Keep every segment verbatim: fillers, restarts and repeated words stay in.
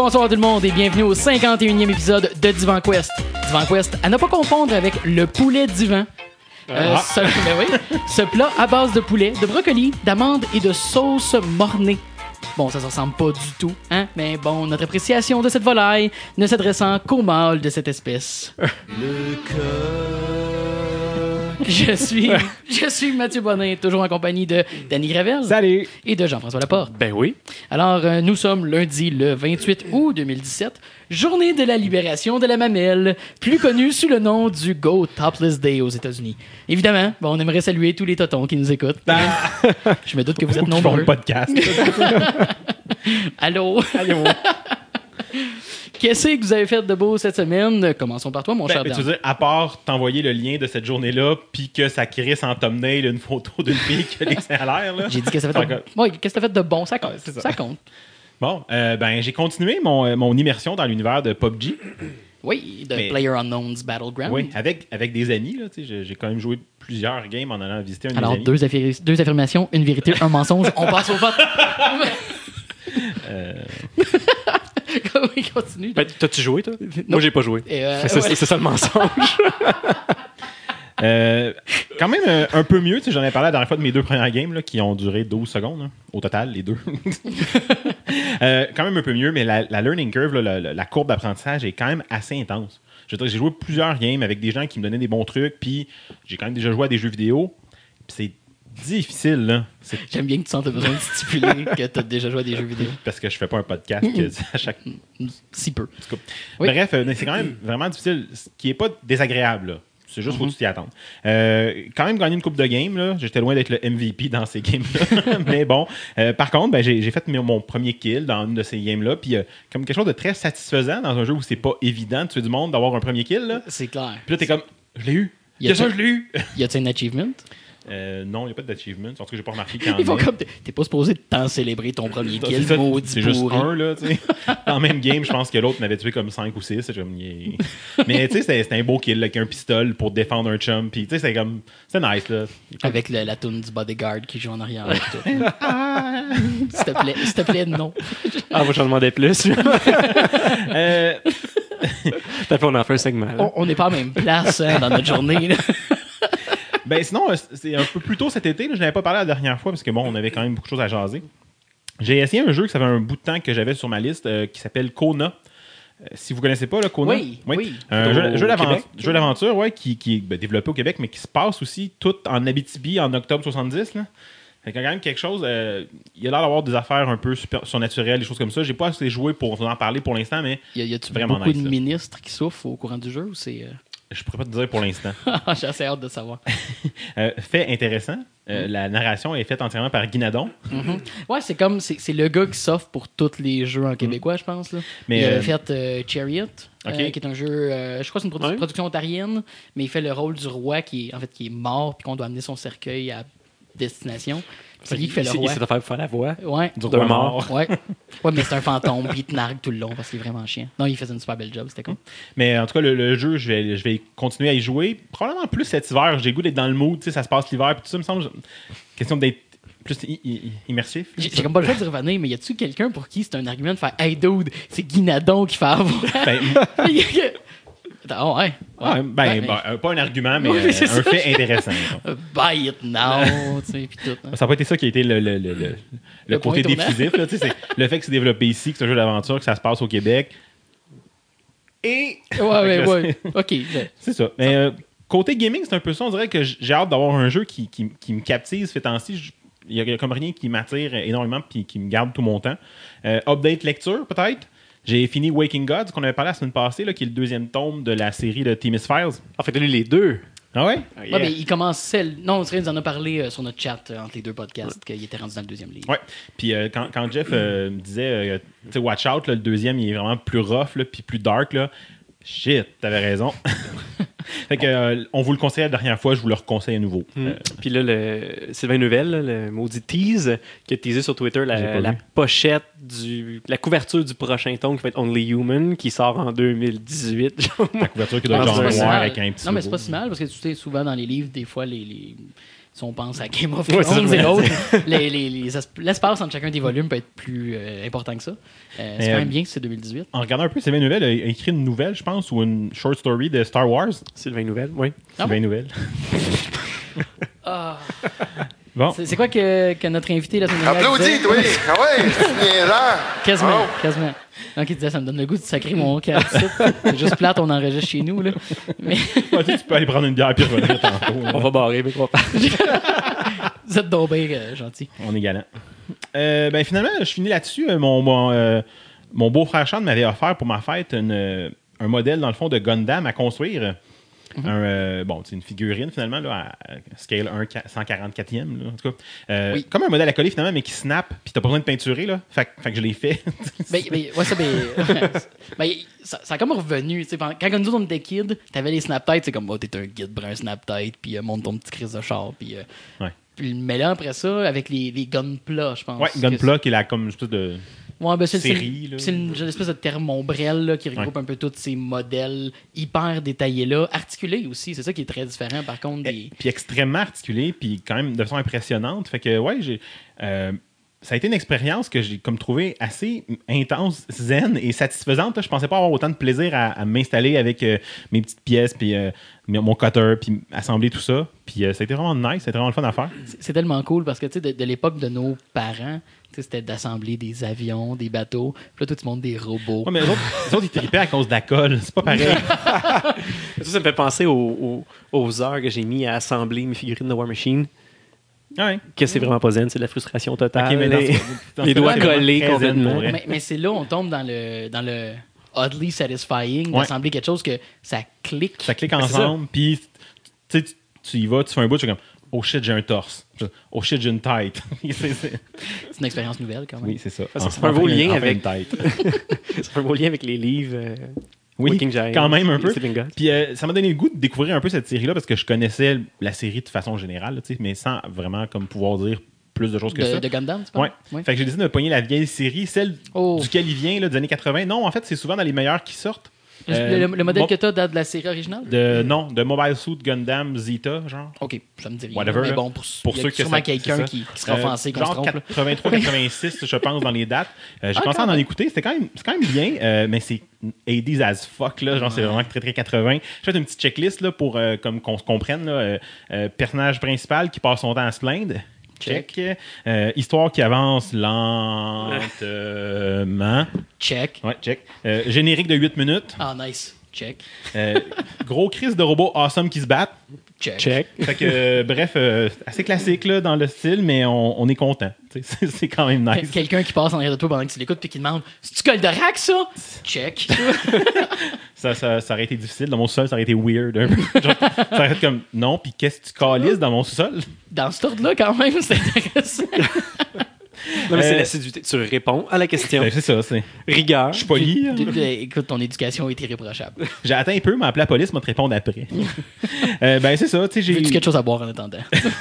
Bonsoir tout le monde et bienvenue au cinquante et unième épisode de Divan Quest. Divan Quest, à ne pas confondre avec le poulet divan. Euh, ah. ce, ben oui, ce plat à base de poulet, de brocoli, d'amandes et de sauce mornée. Bon, ça ne ressemble pas du tout, hein? Mais bon, notre appréciation de cette volaille ne s'adressant qu'aux mâles de cette espèce. Le cœur. Je suis, je suis Mathieu Bonin, toujours en compagnie de Danny Gravel. Salut! Et de Jean-François Laporte. Ben oui. Alors, euh, nous sommes lundi le vingt-huit août deux mille dix-sept, journée de la libération de la mamelle, plus connue sous le nom du Go Topless Day aux États-Unis. Évidemment, bon, on aimerait saluer tous les totons qui nous écoutent. Je me doute que vous êtes nombreux. le podcast. Allô? Allô? Qu'est-ce que vous avez fait de beau cette semaine? Commençons par toi, mon Ben, cher ben, Dan. tu veux dire, à part t'envoyer le lien de cette journée-là, puis que ça crisse en thumbnail une photo d'une fille qui a les seins à l'air, là. J'ai dit qu'est-ce que ça fait de... Oui, qu'est-ce que t'as fait de bon? Ça compte. Ouais, c'est ça. ça compte. Bon, euh, ben, j'ai continué mon, euh, mon immersion dans l'univers de P U B G. Oui, de Mais- PlayerUnknown's Battleground. Oui, avec, avec des amis, là. Tu sais, j'ai, j'ai quand même joué plusieurs games en allant visiter un Alors, de mes amis. deux, affir- deux affirmations, une vérité, un mensonge. On passe au vote. Euh, Oui, continue. Ben, t'as-tu joué, toi? Moi, j'ai pas joué. Et, euh, c'est, ouais. c'est ça le mensonge. euh, quand même euh, un peu mieux, tu sais, j'en ai parlé la dernière fois de mes deux premières games là, qui ont duré douze secondes, là, au total, les deux. euh, quand même un peu mieux, mais la, la learning curve, là, la, la courbe d'apprentissage est quand même assez intense. Je veux dire, j'ai joué plusieurs games avec des gens qui me donnaient des bons trucs, puis j'ai quand même déjà joué à des jeux vidéo, puis c'est difficile, là. C'est J'aime bien que tu sentes le besoin de stipuler que tu as déjà joué à des jeux vidéo. parce que je fais pas un podcast que à chaque Si peu. En tout cas. Oui. Bref, euh, c'est quand même vraiment difficile, ce qui n'est pas désagréable. Là. C'est juste qu'il Mm-hmm. faut que tu t'y attendes. Euh, quand même gagné une coupe de game. Là. J'étais loin d'être le M V P dans ces games-là. Mais bon, euh, par contre, ben, j'ai, j'ai fait mon, mon premier kill dans une de ces games-là. Puis euh, comme quelque chose de très satisfaisant dans un jeu où c'est pas évident de tuer du monde d'avoir un premier kill. Là. C'est clair. Puis là, t'es comme, je l'ai eu. Y a-tu- Qu'est-ce que je l'ai eu? Y a-t-il un achievement? Euh, non, il n'y a pas d'achievement. En tout cas, j'ai pas remarqué qu'il y en Ils font ait. comme. T'es t'es pas supposé de t'en célébrer ton premier C'est kill, ça, maudit c'est juste pourri. un, là, tu sais. Dans le même game, je pense que l'autre m'avait tué comme cinq ou six. C'est comme, yeah. Mais tu sais, c'était, c'était un beau kill, là, avec un pistolet pour défendre un chum. Puis tu sais, c'est comme, c'est nice, là. Avec le- la toune du bodyguard qui joue en arrière. et tout. S'il te plaît, s'il te plaît, non. Ah, moi, j'en demandais plus. Euh, Peut-être qu'on en fait un segment. Là. On- On n'est pas à la même place hein, dans notre journée. Là. ben sinon, euh, c'est un peu plus tôt cet été, là, je n'avais pas parlé la dernière fois parce que bon, on avait quand même beaucoup de choses à jaser. J'ai essayé un jeu que ça fait un bout de temps que j'avais sur ma liste euh, qui s'appelle Kona. Euh, si vous connaissez pas, là, Kona. Oui, oui. Un Au jeu, jeu d'aventure, Québec. jeu d'aventure ouais, qui, qui est ben, développé au Québec, mais qui se passe aussi tout en Abitibi en octobre soixante-dix. Là. Fait qu'il y a quand même quelque chose. Euh, il y a l'air d'avoir des affaires un peu super, surnaturelles, des choses comme ça. J'ai pas assez joué pour vous en parler pour l'instant, mais Y a- y a-tu Vraiment beaucoup nice, de là. ministres qui souffrent au courant du jeu ou c'est. euh, je pourrais pas te dire pour l'instant. J'ai assez hâte de savoir. Euh, fait intéressant, euh, la narration est faite entièrement par Guy Nadon. Ouais, c'est comme. C'est c'est le gars qui s'offre pour tous les jeux en québécois, je pense. Là. Mais, il a euh, fait euh, Chariot, euh, ok. qui est un jeu. euh, je crois que c'est une produ- Ouais. production ontarienne, mais il fait le rôle du roi qui est, en fait, qui est mort puis qu'on doit amener son cercueil à destination. C'est lui qui fait le Il roi. s'est affaire pour faire la voix. Ouais. Du D'un roi mort. mort. Ouais. Ouais, mais c'est un fantôme, puis il te nargue tout le long parce qu'il est vraiment chiant. Non, il faisait une super belle job, c'était cool. Mais en tout cas, le, le jeu, je vais, je vais continuer à y jouer. Probablement plus cet hiver. J'ai le goût d'être dans le mood. Tu sais, ça se passe l'hiver. Puis tout ça, me semble. Question d'être plus i- i- immersif. là, J'ai ça. j'ai comme pas le choix de revenir, mais y a-tu quelqu'un pour qui c'est un argument de faire Hey dude, c'est Guy Nadon qui fait avoir. Ben, Ah ouais. ouais, ben, Ouais, ben, euh, pas un argument, mais Oui, euh, c'est un ça. fait intéressant. mais- Buy it now, tu sais, puis tout. hein. Ça n'a pas été ça qui a été le, le, le, le, le Le côté point tournant. décisif. Là, tu sais, c'est le fait que c'est développé ici, que c'est un jeu d'aventure, que ça se passe au Québec. Et. Ouais, ouais, Fait que ouais. Ok. je- C'est ça. Mais euh, côté gaming, c'est un peu ça. On dirait que j- j'ai hâte d'avoir un jeu qui, qui, qui me captive ce temps-ci. Je- Il y, a comme rien qui m'attire énormément et qui me garde tout mon temps. Euh, update lecture, peut-être. J'ai fini Waking Gods, qu'on avait parlé la semaine passée, là, qui est le deuxième tome de la série de Themis Files. En fait, t'as lu les deux. Ah ouais? Ah, Ouais, yeah. mais il commençait. le- Non, on nous en a parlé euh, sur notre chat euh, entre les deux podcasts, qu'il était rendu dans le deuxième livre. Ouais. Puis euh, quand, quand Jeff euh, me disait, euh, tu sais, Watch Out, là, le deuxième, il est vraiment plus rough, là, puis plus dark, là. Shit, t'avais raison. Fait que, euh, on vous le conseillait la dernière fois, je vous le reconseille à nouveau. Mm. Euh, Puis là, le Sylvain Nouvel, là, le maudit tease, qui a teasé sur Twitter J'ai pas la, la vu. pochette, du, la couverture du prochain tome qui va être Only Human, qui sort en deux mille dix-huit. la couverture qui doit Ah, être c'est genre pas si noire mal. avec un petit Non, mais c'est logo. pas si mal parce que tu sais, souvent dans les livres, des fois, les. les... si on pense à Game of Ouais, c'est ça Thrones que je et voulais l'autre, les, les, les asp- l'espace entre chacun des volumes peut être plus euh, important que ça. Euh, c'est Mais, quand euh, même bien que c'est deux mille dix-huit. En regardant un peu Sylvain Nouvelle, il a écrit une nouvelle, je pense, ou une short story de Star Wars. Sylvain Nouvelle, oui. Ah Sylvain Nouvelle. Ah. Bon. C'est, c'est quoi que, que notre invité la semaine dernière Applaudis, disait? toi! Ah ouais, c'est niaisant! Quasiment, Oh. quasiment. Donc, il disait, ça me donne le goût de sacrer mon cadre. C'est juste plate, on enregistre chez nous. Là. Mais Ah, tu sais, tu peux aller prendre une bière puis revenir tantôt. là. On va barrer, mais on va vous êtes donc bien euh, gentil. On est galant. Euh, ben finalement, je finis là-dessus. Euh, Mon, mon, euh, mon beau-frère Sean m'avait offert pour ma fête une, euh, un modèle, dans le fond, de Gundam à construire. Mhm. Un, euh, bon, c'est une figurine, finalement, là, à, à scale un cent quarante-quatrième, là, en tout cas. Euh, Oui. Comme un modèle à coller, finalement, mais qui snap, puis t'as pas besoin de peinturer, là. Fait, que- fait que je l'ai fait. Ben, ben, ouais, ça, ben, ben, ça, ça a comme revenu. tu sais, Quand quand nous, on était kids, t'avais les snap-têtes, c'est comme, oh, t'es un guide brun snap-tête, puis euh, monte ton petit crise de char, puis. Euh, Ouais. puis mais là, après ça, avec les, les gunpla, je pense. Ouais, que Gunpla, qui est la, comme une espèce de... c'est- Ouais, ben, c'est, série, c'est, là. c'est une, une espèce de terme ombrelle là, qui regroupe un peu tous ces modèles hyper détaillés-là, articulés aussi. C'est ça qui est très différent, par contre, des. Puis extrêmement articulé, puis quand même de façon impressionnante. Fait que, ouais, j'ai... euh, ça a été une expérience que j'ai comme trouvé assez intense, zen et satisfaisante. là. Je pensais pas avoir autant de plaisir à, à m'installer avec euh, mes petites pièces, puis euh, mon cutter, puis assembler tout ça. Puis euh, ça a été vraiment nice, c'était vraiment le fun à faire. C'est, c'est tellement cool parce que, tu sais, de, de l'époque de nos parents, tu sais, c'était d'assembler des avions, des bateaux. Puis là, tout le monde des robots. Ouais, mais les autres, les autres, ils tripaient à cause de la colle. C'est pas pareil. Ça, ça me fait penser aux, aux, aux heures que j'ai mis à assembler mes figurines de War Machine. Ouais. Que c'est vraiment pas zen, c'est de la frustration totale. Ok, mais dans les, ce- dans ce les cas-là, doigts c'est vraiment collés très zen complètement. pour vrai. Mais, mais c'est là où on tombe dans le, dans le oddly satisfying Ouais. d'assembler quelque chose que ça clique. Ça clique c'est ensemble, puis tu sais, tu- tu y vas, tu fais un bout, tu es comme « Oh shit, j'ai un torse. Oh shit, j'ai une tête. » C'est- c'est- C'est une expérience nouvelle quand même. Oui, c'est ça. Ça, ça Enfin, fait un beau enfin, lien enfin, avec- une tête. Ça fait un beau lien avec les livres. euh, Oui, Walking Giant, quand même un peu. Sleeping Gods. Puis euh, ça m'a donné le goût de découvrir un peu cette série-là parce que je connaissais la série de façon générale, là, tu sais, mais sans vraiment comme pouvoir dire plus de choses que De, ça. de Gundam, tu parles? Ouais. Ouais. Fait que j'ai décidé de pogner la vieille série, celle Oh. duquel il vient, là, des années quatre-vingts. Non, en fait, c'est souvent dans les meilleurs qui sortent. Le, Euh, le- le modèle bon, que tu as de la série originale? de Non, de Mobile Suit Gundam Zeta, genre. Ok, ça me dit rien. Whatever, mais là. bon, pour, Pour il y a ceux que sûrement ça- quelqu'un c'est ça. qui, qui sera Euh, offensé quand on se genre trompe. là. quatre-vingt-trois quatre-vingt-six, je pense, dans les dates. Euh, j'ai Ah, commencé à quand en même. écouter. C'était quand même, c'est quand même bien, euh, mais c'est eighties as fuck. Là, genre, c'est vraiment très, très quatre-vingts. J'ai fait une petite checklist là, pour euh, comme qu'on se comprenne. Là, euh, euh, personnage principal qui passe son temps à se plaindre. Check. Euh, histoire qui avance lentement. Check. Ouais, check. Euh, générique de huit minutes. Ah, nice. Check. Euh, gros crise de robots awesome qui se battent. Check. Check. Fait que, euh, bref, euh, assez classique là, dans le style, mais on, on est content. Tu sais, C'est, c'est quand même Quel- nice. Quelqu'un qui passe en arrière de toi pendant que tu l'écoutes puis qui demande c'est-tu Goldorak, ça? Check. Ça, ça, ça aurait été difficile. Dans mon sous-sol, ça aurait été weird. Un peu. Genre, ça aurait été comme, non, puis qu'est-ce que tu calisses dans mon sous-sol? Dans ce ordre-là, quand même, c'est intéressant. Non, mais c'est Euh, l'assiduité. Tu réponds à la question. Ben, c'est ça, c'est. Rigueur. Je suis poli. hein. De- de- Écoute, ton éducation est irréprochable. J'ai atteint un peu, mais appelé la police, m'a te répondre après. Euh, ben, c'est ça, tu sais, j'ai. Veux-tu quelque chose à boire en attendant?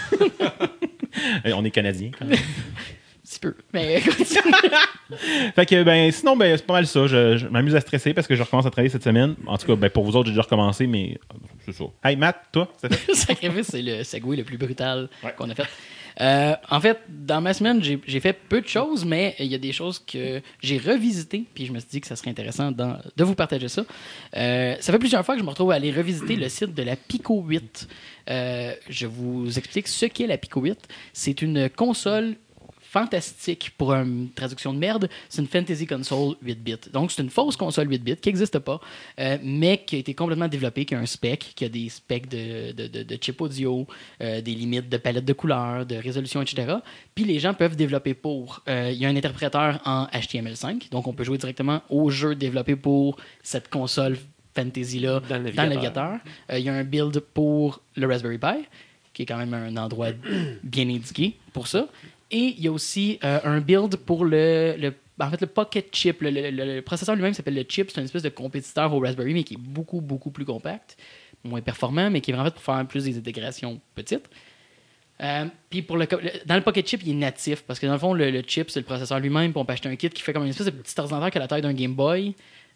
Euh, On est Canadiens, quand même. Un petit peu. Mais écoute, Fait que, ben, sinon, ben, c'est pas mal ça. Je, je m'amuse à stresser parce que je recommence à travailler cette semaine. En tout cas, ben, pour vous autres, j'ai déjà recommencé, mais euh, c'est ça. Hey, Matt, toi, c'est fait? sacrifice, c'est le segway le plus brutal Ouais. qu'on a fait. Euh, en fait, dans ma semaine, j'ai j'ai fait peu de choses, mais il y a des choses que j'ai revisitées, puis je me suis dit que ça serait intéressant d'en- de vous partager ça. Euh, ça fait plusieurs fois que je me retrouve à aller revisiter le site de la Pico huit. Euh, je vous explique ce qu'est la Pico huit. C'est une console fantastique pour une traduction de merde. C'est une fantasy console huit bits. Donc, c'est une fausse console huit bits qui n'existe pas, euh, mais qui a été complètement développée, qui a un spec, qui a des specs de, de, de, de chip audio, euh, des limites de palette de couleurs, de résolution, et cetera. Puis les gens peuvent développer pour. Euh, il y a un interpréteur en H T M L cinq, donc on peut jouer directement au jeu développé pour cette console fantasy-là Dans le dans le navigateur. navigateur. Euh, il y a un build pour le Raspberry Pi, qui est quand même un endroit bien indiqué pour ça. Et il y a aussi euh, un build pour le, le, en fait, le Pocket Chip. Le, le- le- le processeur lui-même s'appelle le Chip. C'est une espèce de compétiteur au Raspberry, mais qui est beaucoup, beaucoup plus compact, moins performant, mais qui est vraiment fait pour faire plus des intégrations petites. Euh, puis pour le, co- le- dans le Pocket Chip, il est natif, parce que dans le fond, le, le chip, c'est le processeur lui-même, puis on peut acheter un kit qui fait comme une espèce de petit ordinateur qui a la taille d'un Game Boy,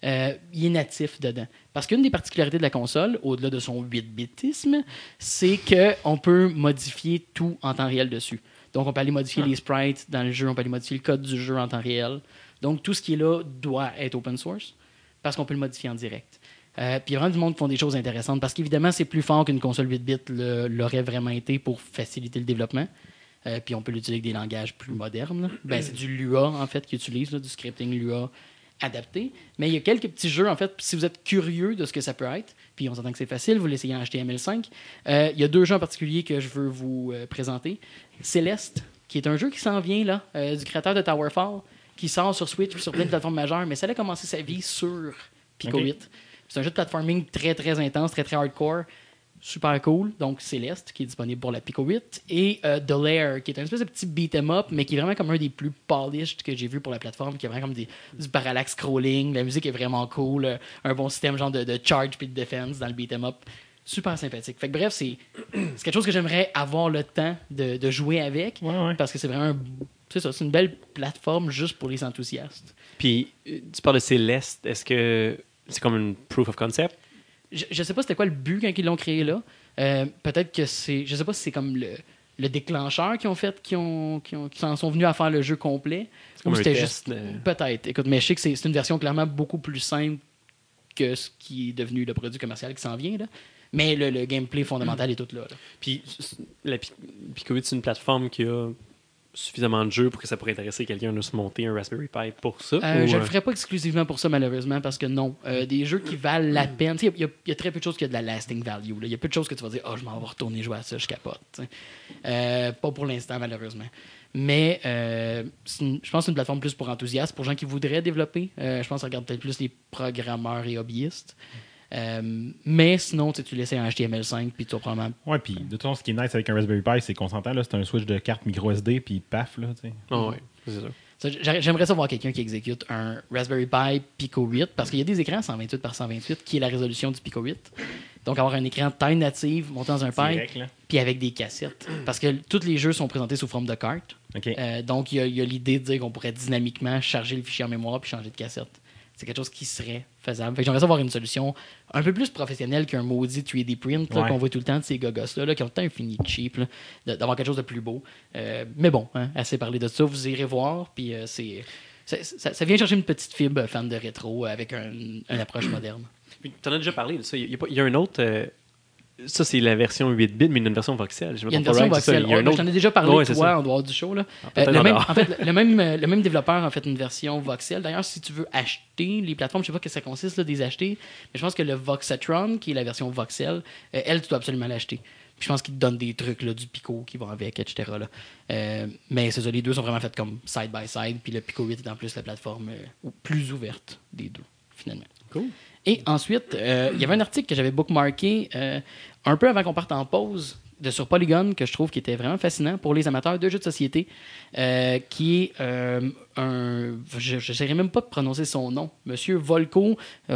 euh, il est natif dedans. Parce qu'une des particularités de la console, au-delà de son huit-bitisme, c'est qu'on peut modifier tout en temps réel dessus. Donc, on peut aller modifier ah. les sprites dans le jeu, on peut aller modifier le code du jeu en temps réel. Donc, tout ce qui est là doit être open source parce qu'on peut le modifier en direct. Euh, puis il y a vraiment du monde qui font des choses intéressantes parce qu'évidemment, c'est plus fort qu'une console huit bits le, l'aurait vraiment été pour faciliter le développement. Euh, puis on peut l'utiliser avec des langages plus modernes. Ben, c'est du Lua, en fait, qu'ils utilisent, là, du scripting Lua adapté. Mais il y a quelques petits jeux, en fait, si vous êtes curieux de ce que ça peut être, puis on s'entend que c'est facile, vous l'essayez en H T M L cinq, euh, il y a deux jeux en particulier que je veux vous euh, présenter. Céleste, qui est un jeu qui s'en vient, là, euh, du créateur de Towerfall, qui sort sur Switch sur plein de plateformes majeures, mais ça a commencé sa vie sur Pico okay. huit. C'est un jeu de platforming très, très intense, très, très hardcore. Super cool. Donc, Céleste, qui est disponible pour la Pico huit. Et euh, The Lair, qui est un espèce de petit beat-em up, mais qui est vraiment comme un des plus polished que j'ai vu pour la plateforme, qui est vraiment comme des, du parallax scrolling. La musique est vraiment cool. Euh, un bon système genre de, de charge puis de defense dans le beat-em up. Super sympathique. Fait que bref, c'est, c'est quelque chose que j'aimerais avoir le temps de, de jouer avec. Ouais, ouais. Parce que c'est vraiment un, c'est ça, c'est une belle plateforme juste pour les enthousiastes. Puis, tu parles de Céleste. Est-ce que c'est comme une proof of concept? Je, je sais pas c'était quoi le but quand ils l'ont créé là. Euh, peut-être que c'est... Je sais pas si c'est comme le, le déclencheur qu'ils ont fait, qui ont, qui ont, qui en sont venus à faire le jeu complet. C'est comme ou un c'était test, juste... euh... Peut-être. Écoute, mais je sais que c'est, c'est une version clairement beaucoup plus simple que ce qui est devenu le produit commercial qui s'en vient, là. Mais le, le gameplay fondamental est tout là, là. Puis, la Pico huit, c'est une plateforme qui a suffisamment de jeux pour que ça pourrait intéresser quelqu'un de se monter un Raspberry Pi pour ça? Euh, ou... Je ne le ferai pas exclusivement pour ça, malheureusement, parce que non. Euh, des jeux qui valent la peine. Il y, y a très peu de choses qui ont de la lasting value. Il y a peu de choses que tu vas dire « Ah, oh, je m'en vais retourner jouer à ça, je capote. » euh, Pas pour l'instant, malheureusement. Mais euh, une, je pense que c'est une plateforme plus pour enthousiastes, pour gens qui voudraient développer. Euh, je pense que ça regarde peut-être plus les programmeurs et hobbyistes. Euh, mais sinon, tu laisses un H T M L cinq puis tu vas probablement. Ouais, puis de toute façon, ce qui est nice avec un Raspberry Pi, c'est qu'on s'entend, là, c'est un switch de carte micro S D, puis paf, là, tu sais. Oh, ouais, c'est ça. Ça, j'aimerais savoir quelqu'un qui exécute un Raspberry Pi Pico huit, parce qu'il y a des écrans cent vingt-huit par cent vingt-huit, qui est la résolution du Pico huit. Donc, avoir un écran taille native, monté dans un Pi, puis avec des cassettes. Parce que tous les jeux sont présentés sous forme de carte. Okay. Euh, donc, il y, y a l'idée de dire qu'on pourrait dynamiquement charger le fichier en mémoire puis changer de cassette. C'est quelque chose qui serait faisable. Fait que j'aimerais savoir une solution un peu plus professionnelle qu'un maudit trois D print là, ouais. qu'on voit tout le temps de ces gogos-là, là, qui ont tant fini cheap, là, d'avoir quelque chose de plus beau. Euh, mais bon, hein, assez parlé de ça, vous irez voir. Puis euh, c'est, ça, ça, ça vient chercher une petite fibre fan de rétro avec un, une approche moderne. Tu en as déjà parlé de ça. Il y a, il y a un autre... Euh... Ça, c'est la version huit bits, mais il y a une version voxel. Il y a une version voxel. Oh, autre... J'en ai déjà parlé, ouais, toi, en dehors du show. Là. Ah, euh, le, même, en fait, le, même, le même développeur a fait une version voxel. D'ailleurs, si tu veux acheter les plateformes, je ne sais pas ce que ça consiste, là, des acheter, mais je pense que le Voxatron, qui est la version voxel, euh, elle, tu dois absolument l'acheter. Puis je pense qu'il te donne des trucs, là, du Pico qui vont avec, et cetera. Là. Euh, mais c'est ça, les deux sont vraiment faits comme side by side. Puis le Pico huit est en plus la plateforme euh, plus ouverte des deux, finalement. Cool. Et ensuite, euh, il y avait un article que j'avais bookmarké euh, un peu avant qu'on parte en pause de sur Polygon, que je trouve qui était vraiment fascinant pour les amateurs de jeux de société, euh, qui est euh, un... Je n'essaierai même pas de prononcer son nom. Monsieur Volko... Ben,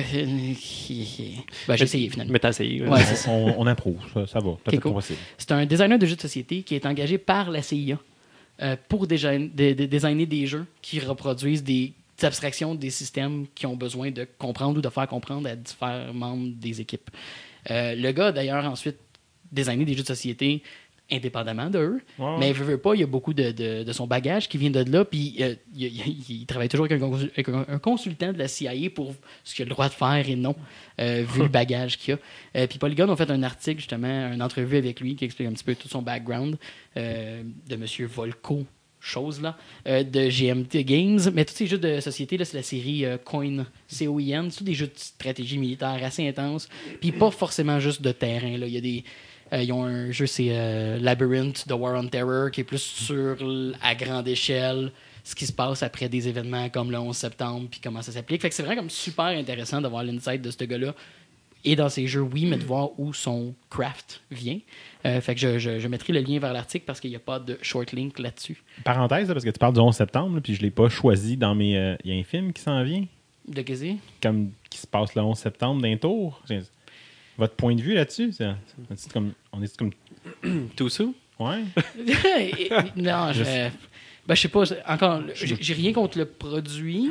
j'ai essayé, finalement. Mais t'as essayé. Ouais, c'est ça. On, on approuve, ça, ça va. Okay, cool. C'est un designer de jeux de société qui est engagé par la C I A euh, pour déjà, de, de designer des jeux qui reproduisent des abstractions des systèmes qui ont besoin de comprendre ou de faire comprendre à différents membres des équipes. Euh, le gars, d'ailleurs, ensuite, designé des jeux de société indépendamment d'eux, ouais, mais veut, veut pas, il y a beaucoup de, de, de son bagage qui vient de là, puis euh, il, il, il travaille toujours avec un, consul, avec un consultant de la C I A pour ce qu'il a le droit de faire et non, euh, vu le bagage qu'il a. Euh, puis Polygon a fait un article, justement, une entrevue avec lui qui explique un petit peu tout son background euh, de M. Volko, chose là, euh, de G M T Games, mais tous ces jeux de société, là, c'est la série euh, Coin, C O I N, c'est tous des jeux de stratégie militaire assez intenses, puis pas forcément juste de terrain, là. Il y a des... Euh, ils ont un jeu, c'est euh, Labyrinth de War on Terror, qui est plus sur à grande échelle, ce qui se passe après des événements comme le onze septembre, puis comment ça s'applique. Fait que c'est vraiment comme super intéressant d'avoir l'insight de ce gars-là, et dans ces jeux, oui, mais de voir où son craft vient. Euh, fait que je, je, je mettrai le lien vers l'article parce qu'il n'y a pas de short link là-dessus. Parenthèse, là, parce que tu parles du onze septembre, là, puis je ne l'ai pas choisi dans mes... Il euh, y a un film qui s'en vient. De qu'est-ce que Comme qui se passe le onze septembre d'un tour. Votre point de vue là-dessus? C'est, c'est comme, on est comme... Tout ça? Ouais. Non, je... Ben, je sais pas, encore, j'ai, j'ai rien contre le produit.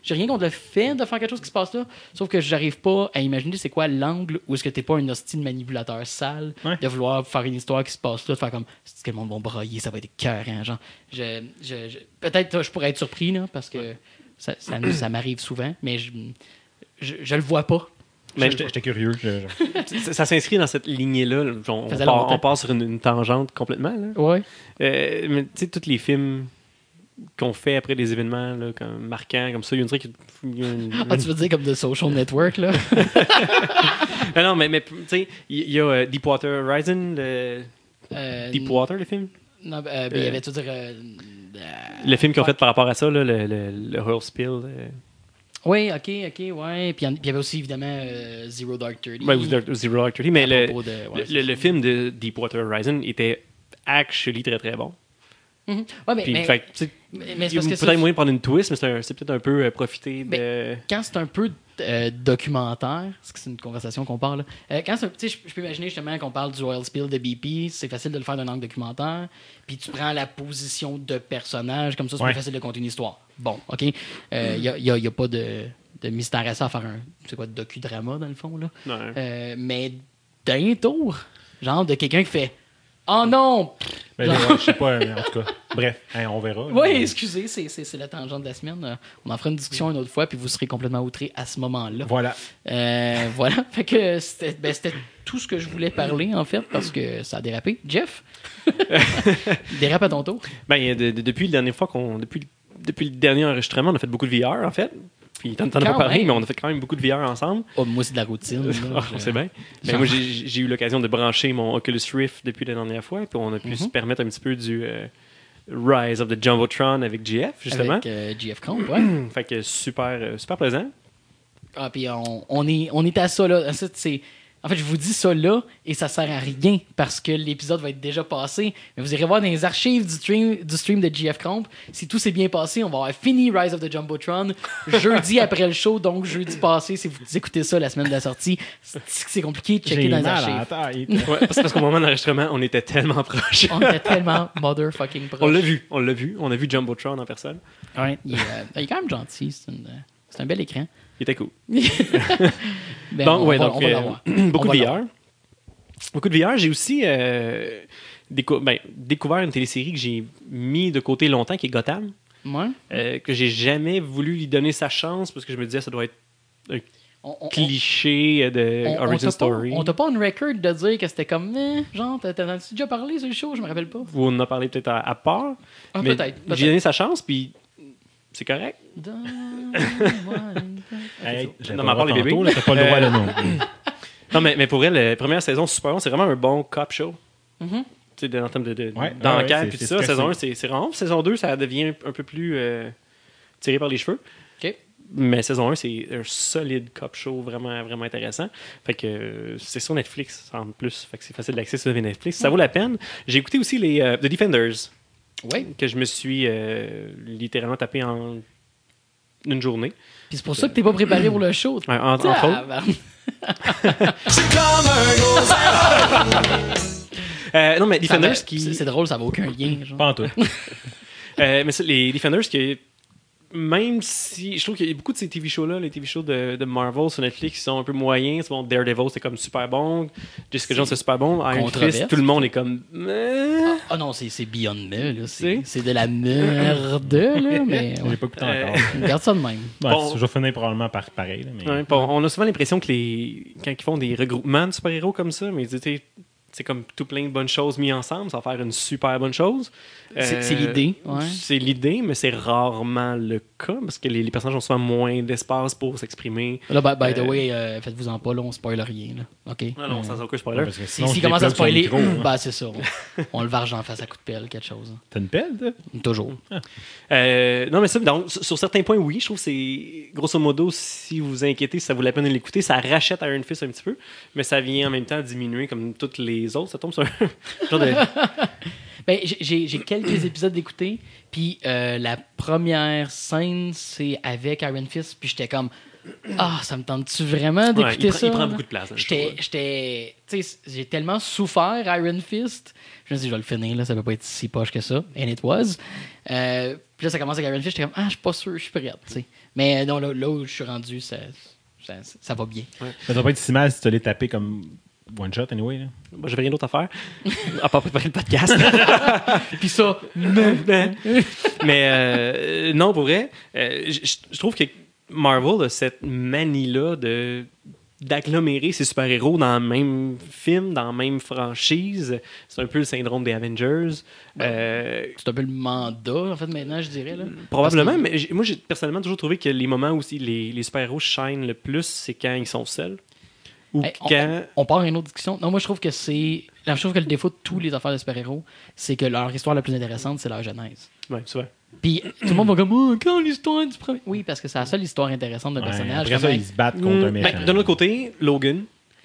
j'ai rien contre le fait de faire quelque chose qui se passe là, sauf que j'arrive pas à imaginer c'est quoi l'angle où est-ce que t'es pas un hostile manipulateur sale Ouais. de vouloir faire une histoire qui se passe là, de faire comme c'est que le monde va brailler, ça va être écœurant, genre. Je, je, je- peut-être je pourrais être surpris là, parce que ça, ça, ça m'arrive souvent, mais je, je, je le vois pas. Mais J'étais j'étais curieux. je- je- ça, ça s'inscrit dans cette lignée-là. là. On, on Faisait part, longtemps. on part sur une, une tangente complètement. Là. Ouais. Euh, mais tu sais, tous les films qu'on fait après des événements là, comme marquants, comme ça, il y a une truc. il y a une- Ah, tu veux dire comme The Social Network là? Ah non, mais, mais tu sais, il y, y a euh, Deepwater Horizon, le... Euh, Deepwater, le film. Non, ben, euh, ben, il y avait tout dire. euh, euh, Le film qu'ils ont fuck. fait par rapport à ça, là, le, le, le oil spill. euh. Oui, ok, ok, ouais. Puis il y en- puis il y avait aussi évidemment euh, Zero Dark Thirty. Ouais, ou Zero Zero Dark Thirty, mais À le, propos de- ouais, le, c'est le- ça. le film de Deepwater Horizon était actually très très bon. Mhm. Ouais, mais, Puis, mais, fait que, tu sais, mais- mais il y c'est a parce que peut-être ça- moyen de prendre une twist, mais c'est, un- c'est peut-être un peu euh, profiter de. Mais- quand c'est un peu euh, documentaire, parce que c'est une conversation qu'on parle, là, euh, quand c'est un- tu sais, je je peux imaginer justement qu'on parle du oil spill de B P, c'est facile de le faire d'un angle documentaire, puis tu prends la position de personnage, comme ça c'est Ouais. plus facile de conter une histoire. Bon, ok. Il n'y a, y a- y a pas de, de mystère à ça à faire un c'est quoi, docudrama dans le fond, là. Ouais. Euh, mais d'un tour, genre de quelqu'un qui fait oh non! Ben, Genre- ouais, je sais pas, mais en tout cas. Bref, hein, on verra. Oui, excusez, c'est, c'est, c'est la tangente de la semaine. Euh, On en fera une discussion une autre fois, puis vous serez complètement outrés à ce moment-là. Voilà. Euh, voilà. Fait que c'était, ben, c'était tout ce que je voulais parler, en fait, parce que ça a dérapé. Jeff? Dérape à ton tour. Ben, de- de- depuis, la dernière fois qu'on, depuis, depuis le dernier enregistrement, on a fait beaucoup de V R, en fait. Puis t'en, t'en as Quand pas parlé, même. mais on a fait quand même beaucoup de V R ensemble. Oh, moi, c'est de la routine. là. Ah, on sait bien. Mais Genre- moi, j'ai, j'ai eu l'occasion de brancher mon Oculus Rift depuis la dernière fois, puis on a pu Mhm. se permettre un petit peu du euh, Rise of the Jumbotron avec G F, justement. Avec euh, G F Comp, ouais. Fait que super, euh, super plaisant. Ah, puis on, on, est, on est à ça, là. Ça, c'est... En fait, je vous dis ça là, et ça sert à rien, parce que l'épisode va être déjà passé. Mais vous irez voir dans les archives du stream, du stream de G F Comp. Si tout s'est bien passé, on va avoir fini Rise of the Jumbotron jeudi après le show, donc jeudi passé, si vous écoutez ça la semaine de la sortie. C'est, c'est compliqué de checker J'ai dans les mal à la archives. tête. Ouais, parce, parce qu'au moment de l'enregistrement, on était tellement proches. On était tellement motherfucking proches. On l'a vu, on l'a vu. On a vu Jumbotron en personne. Ouais, il, est, euh, il est quand même gentil. C'est, une, euh, c'est un bel écran. Il était cool. Ben, donc, on, ouais, va, donc on va euh, l'avoir. beaucoup On de va V R. Beaucoup de V R. J'ai aussi euh, décou- ben, découvert une télésérie que j'ai mis de côté longtemps, qui est Gotham, Ouais. euh, que j'ai jamais voulu lui donner sa chance parce que je me disais ça doit être un On, on- cliché de on- on Origin t'a pas- Story. on t'a pas une record de dire que c'était comme, eh, genre, t'as, t'as déjà parlé sur le show, je me rappelle pas. Vous en avez parlé peut-être à, à part. Ah, mais peut-être. peut-être. J'ai donné sa chance, puis c'est correct. Donne-moi une- Hey, Ok, j'avais Non, pas mais à part le droit les tantôt, bébés. là, t'as pas le droit Euh, là non. Non, mais, mais pour elle, la première saison, super bon. C'est vraiment un bon cop show. Mhm. Tu sais, en termes de, de- Ouais, d'enquête, ouais, ouais, puis c'est- tout ça. c'est Saison stressé. un, c'est, c'est vraiment. Saison deux, ça devient un peu plus euh, tiré par les cheveux. Ok. Mais saison un, c'est un solide cop show vraiment, vraiment intéressant. Fait que euh, c'est sur Netflix en plus. Fait que c'est facile d'accès sur Netflix. Ça vaut la peine. J'ai écouté aussi les euh, The Defenders, Ouais. que je me suis euh, littéralement tapé en une journée. Puis c'est pour ça que t'es pas préparé pour le show. Ouais, en, entre autres. Tabarnak. Euh, non, mais Ça Defenders va- qui. c'est, c'est drôle, ça va aucun lien. Genre. Pas en tout. Euh, mais c'est les Defenders qui, même si je trouve qu'il y a beaucoup de ces T V shows là, les T V shows de, de Marvel sur Netflix qui sont un peu moyens. C'est bon, Daredevil c'est comme super bon, Jessica Jones c'est super bon, Iron Controverse. Fist tout le monde est comme. euh, Ah non, c'est, c'est beyond me, là. C'est, C'est? c'est de la merde, là, mais J'ai ouais. pas écouté Euh, encore. Garde ça de même. Ouais, bon. Je vais finir probablement par pareil. Là, mais... ouais, puis on on a souvent l'impression que les quand ils font des regroupements de super-héros comme ça, mais tu sais, c'est comme tout plein de bonnes choses mises ensemble, ça va faire une super bonne chose. C'est- Euh, c'est l'idée, ouais. C'est l'idée, mais c'est rarement le cas parce que les, les personnages ont souvent moins d'espace pour s'exprimer. Là, by, by the Euh, way, euh, faites-vous-en pas, là, on spoil rien, là. OK? Ah non, Euh, sans aucun Ouais, spoiler. parce que Si, sinon, s'il je commence à déplug son spoiler, micro, hein. bah c'est ça. On, on le varge en face à coup de pelle, quelque chose. hein. T'as une pelle, toi? Toujours. Euh, non, mais ça, donc, sur sur certains points, oui, je trouve que c'est, grosso modo, si vous vous inquiétez, si ça vaut la peine de l'écouter, ça rachète Iron Fist un petit peu, mais ça vient en même temps diminuer comme toutes les autres. Ça tombe sur un genre de. Ben, j'ai- j'ai j'ai quelques épisodes d'écouter, puis euh, la première scène, c'est avec Iron Fist, puis j'étais comme, ah, ça me tente-tu vraiment Ouais, d'écouter il, prend, ça? il prend là? beaucoup de place. hein, je J'étais, trouve. j'étais, tu sais, j'ai tellement souffert Iron Fist. Je me suis dit, je vais le finir, là, ça peut pas être si poche que ça. And it was. Euh, Puis là, ça commence avec Iron Fist, j'étais comme, ah, je suis pas sûr, je suis prête, tu sais. Mais euh, non, là, là où je suis rendu, ça, ça, ça va bien. Ça doit pas être si mal si tu l'as tapé comme one shot, anyway. Là. Moi, j'avais rien d'autre à faire. À part préparer le podcast. Puis ça, Mais euh, non, pour vrai, euh, je je trouve que Marvel a cette manie-là de d'agglomérer ses super-héros dans le même film, dans la même franchise. C'est un peu le syndrome des Avengers. Ben, Euh, c'est un peu le mandat, en fait, maintenant, je dirais. Là. Probablement, Parce que- mais j'ai- moi, j'ai personnellement toujours trouvé que les moments où aussi les, les super-héros shine le plus, c'est quand ils sont seuls. Ou Hey, on, quand... on part à une autre discussion. Non, moi, je trouve que c'est. Je trouve que le défaut de tous les affaires de super-héros, c'est que leur histoire la plus intéressante, c'est leur genèse. Ouais, c'est vrai. Puis tout le monde va comme, oh, quand l'histoire du premier. Oui, parce que c'est la seule histoire intéressante d'un Ouais, personnage. après ça, comme- ils se battent contre un Mm, méchant. ben, d'un autre côté, Logan,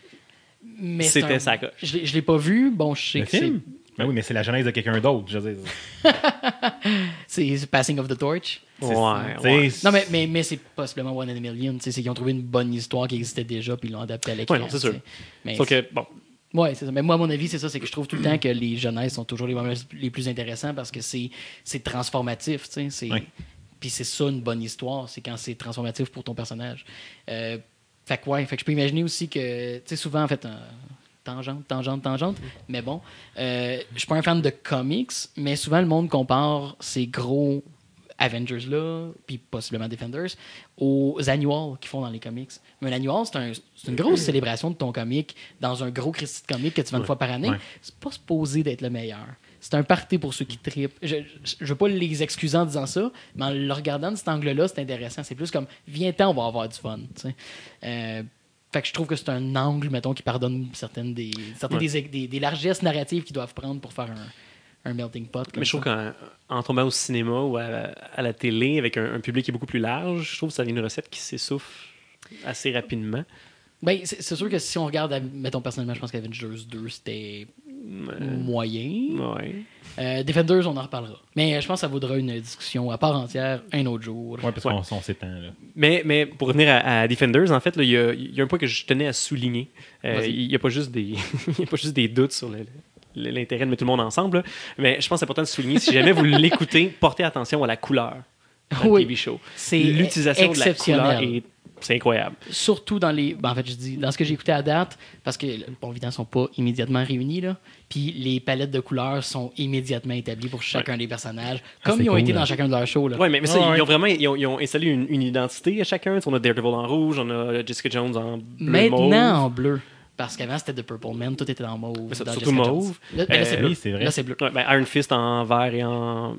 Mais c'est c'était un- sa coche. Je l'ai, je l'ai pas vu. Bon, je sais Le que c'est, film? Ben oui, mais c'est la genèse de quelqu'un d'autre. Je veux dire. c'est c'est Passing of the Torch. Ouais, C'est- ouais. c'est- Non, mais, mais, mais c'est possiblement One in a Million. tu sais, C'est qu'ils ont trouvé une bonne histoire qui existait déjà, puis ils l'ont adaptée à l'écran. Ouais, non, c'est tu sais. sûr. Mais Sauf que, bon, Ouais, c'est ça. Mais moi, à mon avis, c'est ça. C'est que je trouve tout le temps que les jeunesses sont toujours les moments les plus intéressants parce que c'est, c'est transformatif. Tu sais, c'est... Oui. Puis c'est ça une bonne histoire, c'est quand c'est transformatif pour ton personnage. Euh, fait que ouais, fait que je peux imaginer aussi que, tu sais, souvent, en fait, euh, tangente, tangente, tangente, mais bon, euh, je suis pas un fan de comics, mais souvent le monde compare ces gros Avengers-là, puis possiblement Defenders, aux annuals qu'ils font dans les comics. Mais un annual, c'est, un- c'est une grosse célébration de ton comic dans un gros Christy de comic que tu vends une fois par année. Ouais. C'est pas supposé d'être le meilleur. C'est un party pour ceux qui trippent. Je, je, je veux pas les excuser en disant ça, mais en le regardant de cet angle-là, c'est intéressant. C'est plus comme, viens-t'en, on va avoir du fun. tu sais. Euh, fait que je trouve que c'est un angle, mettons, qui pardonne certaines des, certaines Ouais. des, des, des largesses narratives qu'ils doivent prendre pour faire un, un melting pot. Comme mais je trouve ça. qu'en en tombant au cinéma ou à, à la télé avec un, un public qui est beaucoup plus large, je trouve que ça devient une recette qui s'essouffle assez rapidement. Ben, c'est, c'est sûr que si on regarde, mettons, personnellement, je pense qu'Avengers deux, c'était Euh, moyen. ouais. Euh, Defenders, on en reparlera. Mais euh, je pense que ça vaudra une discussion à part entière un autre jour. Ouais, parce Ouais. qu'on on s'étend. Là. Mais, mais pour revenir à, à Defenders, en fait, là, il y, a, il y a un point que je tenais à souligner. Euh, Vas-y. il n'y a, pas juste des- il y a pas juste des doutes sur le- le- l'intérêt de mettre tout le monde ensemble, là. Mais je pense que c'est important de souligner, si jamais vous l'écoutez, portez attention à la couleur dans le Oui. T V show. C'est L'utilisation de la exceptionnel. couleur est c'est incroyable. Surtout dans les. Ben, en fait, je dis dans ce que j'ai écouté à date, parce que, bon, évidemment, ils sont pas immédiatement réunis, là. Puis les palettes de couleurs sont immédiatement établies pour chacun des personnages, comme c'est ils ont cool, été hein. dans chacun de leurs shows, là. Ouais, mais, mais ça, Ouais, ouais. ils ont vraiment ils ont, ils ont installé une, une identité à chacun. Tu sais, on a Daredevil en rouge, on a Jessica Jones en bleu Maintenant mauve. en bleu. Parce qu'avant, c'était de Purple Man, tout était en mauve. Mais c'est dans surtout Jessica mauve. Jones. Là, ben là, c'est Euh, bleu. oui, c'est vrai. Là, c'est bleu. Ouais, ben Iron Fist en vert et en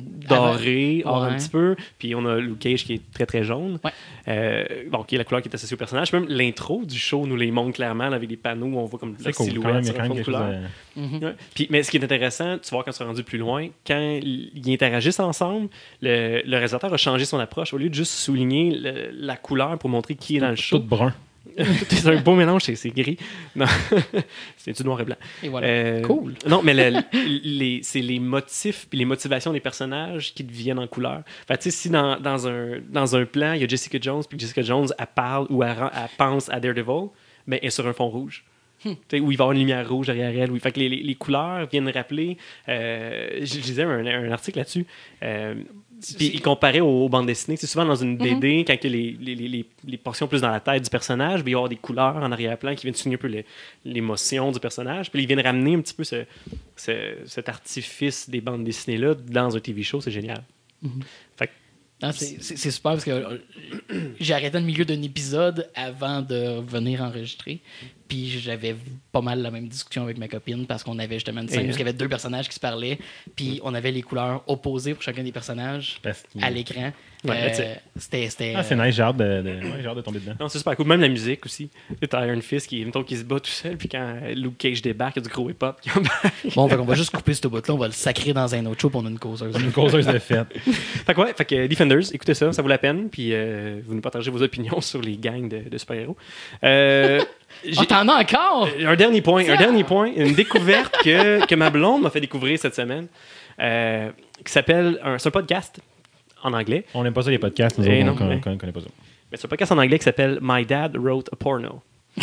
doré, or Ouais. un petit peu. Puis on a Luke Cage qui est très très jaune. Ouais. Euh, bon, qui est la couleur qui est associée au personnage. Puis même l'intro du show nous les montre clairement là, avec des panneaux où on voit comme la C'est cool. silhouette Quand même, il y a sur quand un même fond de quelque chose couleur. à- Mhm. Ouais. Puis, mais ce qui est intéressant, tu vois quand tu es rendu plus loin, quand ils interagissent ensemble, le, le réalisateur a changé son approche. Au lieu de juste souligner le- la couleur pour montrer qui est dans le tout show, brun. c'est un beau mélange, c'est c'est gris. Non, c'est du noir et blanc. Et voilà. Euh, Cool. Non, mais le- les, c'est les motifs puis les motivations des personnages qui deviennent en couleur. Fait, tu sais, si dans, dans, un, dans un plan, il y a Jessica Jones, puis que Jessica Jones, elle parle ou elle, rend- elle pense à Daredevil, mais elle est sur un fond rouge. Tu sais, où il va y avoir une lumière rouge derrière elle. Où, fait que les, les, les couleurs viennent rappeler. Euh, je je lisais un, un article là-dessus. Euh, puis il comparait aux, aux bandes dessinées. C'est souvent dans une B D, quand il y a les, les, les, les, les portions plus dans la tête du personnage, puis il va y avoir des couleurs en arrière-plan qui viennent souligner un peu le- l'émotion du personnage. Puis ils viennent ramener un petit peu ce, ce- cet artifice des bandes dessinées-là dans un T V show. C'est génial. Fait que Ah, c'est, c'est- c'est super parce que euh, j'ai arrêté le milieu d'un épisode avant de venir enregistrer. Puis j'avais pas mal la même discussion avec ma copine parce qu'on avait justement une scène Et, où il y avait deux personnages qui se parlaient. Puis on avait les couleurs opposées pour chacun des personnages Parce qu'il- à l'écran. Ouais, Euh, that's it. c'était, c'était, Ah, c'est nice, j'ai hâte de, de- ouais, j'ai hâte de tomber dedans. Non, c'est super cool. Même la musique aussi. Tu as Iron Fist qui, mettons, qui se bat tout seul, puis quand euh, Luke Cage débarque, il y a du gros hip-hop qui embarque. Bon, fait qu'on va juste couper ce bout-là, on va le sacrer dans un autre show pour on a une causeuse. Une causeuse de fête. Fait que ouais, fait que Defenders, écoutez ça, ça vaut la peine, puis euh, vous nous partagez vos opinions sur les gangs de, de super-héros. Euh, j'ai- Oh, t'en as encore? un dernier point, un dernier point, une découverte que, que ma blonde m'a fait découvrir cette semaine, euh, qui s'appelle, un- c'est un podcast en anglais, On n'aime pas ça, les podcasts. Nous Eh autres, non, on mais- ne connaît pas ça. mais c'est un podcast en anglais qui s'appelle My Dad Wrote a Porno.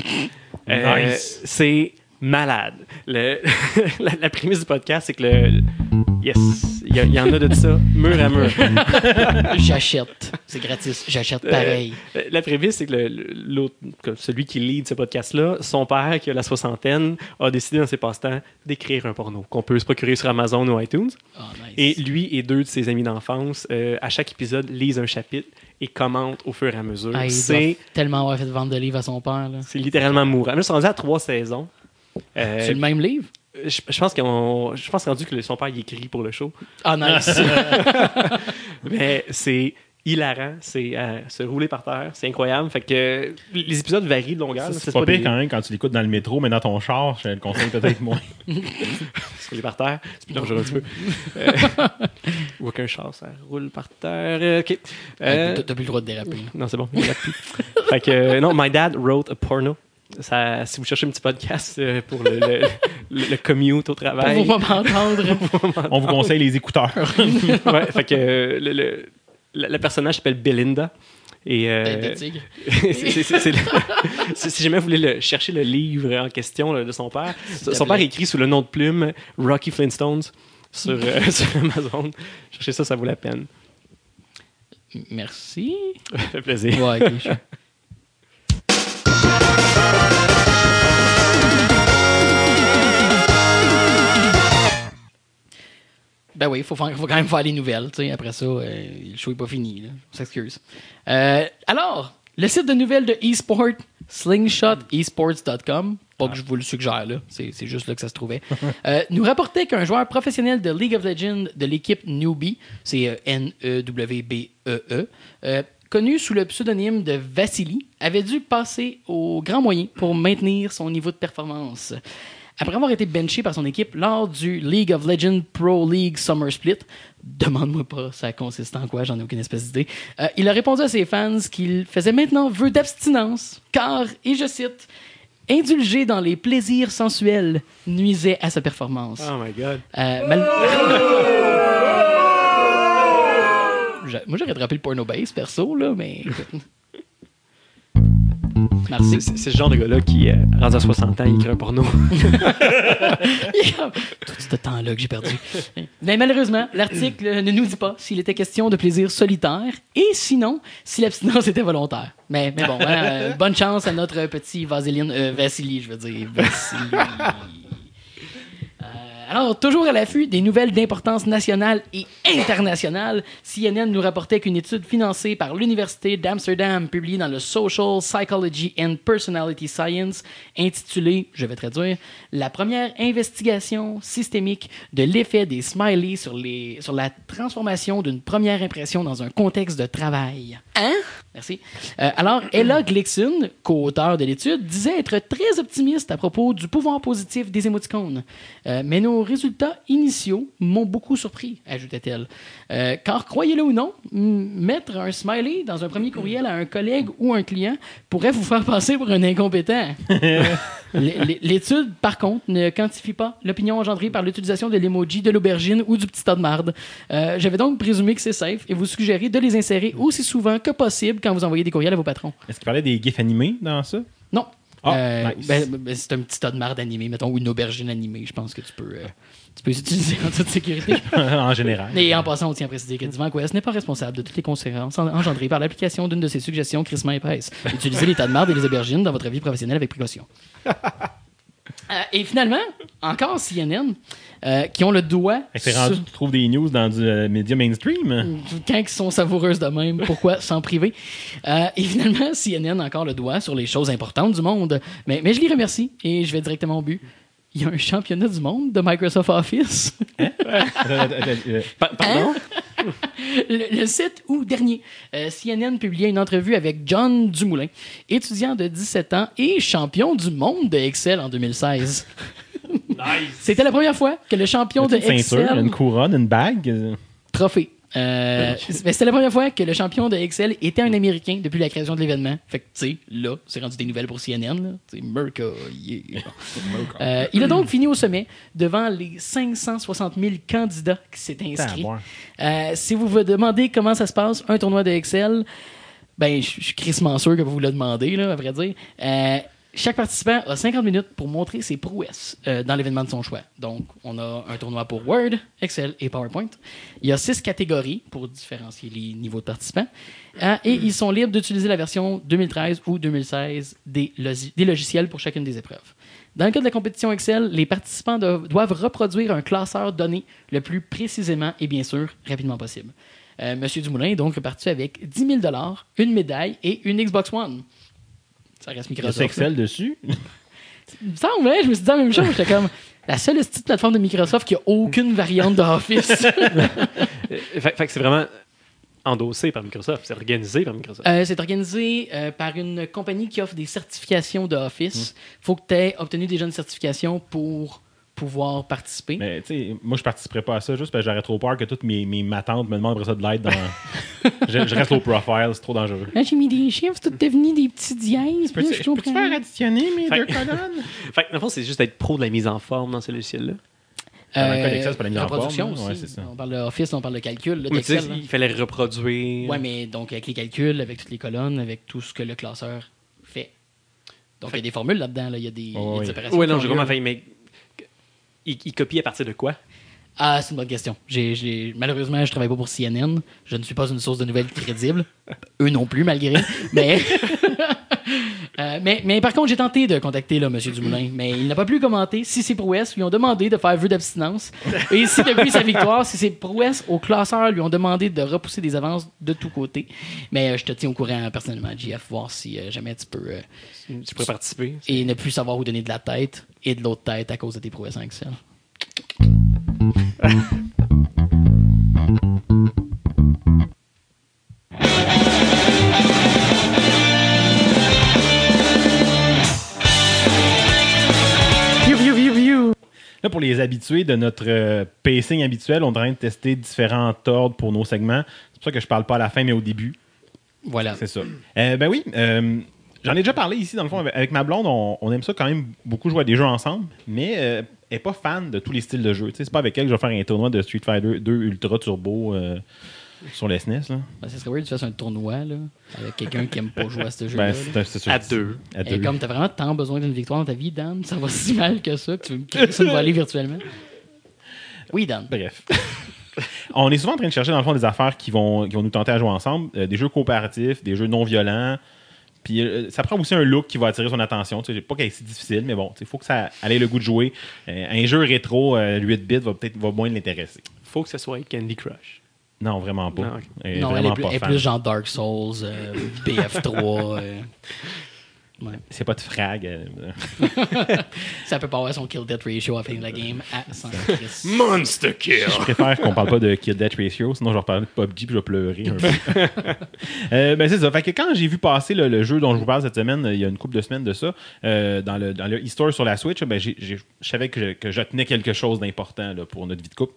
Euh, Nice. C'est malade. Le- la, la prémisse du podcast, c'est que le. Yes, Il y, a- il y en a de ça, mur à mur. J'achète. C'est gratis. J'achète pareil. Euh, la prémisse, c'est que le- le- l'autre, que celui qui lead ce podcast-là, son père, qui a la soixantaine, a décidé dans ses passe-temps d'écrire un porno qu'on peut se procurer sur Amazon ou iTunes. Oh, nice. Et lui et deux de ses amis d'enfance, euh, à chaque épisode, lisent un chapitre et commentent au fur et à mesure. Ah, il c'est, doit tellement avoir fait vendre de livres à son père. Là. c'est littéralement mourant. Là, ils sont rendus à trois saisons. Euh, C'est le même livre? je, je pense qu'on, je pense rendu que le- son père il écrit pour le show. Ah, nice. Mais c'est hilarant, c'est à se rouler par terre, c'est incroyable. Fait que les épisodes varient de longueur. là. C'est pas pire des- quand même quand tu l'écoutes dans le métro, mais dans ton char, je te le conseille peut-être moins. se rouler par terre, c'est plus dangereux un petit peu. Euh, ou aucun char, ça roule par terre. Euh, OK. Euh, T'as t'as plus le droit de déraper. là. non, c'est bon. il y en a plus. Fait que, euh, non, My Dad Wrote a Porno. Ça, si vous cherchez un petit podcast euh, pour le, le, le- le commute au Pour travail. vous pas m'entendre. On vous conseille les écouteurs. Ouais, fait que euh, le, le, le- le personnage s'appelle Belinda. Et euh, Des tigres. c'est- c'est- c'est- c'est le- c'est- si jamais vous voulez le- chercher le livre en question là, de son père, te son père plaît. écrit sous le nom de plume Rocky Flintstones sur, euh, sur Amazon. Cherchez ça, ça vaut la peine. Merci. Ça fait plaisir. Ouais, ok. je- Ben oui, il faut, faire- faut quand même faire les nouvelles. tu sais. Après ça, euh, le show n'est pas fini. Là. On s'excuse. Euh, alors, le site de nouvelles de eSport, slingshot esports dot com, pas que je vous le suggère, là, c'est, c'est juste là que ça se trouvait, euh, nous rapportait qu'un joueur professionnel de League of Legends de l'équipe Newbie, c'est euh, N E W B E E, euh, connu sous le pseudonyme de Vassili, avait dû passer au grand moyen pour maintenir son niveau de performance. Après avoir été benché par son équipe lors du League of Legends Pro League Summer Split, demande-moi pas ça consiste en quoi, j'en ai aucune espèce d'idée, euh, il a répondu à ses fans qu'il faisait maintenant vœu d'abstinence, car, et je cite, « Indulger dans les plaisirs sensuels nuisait à sa performance. Oh my God. Euh, mal- Je- Moi, j'aurais rappelé le porno base, perso, là, mais... Merci. C'est, c'est- c'est ce genre de gars-là qui, euh, rendu à soixante ans, il écrit un porno. Tout ce temps-là que j'ai perdu. Mais malheureusement, l'article ne nous dit pas s'il était question de plaisir solitaire et sinon, si l'abstinence était volontaire. Mais, mais bon, hein, euh, bonne chance à notre petit Vaseline, euh, Vassili, je veux dire. Vassili. Euh, Alors, toujours à l'affût des nouvelles d'importance nationale et internationale, C N N nous rapportait qu'une étude financée par l'Université d'Amsterdam, publiée dans le Social Psychology and Personality Science, intitulée, je vais traduire, la première investigation systémique de l'effet des smileys sur, les, sur la transformation d'une première impression dans un contexte de travail. Hein? Merci. Euh, alors, Ella Glickson, co-auteure de l'étude, disait être très optimiste à propos du pouvoir positif des émoticônes. Euh, mais nos résultats initiaux m'ont beaucoup surpris, ajoutait-elle. Euh, car, croyez-le ou non, m- mettre un smiley dans un premier courriel à un collègue ou un client pourrait vous faire passer pour un incompétent. L- l- L'étude, par contre, ne quantifie pas l'opinion engendrée par l'utilisation de l'emoji de l'aubergine ou du petit tas de marde. Euh, J'avais donc présumé que c'est safe et vous suggérer de les insérer aussi souvent que possible quand vous envoyez des courriels à vos patrons. Est-ce qu'il parlait des gifs animés dans ça? Non. Ah, Euh, nice. ben, ben, c'est un petit tas de marde animé, mettons, ou une aubergine animée. Je pense que tu peux, euh, tu peux les utiliser en toute sécurité. En général. Et en passant, on tient à préciser que Divan Quest n'est pas responsable de toutes les conséquences en- engendrées par l'application d'une de ses suggestions crissement épaisses. Utilisez les tas de marde et les aubergines dans votre vie professionnelle avec précaution. Euh, et finalement, encore C N N, euh, qui ont le doigt C'est sur- rendu, tu trouves des news dans du euh, média mainstream? quand ils sont savoureuses de même, pourquoi s'en priver? Euh, et finalement, C N N a encore le doigt sur les choses importantes du monde. Mais, mais je les remercie et je vais directement au but. Il y a un championnat du monde de Microsoft Office. Pa- Pardon? Le, le sept août dernier, euh, C N N publiait une entrevue avec John Dumoulin, étudiant de dix-sept ans et champion du monde de Excel en deux mille seize. C'était la première fois que le champion de Une ceinture, Excel... une couronne, une bague. Trophée. Euh, mais c'était la première fois que le champion de Excel était un Américain depuis la création de l'événement. Fait que, tu sais, là, c'est rendu des nouvelles pour C N N. Là. Tu sais, Merca, yeah. Euh, il a donc fini au sommet devant les cinq cent soixante mille candidats qui s'étaient inscrits. Euh, si vous vous demandez comment ça se passe, un tournoi de Excel, ben, je je suis crissement sûr que vous vous le demandez, là, à vrai dire. Euh, Chaque participant a cinquante minutes pour montrer ses prouesses euh, dans l'événement de son choix. Donc, on a un tournoi pour Word, Excel et PowerPoint. Il y a six catégories pour différencier les niveaux de participants. Euh, et ils sont libres d'utiliser la version deux mille treize ou deux mille seize des, logi- des logiciels pour chacune des épreuves. Dans le cas de la compétition Excel, les participants do- doivent reproduire un classeur donné le plus précisément et bien sûr rapidement possible. Euh, Monsieur Dumoulin est donc reparti avec dix mille dollars, une médaille et une Xbox One. Ça reste Il y a Microsoft. Excel dessus. Il me semble, ouais, je me suis dit la même chose. J'étais comme la seule petite plateforme de Microsoft qui a aucune variante d'Office. Euh, fait, fait que c'est vraiment endossé par Microsoft. C'est organisé par Microsoft. Euh, c'est organisé euh, par une compagnie qui offre des certifications d'Office. Il faut que tu aies obtenu déjà une certification pour pouvoir participer. Mais tu sais, moi, je participerais pas à ça juste parce que j'aurais trop peur que toutes mes, mes ma tante me demandent après ça de l'aide dans. je, je reste low profile, c'est trop dangereux. Là, j'ai mis des chiffres, c'est tout devenu des petits dièses. puis là, Peux-tu je comprends peux-tu faire rien. additionner mes Fait- deux colonnes? Fait que, dans le fond, c'est juste être pro de la mise en forme dans ce logiciel-là. Dans le cas d'Excel, c'est pas la mise en reproduction forme, là. aussi. Ouais, c'est ça. On parle d'Office, on parle de calcul. Là, Oui, tu sais, d'Excel, là. il fallait reproduire. Ouais, mais donc avec les calculs, avec toutes les colonnes, avec tout ce que le classeur fait. Donc il y a des formules là-dedans, là. Il y a des, il y a Oh, des oui. opérations. Ouais, non, de j'ai formules. vraiment failli, mais. Il, il copie à partir de quoi? Ah, c'est une bonne question. J'ai, j'ai- Malheureusement, je travaille pas pour C N N. Je ne suis pas une source de nouvelles crédible. Eux non plus, malgré. Mais... Euh, mais, mais par contre, j'ai tenté de contacter là, M. Dumoulin, mais il n'a pas pu commenter si ses prouesses lui ont demandé de faire vœu d'abstinence. Et si depuis sa victoire, si ses prouesses au classeur lui ont demandé de repousser des avances de tous côtés. Mais euh, je te tiens au courant personnellement, J F, voir si euh, jamais tu peux... euh, Tu pourrais participer. et ne plus savoir où donner de la tête et de l'autre tête à cause de tes prouesses en Excel. View, view, view, view. Là, pour les habitués de notre euh, pacing habituel, on est en train de tester différents ordres pour nos segments. C'est pour ça que je parle pas à la fin, mais au début. Voilà. C'est ça. Euh, ben oui, euh, j'en ai déjà parlé ici, dans le fond. Avec, avec ma blonde, on, on aime ça quand même beaucoup jouer à des jeux ensemble, mais euh, elle n'est pas fan de tous les styles de jeu. Tu sais, c'est pas avec elle que je vais faire un tournoi de Street Fighter deux Ultra Turbo euh, sur le S N E S. Là. Ben, ça serait weird que tu fasses un tournoi là, avec quelqu'un qui aime pas jouer à ce jeu-là. Ben, là. c'est, c'est sûr. À deux. À Et deux. comme t'as vraiment tant besoin d'une victoire dans ta vie, Dan, ça va si mal que ça que tu veux me créer ça une volée virtuellement. Oui, Dan. Bref. On est souvent en train de chercher, dans le fond, des affaires qui vont, qui vont nous tenter à jouer ensemble. Euh, des jeux coopératifs, des jeux non violents. Puis euh, ça prend aussi un look qui va attirer son attention. Tu sais, pas qu'il est si difficile, mais bon, il faut que ça ait le goût de jouer. Euh, un jeu rétro, euh, huit bits, va peut-être va moins l'intéresser. Faut que ce soit Candy Crush. Non, vraiment pas. Non, ok. Elle est Non, elle est, vraiment plus, pas elle est fan. plus genre Dark Souls, euh, B F trois. euh. Ouais. C'est pas de frag. euh, Ça peut pas avoir son kill death ratio à la fin de la game à cent Chris. Monster Kill! Je préfère qu'on parle pas de kill death ratio, sinon je vais reparler de P U B G puis je vais pleurer un peu. euh, ben c'est ça. Fait que quand j'ai vu passer le, le jeu dont je vous parle cette semaine, il y a une couple de semaines de ça, euh, dans le dans le e-store sur la Switch, ben j'ai, j'ai, je savais que je, que je tenais quelque chose d'important là, pour notre vie de couple.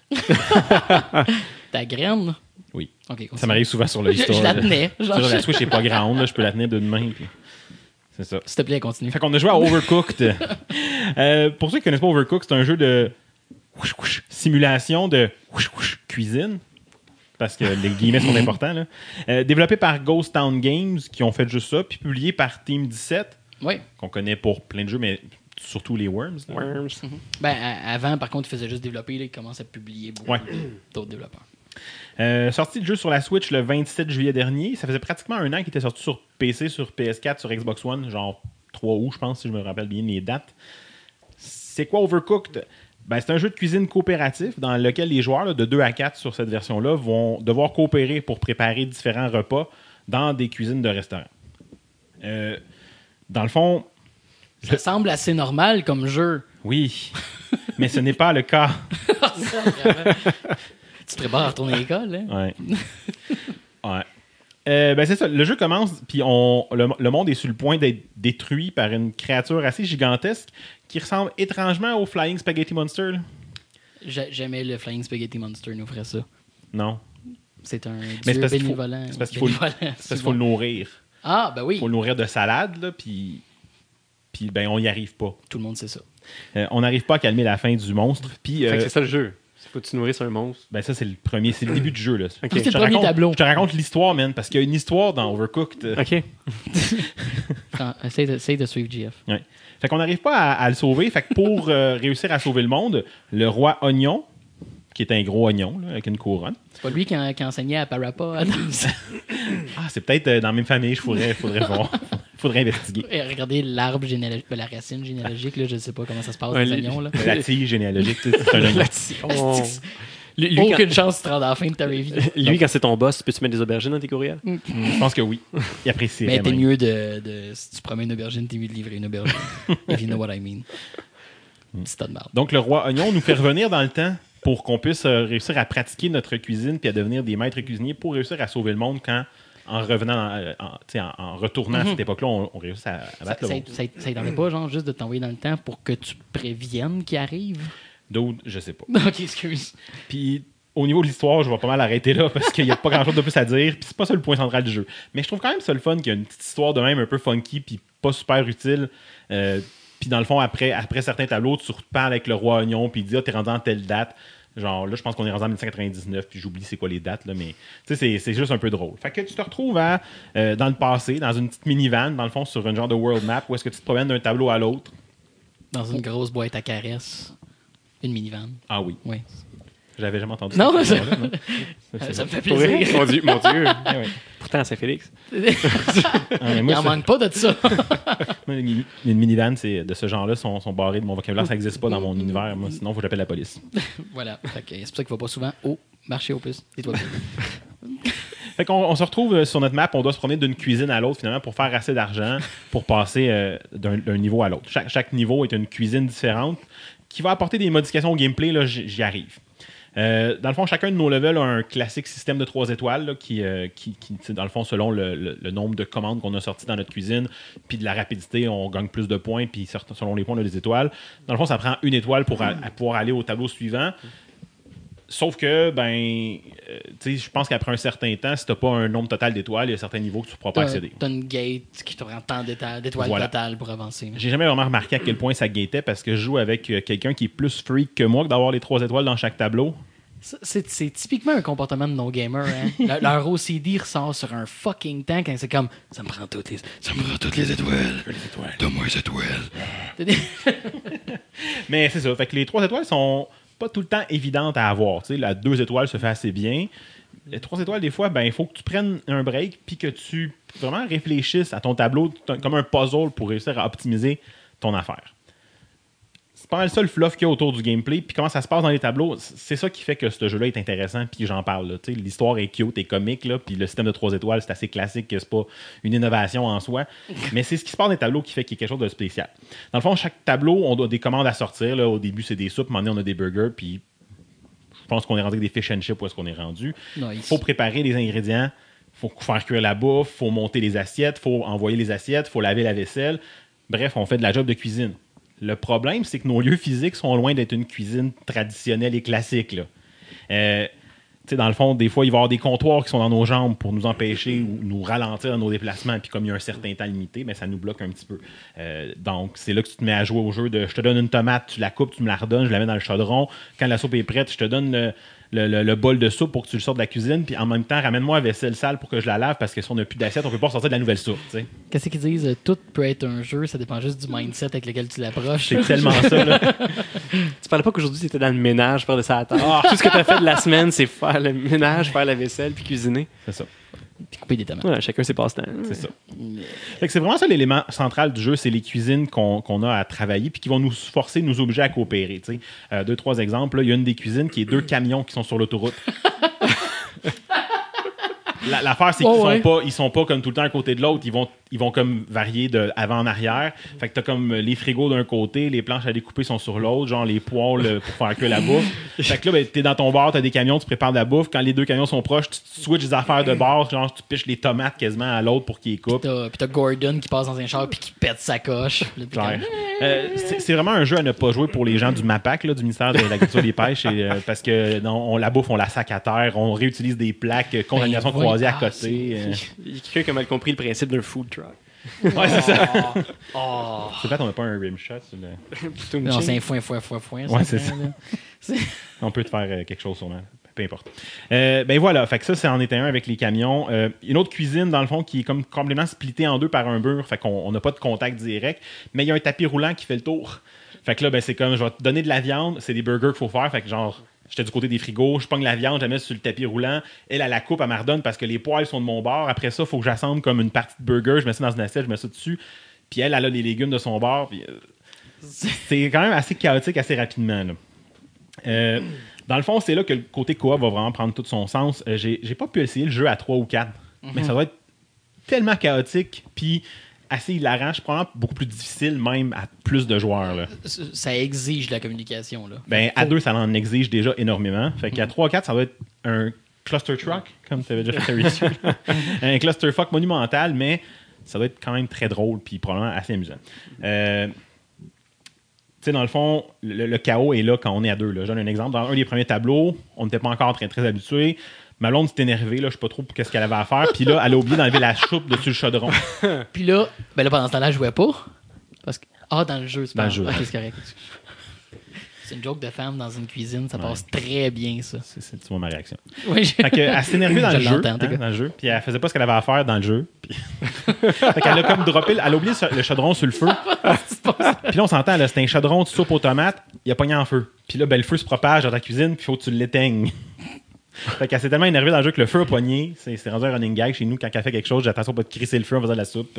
Ta graine? Oui. Ok, continue. Ça m'arrive souvent sur le Je, e-store. je la là. tenais. Genre, Sur la je- Switch, c'est pas grande, là, je peux la tenir d'une main. Puis... C'est ça. S'il te plaît, continue. Fait qu'on a joué à Overcooked. Euh, pour ceux qui connaissent pas Overcooked, c'est un jeu de whoosh, whoosh, simulation de whoosh, whoosh, cuisine. Parce que les guillemets sont importants. Là. Euh, développé par Ghost Town Games, qui ont fait juste ça, puis publié par Team dix-sept, Oui. qu'on connaît pour plein de jeux, mais surtout les Worms. là. Worms. Ben, à- avant, par contre, il faisait juste développer. Là, il commence à publier beaucoup Ouais. d'autres développeurs. Euh, sorti de jeu sur la Switch le vingt-sept juillet dernier. Ça faisait pratiquement un an qu'il était sorti sur P C, sur P S quatre, sur Xbox One, genre trois août, je pense, si je me rappelle bien les dates. C'est quoi Overcooked? Ben, c'est un jeu de cuisine coopératif dans lequel les joueurs là, de deux à quatre sur cette version-là vont devoir coopérer pour préparer différents repas dans des cuisines de restaurants. Euh, dans le fond, Ça semble assez normal comme jeu. oui, mais ce n'est pas le cas. Tu te prépares à retourner à l'école, hein? Ouais. Ouais. Euh, ben c'est ça. Le jeu commence, puis on, le, le monde est sur le point d'être détruit par une créature assez gigantesque qui ressemble étrangement au Flying Spaghetti Monster. là. J'a- Jamais le Flying Spaghetti Monster nous ferait ça. Non. C'est un Mais c'est dieu parce qu'il faut- bénévolent. c'est parce qu'il faut le- bénévolent, C'est parce qu'il souvent. faut le nourrir. Ah, ben oui. Il faut le nourrir de salade, là, puis, puis ben, on n'y arrive pas. Tout le monde sait ça. Euh, on n'arrive pas à calmer la faim du monstre. Puis, Fait euh, que c'est ça le jeu. Faut que tu nourrisses un monstre. Ben ça, c'est le premier, c'est le début du jeu. Là. Ok. C'est Je le te premier raconte- tableau. Je te raconte l'histoire, man, parce qu'il y a une histoire dans Overcooked. OK. Fran- Essaye de, essaye de suivre G F. Ouais. Fait qu'on n'arrive pas à, à le sauver. Fait que pour euh, réussir à sauver le monde, le roi Oignon, qui est un gros oignon là, avec une couronne. C'est pas lui qui, a- qui enseignait à Parappa à danser. Ah, c'est peut-être euh, dans la même famille, je faudrait, faudrait voir. Faudrait investiguer. Et regardez l'arbre généalogique, ben, la racine généalogique, là, je ne sais pas comment ça se passe, Ouais, les les- oignons. Là. La tige généalogique, tu sais, c'est un oignon. Oh. Lui, lui, Aucune quand, chance de te rendre à la fin de ta vie. lui, quand c'est ton boss, peux-tu mettre des aubergines dans tes courriels? Je pense que oui. Il apprécie. Mais t'es mieux de, de. Si tu promets une aubergine, t'es mieux de livrer une aubergine. If you know what I mean. Petit tas de marde. Donc, le roi Oignon nous fait revenir dans le temps pour qu'on puisse euh, réussir à pratiquer notre cuisine puis à devenir des maîtres cuisiniers pour réussir à sauver le monde quand, en revenant, dans- en, tu sais, en, en retournant à cette époque-là, on, on réussit à, à Ça, battre ça, le monde. ça, ça aiderait pas, genre, juste de t'envoyer dans le temps pour que tu préviennes qu'il arrive? D'autres, je sais pas. Ok, excuse. Puis, au niveau de l'histoire, je vais pas mal arrêter là parce qu'il y a pas grand-chose de plus à dire. Puis, c'est pas ça le point central du jeu. Mais je trouve quand même ça le fun qu'il y a une petite histoire de même un peu funky puis pas super utile. Euh, puis, dans le fond, après, après certains tableaux, tu reparles avec le roi Oignon puis il dit « Ah, t'es rendu en telle date. » Genre, là, je pense qu'on est rendu en dix-neuf cent quatre-vingt-dix-neuf, puis j'oublie c'est quoi les dates, là, mais tu sais, c'est, c'est juste un peu drôle. Fait que tu te retrouves à, euh, dans le passé, dans une petite minivan, dans le fond, sur un genre de world map, où est-ce que tu te promènes d'un tableau à l'autre. Dans une grosse boîte à caresses. Une minivan. Ah oui, Oui. j'avais jamais entendu Non, cette ça- histoire-là, non? Ça, Ça me fait Pour vrai? plaisir. Mon Dieu, mon Dieu. Ah ouais. Pourtant, à Saint-Félix. Ah, mais Il moi, en ça- manque pas de ça. moi, une, mini- une minivan, c'est de ce genre-là, sont, sont barrés de mon vocabulaire, ça n'existe pas dans mon univers. Moi, sinon, il faut que j'appelle la police. Voilà. Fait que c'est pour ça qu'il va pas souvent au marché aux puces. Et toi, Fait qu'on on se retrouve euh, sur notre map, on doit se promener d'une cuisine à l'autre finalement pour faire assez d'argent pour passer euh, d'un, d'un niveau à l'autre. Chaque, chaque niveau est une cuisine différente qui va apporter des modifications au gameplay, là, j- j'y arrive. Euh, dans le fond, chacun de nos levels a un classique système de trois étoiles là, qui, euh, qui, qui tu sais, dans le fond, selon le, le- le nombre de commandes qu'on a sorties dans notre cuisine, puis de la rapidité, on gagne plus de points, puis certes, selon les points, on a des étoiles. Dans le fond, ça prend une étoile pour a- à pouvoir aller au tableau suivant. Sauf que, ben, euh, tu sais, je pense qu'après un certain temps, si t'as pas un nombre total d'étoiles, il y a certains niveaux que tu ne pourras pas t'as, accéder. t'as une gate qui te prend tant d'éta- d'étoiles Voilà. totales pour avancer. J'ai jamais vraiment remarqué à quel point ça gatait parce que je joue avec euh, quelqu'un qui est plus freak que moi que d'avoir les trois étoiles dans chaque tableau. Ça, C'est, c'est typiquement un comportement de no-gamer. Hein? Le- leur O C D ressort sur un fucking temps quand c'est comme ça me prend toutes les, ça me prend toutes les étoiles. Donne-moi les étoiles. Mais c'est ça. Fait que les trois étoiles sont pas tout le temps évidentes à avoir. Tu sais, la deux étoiles se fait assez bien. Les trois étoiles, des fois, ben, il faut que tu prennes un break puis que tu vraiment réfléchisses à ton tableau t- comme un puzzle pour réussir à optimiser ton affaire. C'est pas mal ça le fluff qu'il y a autour du gameplay. Puis comment ça se passe dans les tableaux, c- c'est ça qui fait que ce jeu-là est intéressant puis j'en parle. Là. Tu sais, l'histoire est cute et comique, là, puis le système de trois étoiles, c'est assez classique, que c'est pas une innovation en soi. Mais c'est ce qui se passe dans les tableaux qui fait qu'il y a quelque chose de spécial. Dans le fond, chaque tableau, on a des commandes à sortir. Là. Au début, c'est des soupes, maintenant on a des burgers, puis je pense qu'on est rendu avec des fish and chips où est-ce qu'on est rendu. Il Nice. faut préparer les ingrédients, il faut faire cuire la bouffe, il faut monter les assiettes, il faut envoyer les assiettes, il faut laver la vaisselle. Bref, on fait de la job de cuisine. Le problème, c'est que nos lieux physiques sont loin d'être une cuisine traditionnelle et classique. Là. Euh, tu sais, dans le fond, des fois, il va y avoir des comptoirs qui sont dans nos jambes pour nous empêcher ou nous ralentir dans nos déplacements. Puis comme il y a un certain temps limité, ben, ça nous bloque un petit peu. Euh, donc, c'est là que tu te mets à jouer au jeu de je te donne une tomate, tu la coupes, tu me la redonnes, je la mets dans le chaudron. Quand la soupe est prête, je te donne le, le, le- le bol de soupe pour que tu le sortes de la cuisine. Puis en même temps, ramène-moi la vaisselle sale pour que je la lave parce que si on n'a plus d'assiette, on peut pas sortir de la nouvelle soupe. Tu sais. Qu'est-ce qu'ils disent? euh, Tout peut être un jeu, ça dépend juste du mindset avec lequel tu l'approches. C'est tellement ça. Là. Tu parlais pas qu'aujourd'hui, tu étais dans le ménage, faire de ça à table. Tout ce que tu as fait de la semaine, c'est faire le ménage, faire la vaisselle, puis cuisiner. C'est ça. Puis couper des tomates. Ouais, chacun ses passe-temps. C'est ça. Fait que c'est vraiment ça l'élément central du jeu, c'est les cuisines qu'on qu'on a à travailler puis qui vont nous forcer, nous obliger à coopérer. tu sais. Euh, deux, trois exemples. là. Il y a une des cuisines qui est deux camions qui sont sur l'autoroute. La- L'affaire, c'est qu'ils Oh, sont ouais. pas, ils sont pas comme tout le temps à côté de l'autre. Ils vont, ils vont comme varier de avant en arrière. Fait que t'as comme les frigos d'un côté, les planches à découper sont sur l'autre, genre les poêles euh, pour faire que la bouffe. Fait que là, ben, t'es dans ton bar, t'as des camions, tu prépares de la bouffe. Quand les deux camions sont proches, tu tu switches des affaires de bar, genre tu piches les tomates quasiment à l'autre pour qu'ils les coupent. T'as, puis t'as Gordon qui passe dans un char puis qui pète sa coche. Puis Genre, comme, euh, c'est c'est vraiment un jeu à ne pas jouer pour les gens du MAPAC, là, du ministère de l'Agriculture et des Pêches, et, euh, parce que non, on la bouffe, on la sac à terre, on réutilise des plaques, euh, contamination Ben, oui. croisée à Ah, côté. euh. Il y a quelqu'un qui a mal compris le principe d'un food truck. Ouais, c'est ça. Oh. C'est peut-être on n'a pas un rim shot. Sur le... Non, c'est un foin, foin, foin, foin. Ouais, c'est ça. C'est... On peut te faire euh, quelque chose sûrement. Peu importe. Euh, ben voilà, fait que ça, c'est en était un avec les camions. Euh, une autre cuisine, dans le fond, qui est comme complètement splittée en deux par un mur. Fait qu'on n'a pas de contact direct. Mais il y a un tapis roulant qui fait le tour. Fait que là, ben, c'est comme, je vais te donner de la viande. C'est des burgers qu'il faut faire. Fait que genre, j'étais du côté des frigos. Je pogne la viande, je la mets sur le tapis roulant. Elle, à la coupe, elle me redonne parce que les poils sont de mon bord. Après ça, il faut que j'assemble comme une partie de burger. Je mets ça dans une assiette, je mets ça dessus. Puis elle, elle a les légumes de son bord. Puis, euh, c'est quand même assez chaotique assez rapidement, là. Euh, dans le fond, c'est là que le côté coop va vraiment prendre tout son sens. Euh, j'ai, j'ai pas pu essayer le jeu à trois ou quatre, mm-hmm. mais ça doit être tellement chaotique puis assez hilarant. Je suis probablement beaucoup plus difficile même à plus de joueurs. Là. Ça exige de la communication. Là. Ben, à deux, ça en exige déjà énormément. Fait qu'à trois ou quatre, ça va être un cluster truck, comme tu avais déjà fait ici. Un cluster fuck monumental, mais ça doit être quand même très drôle puis probablement assez amusant. Euh, Tu sais, dans le fond, le, le chaos est là quand on est à deux. Là. Je donne un exemple. Dans un des premiers tableaux, on n'était pas encore très, très habitués. Ma blonde s'est énervée. Là, je ne sais pas trop qu'est-ce qu'elle avait à faire. Puis là, elle a oublié d'enlever la choupe dessus le chaudron. Puis là, ben là, pendant ce temps-là, elle jouait pas. Parce que... Ah, dans le jeu, c'est pas Dans le jeu. Ok, c'est correct. C'est une joke de femme dans une cuisine. Ça Ouais. passe très bien, ça. C'est, c'est, tu vois ma réaction. Oui, je... Fait que, elle s'est énervée dans Je le jeu. l'entends, Hein, t'es quoi. dans le jeu. Puis elle faisait pas ce qu'elle avait à faire dans le jeu. Puis... fait qu'elle a comme droppé... Elle a oublié le chaudron sur le feu. Puis là, on s'entend, là, c'est un chaudron de soupe aux tomates. Il a pogné en feu. Puis là, ben, le feu se propage dans ta cuisine. Puis il faut que tu l'éteignes. Fait qu'elle s'est tellement énervée dans le jeu que le feu a pogné. C'est, c'est rendu un running gag chez nous. Quand elle fait quelque chose, j'ai attention pas de crisser le feu en faisant de la soupe.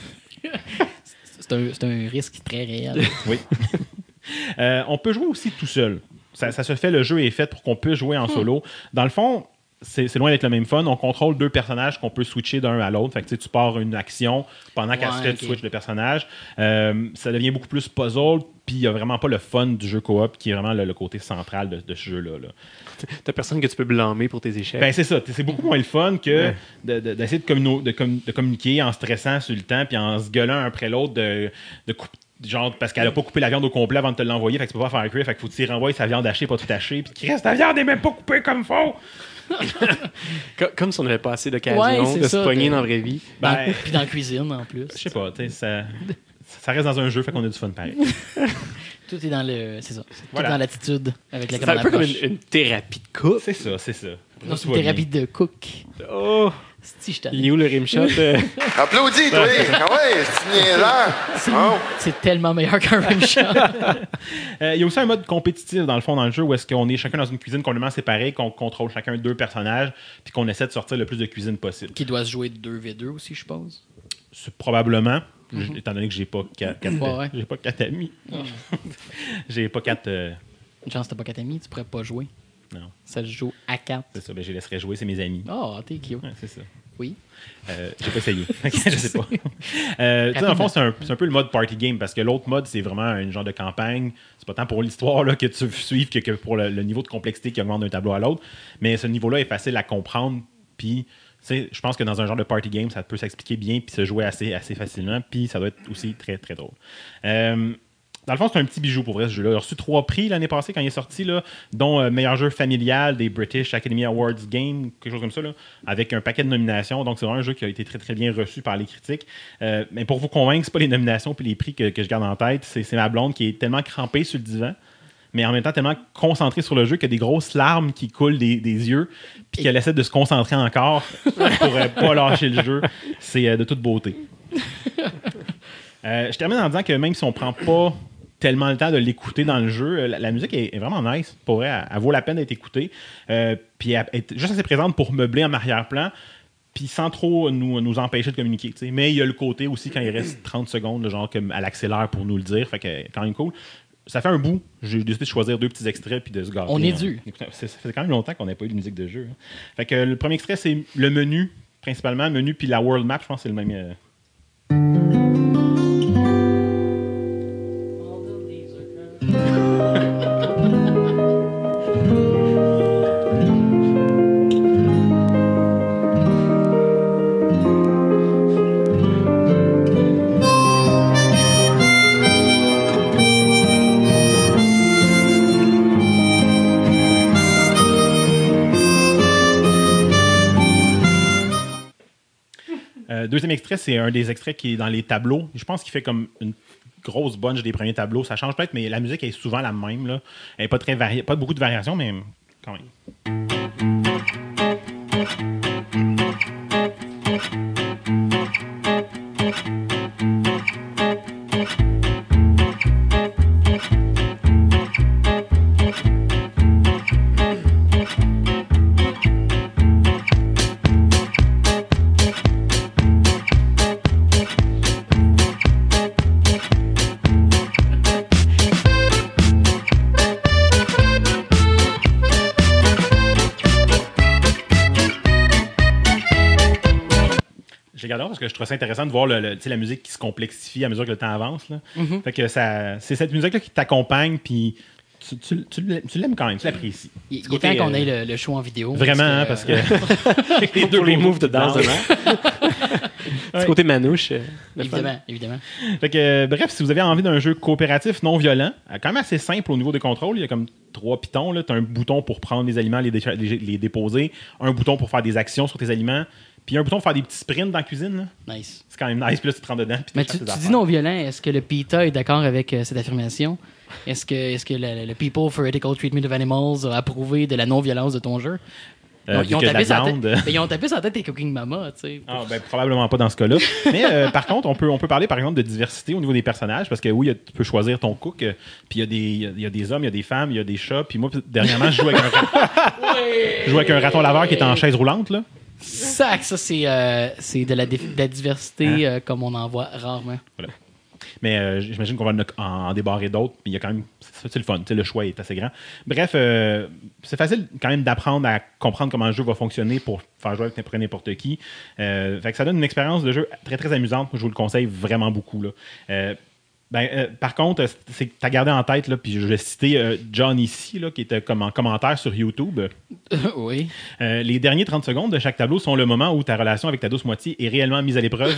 c'est, un, c'est un risque très réel. Oui. euh, on peut jouer aussi tout seul. Ça, ça se fait, le jeu est fait pour qu'on puisse jouer en solo. Dans le fond, c'est, c'est loin d'être le même fun. On contrôle deux personnages qu'on peut switcher d'un à l'autre. Fait que tu sais, tu pars une action pendant qu'elle se fait, tu switches le personnage. Euh, ça devient beaucoup plus puzzle. Puis il n'y a vraiment pas le fun du jeu coop qui est vraiment le, le côté central de, de ce jeu-là. Là. T'as personne que tu peux blâmer pour tes échecs. Ben c'est ça. C'est beaucoup moins le fun que de, de, d'essayer de, communi- de, com- de communiquer en stressant sur le temps puis en se gueulant un après l'autre de, de couper. Genre, parce qu'elle a pas coupé la viande au complet avant de te l'envoyer, fait que tu peux pas faire cuire, fait qu'il faut que tu y renvoies sa viande hachée, pas tout hachée, puis qu'il reste ta viande est même pas coupée comme faut. comme, comme si on n'avait pas assez d'occasion Ouais, c'est de ça, se pogner de- dans la vraie vie. Dans- Ben, Puis dans la cuisine, en plus. je sais pas, tu sais, ça, ça reste dans un jeu, fait qu'on a du fun pareil. Tout est dans le... C'est ça. C'est Voilà. tout dans l'attitude avec C'est laquelle un on peu comme approche. une, une thérapie de couple. C'est ça, c'est ça. Non, c'est Tout une va thérapie bien. de cook. Oh! Si, je Il est où le rimshot? euh? Applaudis, toi! Ah ouais, c'est niaiseur! C'est, Bon. c'est tellement meilleur qu'un rim shot. Euh, Il y a aussi un mode compétitif dans le fond dans le jeu où est-ce qu'on est chacun dans une cuisine complètement séparée, qu'on contrôle chacun deux personnages, puis qu'on essaie de sortir le plus de cuisine possible. Qui doit se jouer deux v deux aussi, je suppose. C'est probablement, j- étant donné que j'ai pas quatre, quatre- Ouais, ouais. j'ai pas quatre amis, j'ai pas quatre. euh, Une chance que t'as pas quatre amis, tu pourrais pas jouer. non, Ça se joue à quatre. c'est ça. Ben, je les laisserai jouer, c'est mes amis. Oh, t'es cute. Ouais, c'est ça. Oui. Euh, j'ai pas essayé. je sais pas. Euh, tu sais, dans le fond, c'est un, c'est un peu le mode party game parce que l'autre mode, c'est vraiment un genre de campagne. C'est pas tant pour l'histoire là, que tu suives que, que pour le, le niveau de complexité qui augmente d'un tableau à l'autre. Mais ce niveau-là est facile à comprendre. Puis, tu sais, je pense que dans un genre de party game, ça peut s'expliquer bien puis se jouer assez, assez facilement. Puis, ça doit être aussi très, très drôle. Euh, Dans le fond, c'est un petit bijou pour vrai ce jeu-là. Il a reçu trois prix l'année passée quand il est sorti, là, dont euh, meilleur jeu familial des British Academy Awards Game, quelque chose comme ça, là, avec un paquet de nominations. Donc, c'est vraiment un jeu qui a été très, très bien reçu par les critiques. Euh, mais pour vous convaincre, c'est pas les nominations puis les prix que, que je garde en tête. C'est, c'est ma blonde qui est tellement crampée sur le divan, mais en même temps tellement concentrée sur le jeu qu'il y a des grosses larmes qui coulent des, des yeux, puis qu'elle essaie de se concentrer encore pour euh, pas lâcher le jeu. C'est euh, de toute beauté. Euh, je termine en disant que même si on prend pas tellement le temps de l'écouter dans le jeu, la, la musique est, est vraiment nice. Pour vrai, elle, elle vaut la peine d'être écoutée. Euh, puis elle est juste assez présente pour meubler en arrière-plan, puis sans trop nous, nous empêcher de communiquer. T'sais. Mais il y a le côté aussi quand il reste trente secondes, le genre comme elle accélère pour nous le dire. Fait que quand même cool. Ça fait un bout. J'ai décidé de choisir deux petits extraits puis de se gâter. On est hein. dû. Ça fait quand même longtemps qu'on n'a pas eu de musique de jeu. Hein. Fait que le premier extrait, c'est le menu, principalement. Menu puis la world map, je pense que c'est le même. Euh... Euh, deuxième extrait, c'est un des extraits qui est dans les tableaux. Je pense qu'il fait comme une grosse bunch des premiers tableaux. Ça change peut-être, mais la musique est souvent la même. Là. Elle n'est pas très vari... pas beaucoup de variations, mais quand même. J'ai gardé parce que je trouve ça intéressant de voir le, le, la musique qui se complexifie à mesure que le temps avance. Là. Mm-hmm. Fait que ça, c'est cette musique-là qui t'accompagne, puis tu, tu, tu, tu l'aimes quand même, tu l'apprécies. Il, il est temps qu'on ait le, le show en vidéo. Vraiment, parce que... Parce que les deux les moves de danse devant. Du côté manouche. Euh, évidemment, évidemment. Fait que, euh, bref, si vous avez envie d'un jeu coopératif non violent, euh, quand même assez simple au niveau des contrôles, il y a comme trois pitons. Tu as un bouton pour prendre les aliments, les, dé- les, les déposer, un bouton pour faire des actions sur tes aliments, puis un bouton pour faire des petits sprints dans la cuisine. Là. Nice. C'est quand même nice, puis là, tu te rends dedans. Mais tu, tu dis non violent, est-ce que le PETA est d'accord avec euh, cette affirmation? Est-ce que, est-ce que le, le People for Ethical Treatment of Animals a approuvé de la non-violence de ton jeu? Euh, ils, ont tapé sa tête, euh... ils ont tapé sa tête tes Cooking Mama, tu sais. Ah, ben, probablement pas dans ce cas-là. Mais euh, par contre, on peut, on peut parler par exemple de diversité au niveau des personnages, parce que oui, tu peux choisir ton cook, euh, puis il y, a des, il y a des hommes, il y a des femmes, il y a des chats, puis moi, dernièrement, je joue avec un raton, je joue avec un raton laveur qui est en chaise roulante, là. Sac, ça, c'est, euh, c'est de, la dé- de la diversité hein? euh, comme on en voit rarement. Voilà. Mais euh, j'imagine qu'on va en, en débarrer d'autres. Puis il y a quand même. C'est, c'est le fun. Le choix est assez grand. Bref, euh, c'est facile quand même d'apprendre à comprendre comment le jeu va fonctionner pour faire jouer avec n'importe qui. Euh, fait que ça donne une expérience de jeu très très amusante. Je vous le conseille vraiment beaucoup. Là. Euh, Ben, euh, par contre, c'est que tu as gardé en tête, là, puis je vais citer euh, John ici, là, qui était comme en commentaire sur YouTube. Oui. Euh, les derniers trente secondes de chaque tableau sont le moment où ta relation avec ta douce moitié est réellement mise à l'épreuve.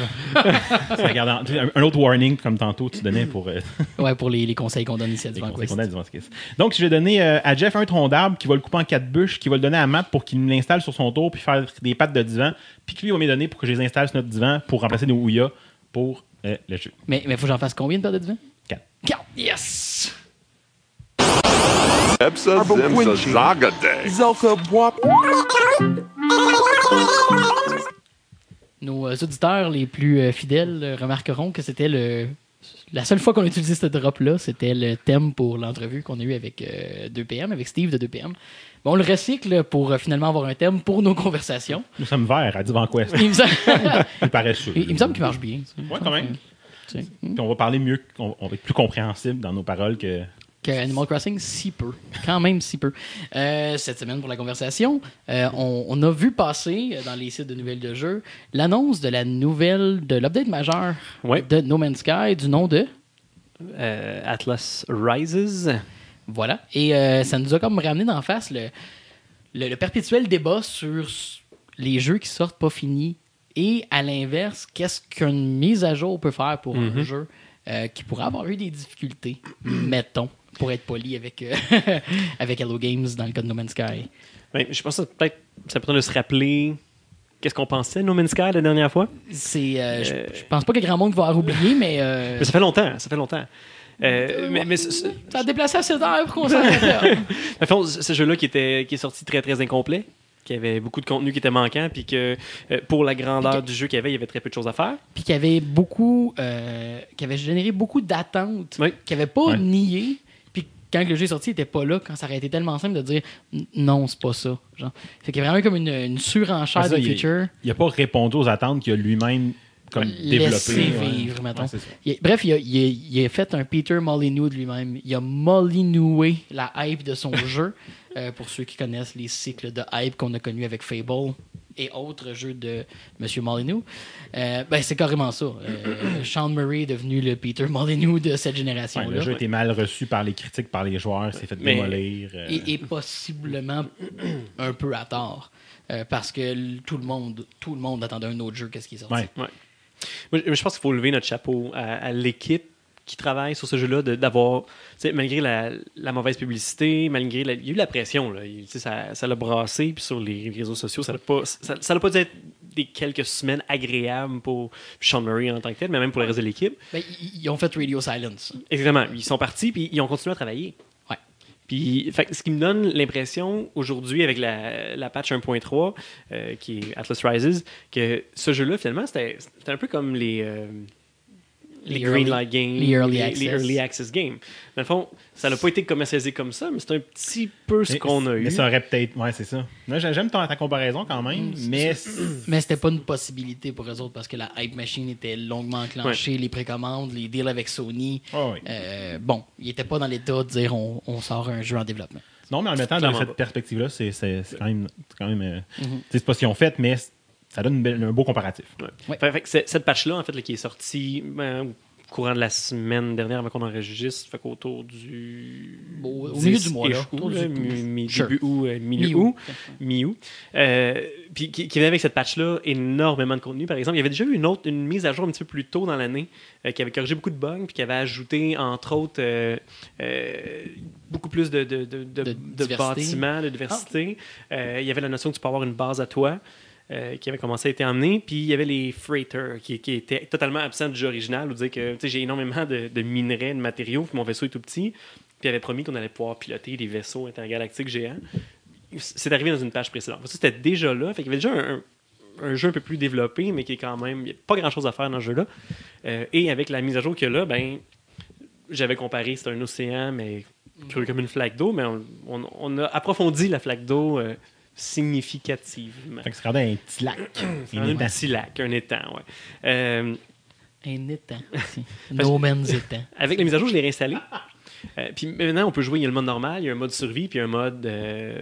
Ça garde en- un, un autre warning, comme tantôt tu donnais pour... Euh, Ouais, pour les, les conseils qu'on donne ici à les Divan conseils Quest. qu'on a à Divan Quest. Donc, je vais donner euh, à Jeff un tronc d'arbre qui va le couper en quatre bûches, qui va le donner à Matt pour qu'il l'installe sur son tour, puis faire des pattes de divan, puis que lui va me les donner pour que je les installe sur notre divan pour remplacer nos Ouya pour euh, le jeu. Mais il faut que j'en fasse combien de paires de divan? Quatre. Quatre. Yes! Epsa Zimsa Zaga Day. Zelka Bwap. Nos euh, auditeurs les plus euh, fidèles euh, remarqueront que c'était le... La seule fois qu'on a utilisé ce drop-là, c'était le thème pour l'entrevue qu'on a eu avec euh, deux P M, avec Steve de deux P M. Bon, on le recycle pour euh, finalement avoir un thème pour nos conversations. Nous sommes verts à Divan Quest. Il me semble, Il paraît sûr. il, il me semble qu'il marche bien. ça. Ouais, quand même. Tu sais, Puis on va parler mieux, on, on va être plus compréhensible dans nos paroles que. que Animal Crossing, si peu. Quand même, si peu. Euh, cette semaine, pour la conversation, euh, on, on a vu passer euh, dans les sites de nouvelles de jeux l'annonce de la nouvelle, de l'update majeur Ouais. de No Man's Sky du nom de... Euh, Atlas Rises. Voilà. Et euh, ça nous a comme ramené d'en face le, le, le perpétuel débat sur s- les jeux qui sortent pas finis. Et à l'inverse, qu'est-ce qu'une mise à jour peut faire pour un jeu euh, qui pourrait avoir eu des difficultés, mettons, pour être poli avec, euh, avec Hello Games dans le cas de No Man's Sky. Ben, je pense que c'est peut-être c'est important de se rappeler qu'est-ce qu'on pensait de No Man's Sky la dernière fois. C'est, euh, je, Euh, je pense pas qu'il y a grand monde qui va avoir oublié, mais, euh, Mais ça fait longtemps, ça fait longtemps. Euh, mais mais ce, ce- ça a déplacé assez d'heures pour qu'on s'arrête là. dans le fond, ce ce jeu-là qui, était, qui est sorti très très incomplet, qui avait beaucoup de contenu qui était manquant, puis que euh, pour la grandeur Puis que- du jeu qu'il y avait, il y avait très peu de choses à faire. Puis qui avait beaucoup, euh, qui avait généré beaucoup d'attentes, Oui. qui avait pas Ouais. nié. Puis quand le jeu est sorti, il était pas là. Quand ça aurait été tellement simple de dire N- non, c'est pas ça. Genre. Fait qu'il y a vraiment comme une, une surenchère C'est ça, des il- features. Il n'a pas répondu aux attentes qu'il a lui-même comme Laissé développé. vivre, mettons. Ouais, c'est ça. Il- bref, il a, il, a, il a fait un Peter Molyneux de lui-même. Il a Molyneuxé la hype de son jeu. Euh, pour ceux qui connaissent les cycles de hype qu'on a connus avec Fable et autres jeux de M. Molyneux, euh, ben c'est carrément ça. Euh, Sean Murray est devenu le Peter Molyneux de cette Ouais, génération-là. le jeu a été mal reçu par les critiques, par les joueurs, s'est fait Mais- démolir. euh, et, et possiblement un peu à tort. Euh, parce que l- tout le monde tout le monde attendait un autre jeu qu'est-ce qui est sorti. Ouais. Ouais. Moi, je je pense qu'il faut lever notre chapeau à, à l'équipe qui travaille sur ce jeu-là, de- d'avoir, tu sais, malgré la, la mauvaise publicité, malgré la, il y a eu de la pression, là. Il- tu sais, ça, ça l'a brassé, puis sur les réseaux sociaux, ça l'a pas, ça, ça l'a pas dû être des quelques semaines agréables pour Sean Murray en tant que tel, mais même pour le reste de l'équipe. Ben, ils, ils ont fait Radio Silence. Exactement. Ils sont partis, puis ils ont continué à travailler. Ouais. Puis, fait, ce qui me donne l'impression, aujourd'hui, avec la, la patch un point trois, euh, qui est Atlas Rises, que ce jeu-là, finalement, c'était, c'était un peu comme les... euh, les, Les Green early- Light Games, les early les, access. les Early Access Games. Dans le fond, ça n'a pas été commercialisé comme ça, mais c'est un petit peu ce Mais- qu'on a eu. Mais ça aurait peut-être. Ouais, c'est ça. Moi, j'ai- j'aime ton- ta comparaison quand même, mais. Mais c'était pas une possibilité pour eux autres parce que la hype machine était longuement enclenchée, les précommandes, les deals avec Sony. Oh, oui. Euh, bon, ils n'étaient pas dans l'état de dire on, on sort un jeu en développement. Non, mais en le mettant dans Clairement cette pas. perspective-là, c'est c'est- c'est quand même. C'est quand même. euh, tu sais, c'est pas ce qu'ils ont fait, mais ça donne une belle- un beau comparatif. Ouais. Ouais. Fait- fait que c'est- cette patch-là, en fait, là, qui est sortie ben, au courant de la semaine dernière avant qu'on enregistre, fait qu'autour du. Au- au dix milieu du mois, là. août, Autour là, du- mi- mi- Sure. début août, euh, milieu Mi-août. août, mi-août. Euh, puis qui, qui venait avec cette patch-là énormément de contenu. Par exemple, il y avait déjà eu une autre une mise à jour un petit peu plus tôt dans l'année euh, qui avait corrigé beaucoup de bugs puis qui avait ajouté, entre autres, euh, euh, beaucoup plus de, de, de, de, De de diversité. bâtiments, de diversité. Euh, il y avait la notion que tu peux avoir une base à toi. Euh, qui avait commencé à être emmené, puis il y avait les freighters qui, qui étaient totalement absents du jeu original, où dire que tu sais, j'ai énormément de, de minerais, de matériaux, puis mon vaisseau est tout petit, puis il avait promis qu'on allait pouvoir piloter des vaisseaux intergalactiques géants. C'est arrivé dans une page précédente. Ça, c'était déjà là, fait qu'il y avait déjà un, un, un jeu un peu plus développé, mais qui est quand même, il n'y a pas grand-chose à faire dans ce jeu-là. Euh, et avec la mise à jour qu'il y a là, ben, j'avais comparé, c'est un océan, mais creux comme une flaque d'eau, mais on, on, on a approfondi la flaque d'eau euh, significativement. Fait que c'est quand même un petit lac. C'est Un un étang. petit lac, un étang, ouais. Euh, Un étang. aussi. No Man's étang. avec la mise à jour, je l'ai réinstallé. Euh, puis maintenant, on peut jouer, il y a le mode normal, il y a un mode survie, puis un mode euh,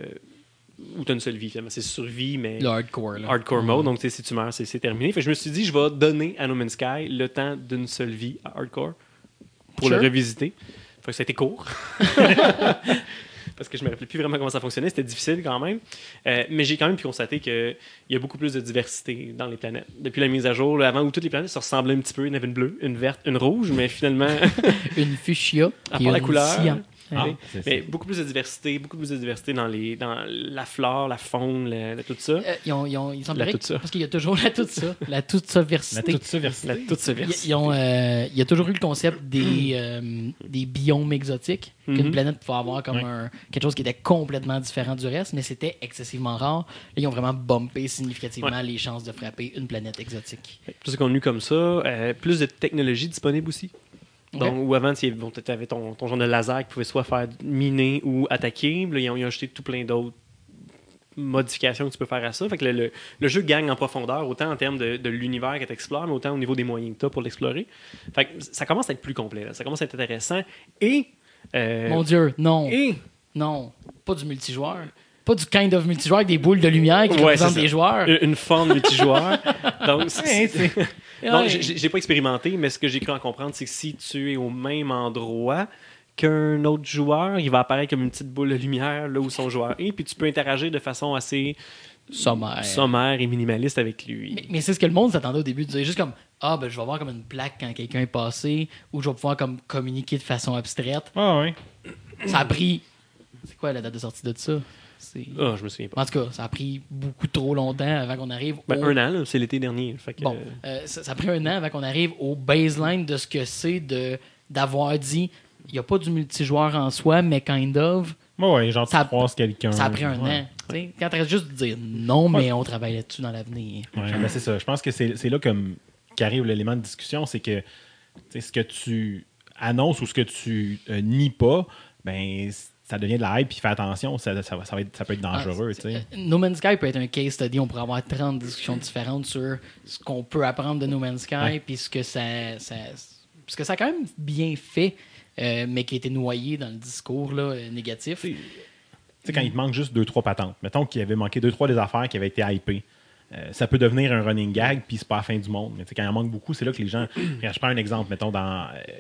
où tu as une seule vie. Finalement. C'est survie, mais Le hardcore. Là. hardcore mode. Donc, tu sais, si tu meurs, c'est c'est terminé. Fait que je me suis dit, je vais donner à No Man's Sky le temps d'une seule vie à hardcore pour Sure. le revisiter. Fait que ça a été court. Parce que je ne me rappelais plus vraiment comment ça fonctionnait. C'était difficile quand même. Euh, mais j'ai quand même pu constater qu'il y a beaucoup plus de diversité dans les planètes. Depuis la mise à jour, là, avant où toutes les planètes se ressemblaient un petit peu, il y en avait une bleue, une verte, une rouge, mais finalement, Une fuchsia. à qui part est la une couleur. cyan. Ah, mais- c'est- mais c'est- beaucoup plus de diversité, beaucoup plus de diversité dans, les, dans la flore, la faune, la, la- tout ça. Euh, ils ont, ils ont, il semblerait La que- toute ça. parce qu'il y a toujours la toute ça, la toute ça La versité. toute ça vers- La toute ça Ils- diversité. ils ont, euh, il y a toujours eu le concept des, euh, des biomes exotiques, qu'une Mhm. planète pouvait avoir comme Ouais. un, quelque chose qui était complètement différent du reste, mais c'était excessivement rare. Là, ils ont vraiment bumpé significativement Ouais. les chances de frapper une planète exotique. Plus de contenu comme ça, euh, plus de technologie disponible aussi. Ok. Donc, où avant, tu bon, avais ton, ton genre de laser qui pouvait soit faire miner ou attaquer. Puis là, ils ont, ils ont ajouté tout plein d'autres modifications que tu peux faire à ça. Fait que le, le- le jeu gagne en profondeur, autant en termes de, de l'univers que tu explores, mais autant au niveau des moyens que tu as pour l'explorer. Fait que ça commence à être plus complet. Là. Ça commence à être intéressant. Et... euh, Mon Dieu, non, et non, pas du multijoueur. Pas du kind of multijoueur avec des boules de lumière qui Ouais, représentent c'est ça. des joueurs. une, une forme multijoueur. Donc, c'est- Non, Ouais. j'ai- j'ai j'ai pas expérimenté, mais ce que j'ai cru en comprendre, c'est que si tu es au même endroit qu'un autre joueur, il va apparaître comme une petite boule de lumière là où son joueur est, puis tu peux interagir de façon assez Sommaire. sommaire et minimaliste avec lui. Mais, mais c'est ce que le monde s'attendait au début, de dire juste comme ah ben je vais voir comme une plaque quand quelqu'un est passé, ou je vais pouvoir comme communiquer de façon abstraite. Ah, ouais. Ça a pris. C'est quoi la date de sortie de ça? C'est- Ah, je me souviens pas. En tout cas, ça a pris beaucoup trop longtemps avant qu'on arrive Ben, au... un an, là, c'est l'été dernier. Fait que, Bon, euh, ça, ça a pris un an avant qu'on arrive au baseline de ce que c'est de d'avoir dit il n'y a pas du multijoueur en soi, mais kind of. Ouais, ouais, genre, Ça a- tu croises quelqu'un. Ça a pris un Ouais. an. Tu sais, quand tu restes juste de dire non, mais on travaille là-dessus dans l'avenir. Ouais, ben c'est ça. Je pense que c'est c'est là comme qu'arrive l'élément de discussion, c'est que tu sais, ce que tu annonces ou ce que tu euh, nies pas, ben ça devient de la hype, puis fais attention, ça, ça, va- ça, va être- ça peut être dangereux. Ah, tu sais. euh, No Man's Sky peut être un case study. On pourrait avoir trente discussions différentes sur ce qu'on peut apprendre de No Man's Sky, Ouais. puis ce que ça, ça, ce que ça a quand même bien fait, euh, mais qui a été noyé dans le discours là, euh, négatif. Tu sais, quand il te manque juste deux, trois patentes, mettons qu'il avait manqué deux, trois des affaires qui avaient été hypées, euh, ça peut devenir un running gag, puis c'est pas la fin du monde. Mais tu sais, quand il en manque beaucoup, c'est là que les gens. Regarde, je prends un exemple, mettons, dans euh,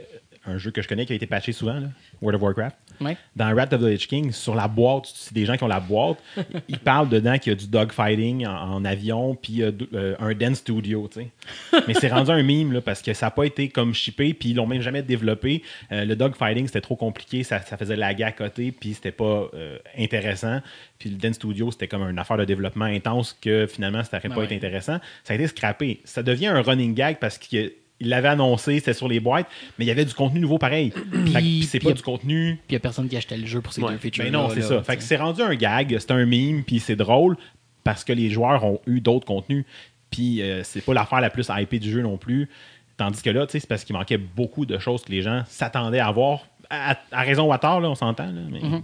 un jeu que je connais qui a été patché souvent, là, World of Warcraft. Ouais. Dans Wrath of the Lich King, sur la boîte, c'est des gens qui ont la boîte, ils parlent dedans qu'il y a du dogfighting en, en avion, puis euh, euh, un dance studio, tu sais. Mais c'est rendu un meme, là, parce que ça n'a pas été comme shippé, puis ils l'ont même jamais développé. Euh, le dogfighting, c'était trop compliqué, ça, ça faisait laguer à côté, puis c'était pas euh, intéressant. Puis le dance studio, c'était comme une affaire de développement intense que finalement, ça n'aurait Ben pas ouais. été intéressant. Ça a été scrappé. Ça devient un running gag parce qu'il il l'avait annoncé, c'était sur les boîtes, mais il y avait du contenu nouveau pareil. Fait que, puis c'est puis pas y a- du contenu. Puis il n'y a personne qui achetait le jeu pour ces Ouais. deux features. Mais non, c'est ça. Fait que c'est rendu un gag, c'est un meme, puis c'est drôle parce que les joueurs ont eu d'autres contenus. Puis euh, c'est pas l'affaire la plus hypée du jeu non plus. Tandis que là, tu sais, c'est parce qu'il manquait beaucoup de choses que les gens s'attendaient à voir. À, à raison ou à tort, là, on s'entend. Là, mais... Mm-hmm.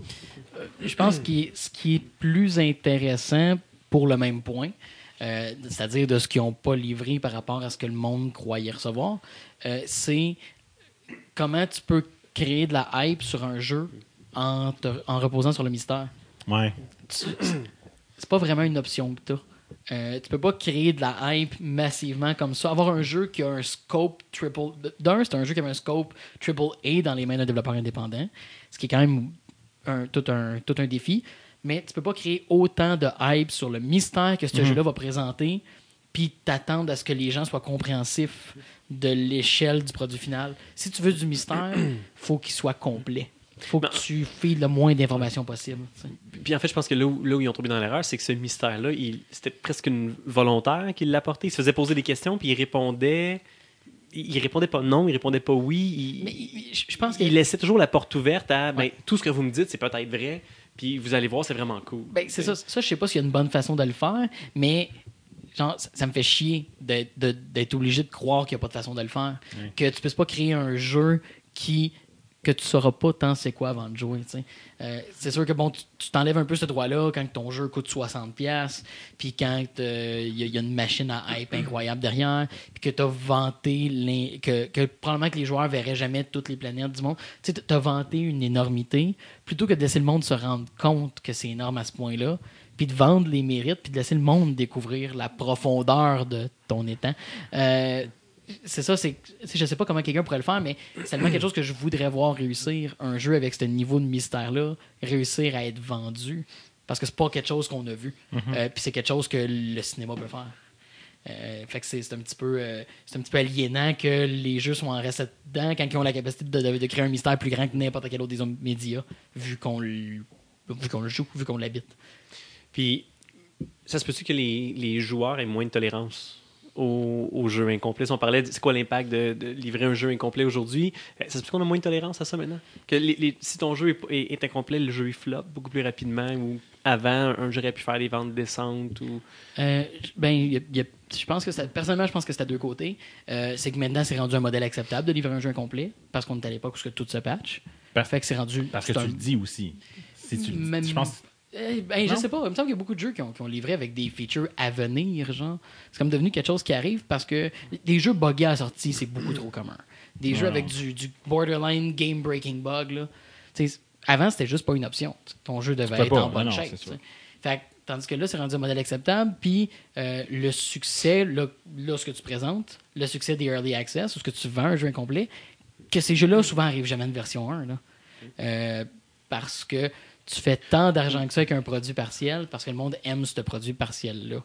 Je pense que ce qui est plus intéressant pour le même point, euh, c'est-à-dire de ce qu'ils n'ont pas livré par rapport à ce que le monde croyait recevoir, euh, c'est comment tu peux créer de la hype sur un jeu en, te- en reposant sur le mystère. Ouais. Tu- c'est pas vraiment une option que tu as. Euh, tu peux pas créer de la hype massivement comme ça. Avoir un jeu qui a un scope triple... D'un, c'est un jeu qui avait un scope triple A dans les mains d'un développeur indépendant, ce qui est quand même un, tout, un, tout un défi. Mais tu peux pas créer autant de hype sur le mystère que ce Mhm. jeu-là va présenter puis t'attendre à ce que les gens soient compréhensifs de l'échelle du produit final. Si tu veux du mystère, faut qu'il soit complet. Faut que Non. tu files le moins d'informations possible. tu sais. Puis en fait, je pense que là où, là où ils ont tombé dans l'erreur, c'est que ce mystère-là, il- c'était presque une volontaire qu'il l'apportait. Il se faisait poser des questions, puis il répondait. Il il répondait pas non, il répondait pas oui. Il, Mais il- je je pense que il laissait toujours la porte ouverte à ben, Ouais. tout ce que vous me dites, c'est peut-être vrai, puis vous allez voir, c'est vraiment cool. Ben, c'est ça. Ça, je sais pas s'il y a une bonne façon de le faire, mais genre, ça, ça me fait chier d'être, de- d'être obligé de croire qu'il n'y a pas de façon de le faire. Que tu puisses pas créer un jeu qui que tu sauras pas tant c'est quoi avant de jouer. tu sais. Euh, c'est sûr que bon, tu, tu t'enlèves un peu ce droit-là quand ton jeu coûte soixante dollars, puis quand il y, y a une machine à hype incroyable derrière, puis que tu as vanté, l'in- que, que probablement que les joueurs verraient jamais toutes les planètes du monde. Tu as vanté une énormité, plutôt que de laisser le monde se rendre compte que c'est énorme à ce point-là, puis de vendre les mérites, puis de laisser le monde découvrir la profondeur de ton étang. Euh, c'est ça, c'est, c'est- je sais pas comment quelqu'un pourrait le faire, mais c'est tellement quelque chose que je voudrais voir réussir, un jeu avec ce niveau de mystère-là, réussir à être vendu, parce que c'est pas quelque chose qu'on a vu, Euh, puis c'est quelque chose que le cinéma peut faire. Euh, fait que c'est, c'est un petit peu euh, c'est un petit peu aliénant que les jeux soient en recette dedans quand ils ont la capacité de, de- de créer un mystère plus grand que n'importe quel autre des autres médias, vu qu'on le, vu qu'on le joue, vu qu'on l'habite. Puis, ça se peut-tu que les, les joueurs aient moins de tolérance au, au jeu incomplet? Si on parlait, de, c'est quoi l'impact de, de livrer un jeu incomplet aujourd'hui? Euh, Ça se peut qu'on a moins de tolérance à ça maintenant? Que les- les- si ton jeu est, est- est incomplet, le jeu il flop beaucoup plus rapidement, ou avant, un jeu aurait pu faire des ventes décentes, ou... Euh, ben, il y a- il y a- je pense que ça, personnellement, je pense que c'est à deux côtés. Euh, c'est que maintenant, c'est rendu un modèle acceptable de livrer un jeu incomplet, parce qu'on est à l'époque où ce que tout se patch. Parce- Fait que c'est rendu. Parce que c'est tu un- le dis aussi. Si tu le dis, Même- je pense. Eh, ben, je Non? sais pas. Il me semble qu'il y a beaucoup de jeux qui ont, qui ont livré avec des features à venir, genre. C'est comme devenu quelque chose qui arrive parce que des jeux buggés à la sortie, c'est beaucoup trop commun. Des jeux Ouais. avec du, du borderline game-breaking bug, là. Tu sais, avant, c'était juste pas une option. Ton jeu devait peux être pas, en bonne non, shape. c'est tu sûr. sais. Fait que, tandis que là, c'est rendu un modèle acceptable. Puis euh, le succès, là, là, ce que tu présentes, le succès des Early Access, ou ce que tu vends un jeu incomplet, que ces jeux-là, souvent, arrivent jamais de version un. Là. Euh, parce que tu fais tant d'argent que ça avec un produit partiel, parce que le monde aime ce produit partiel-là.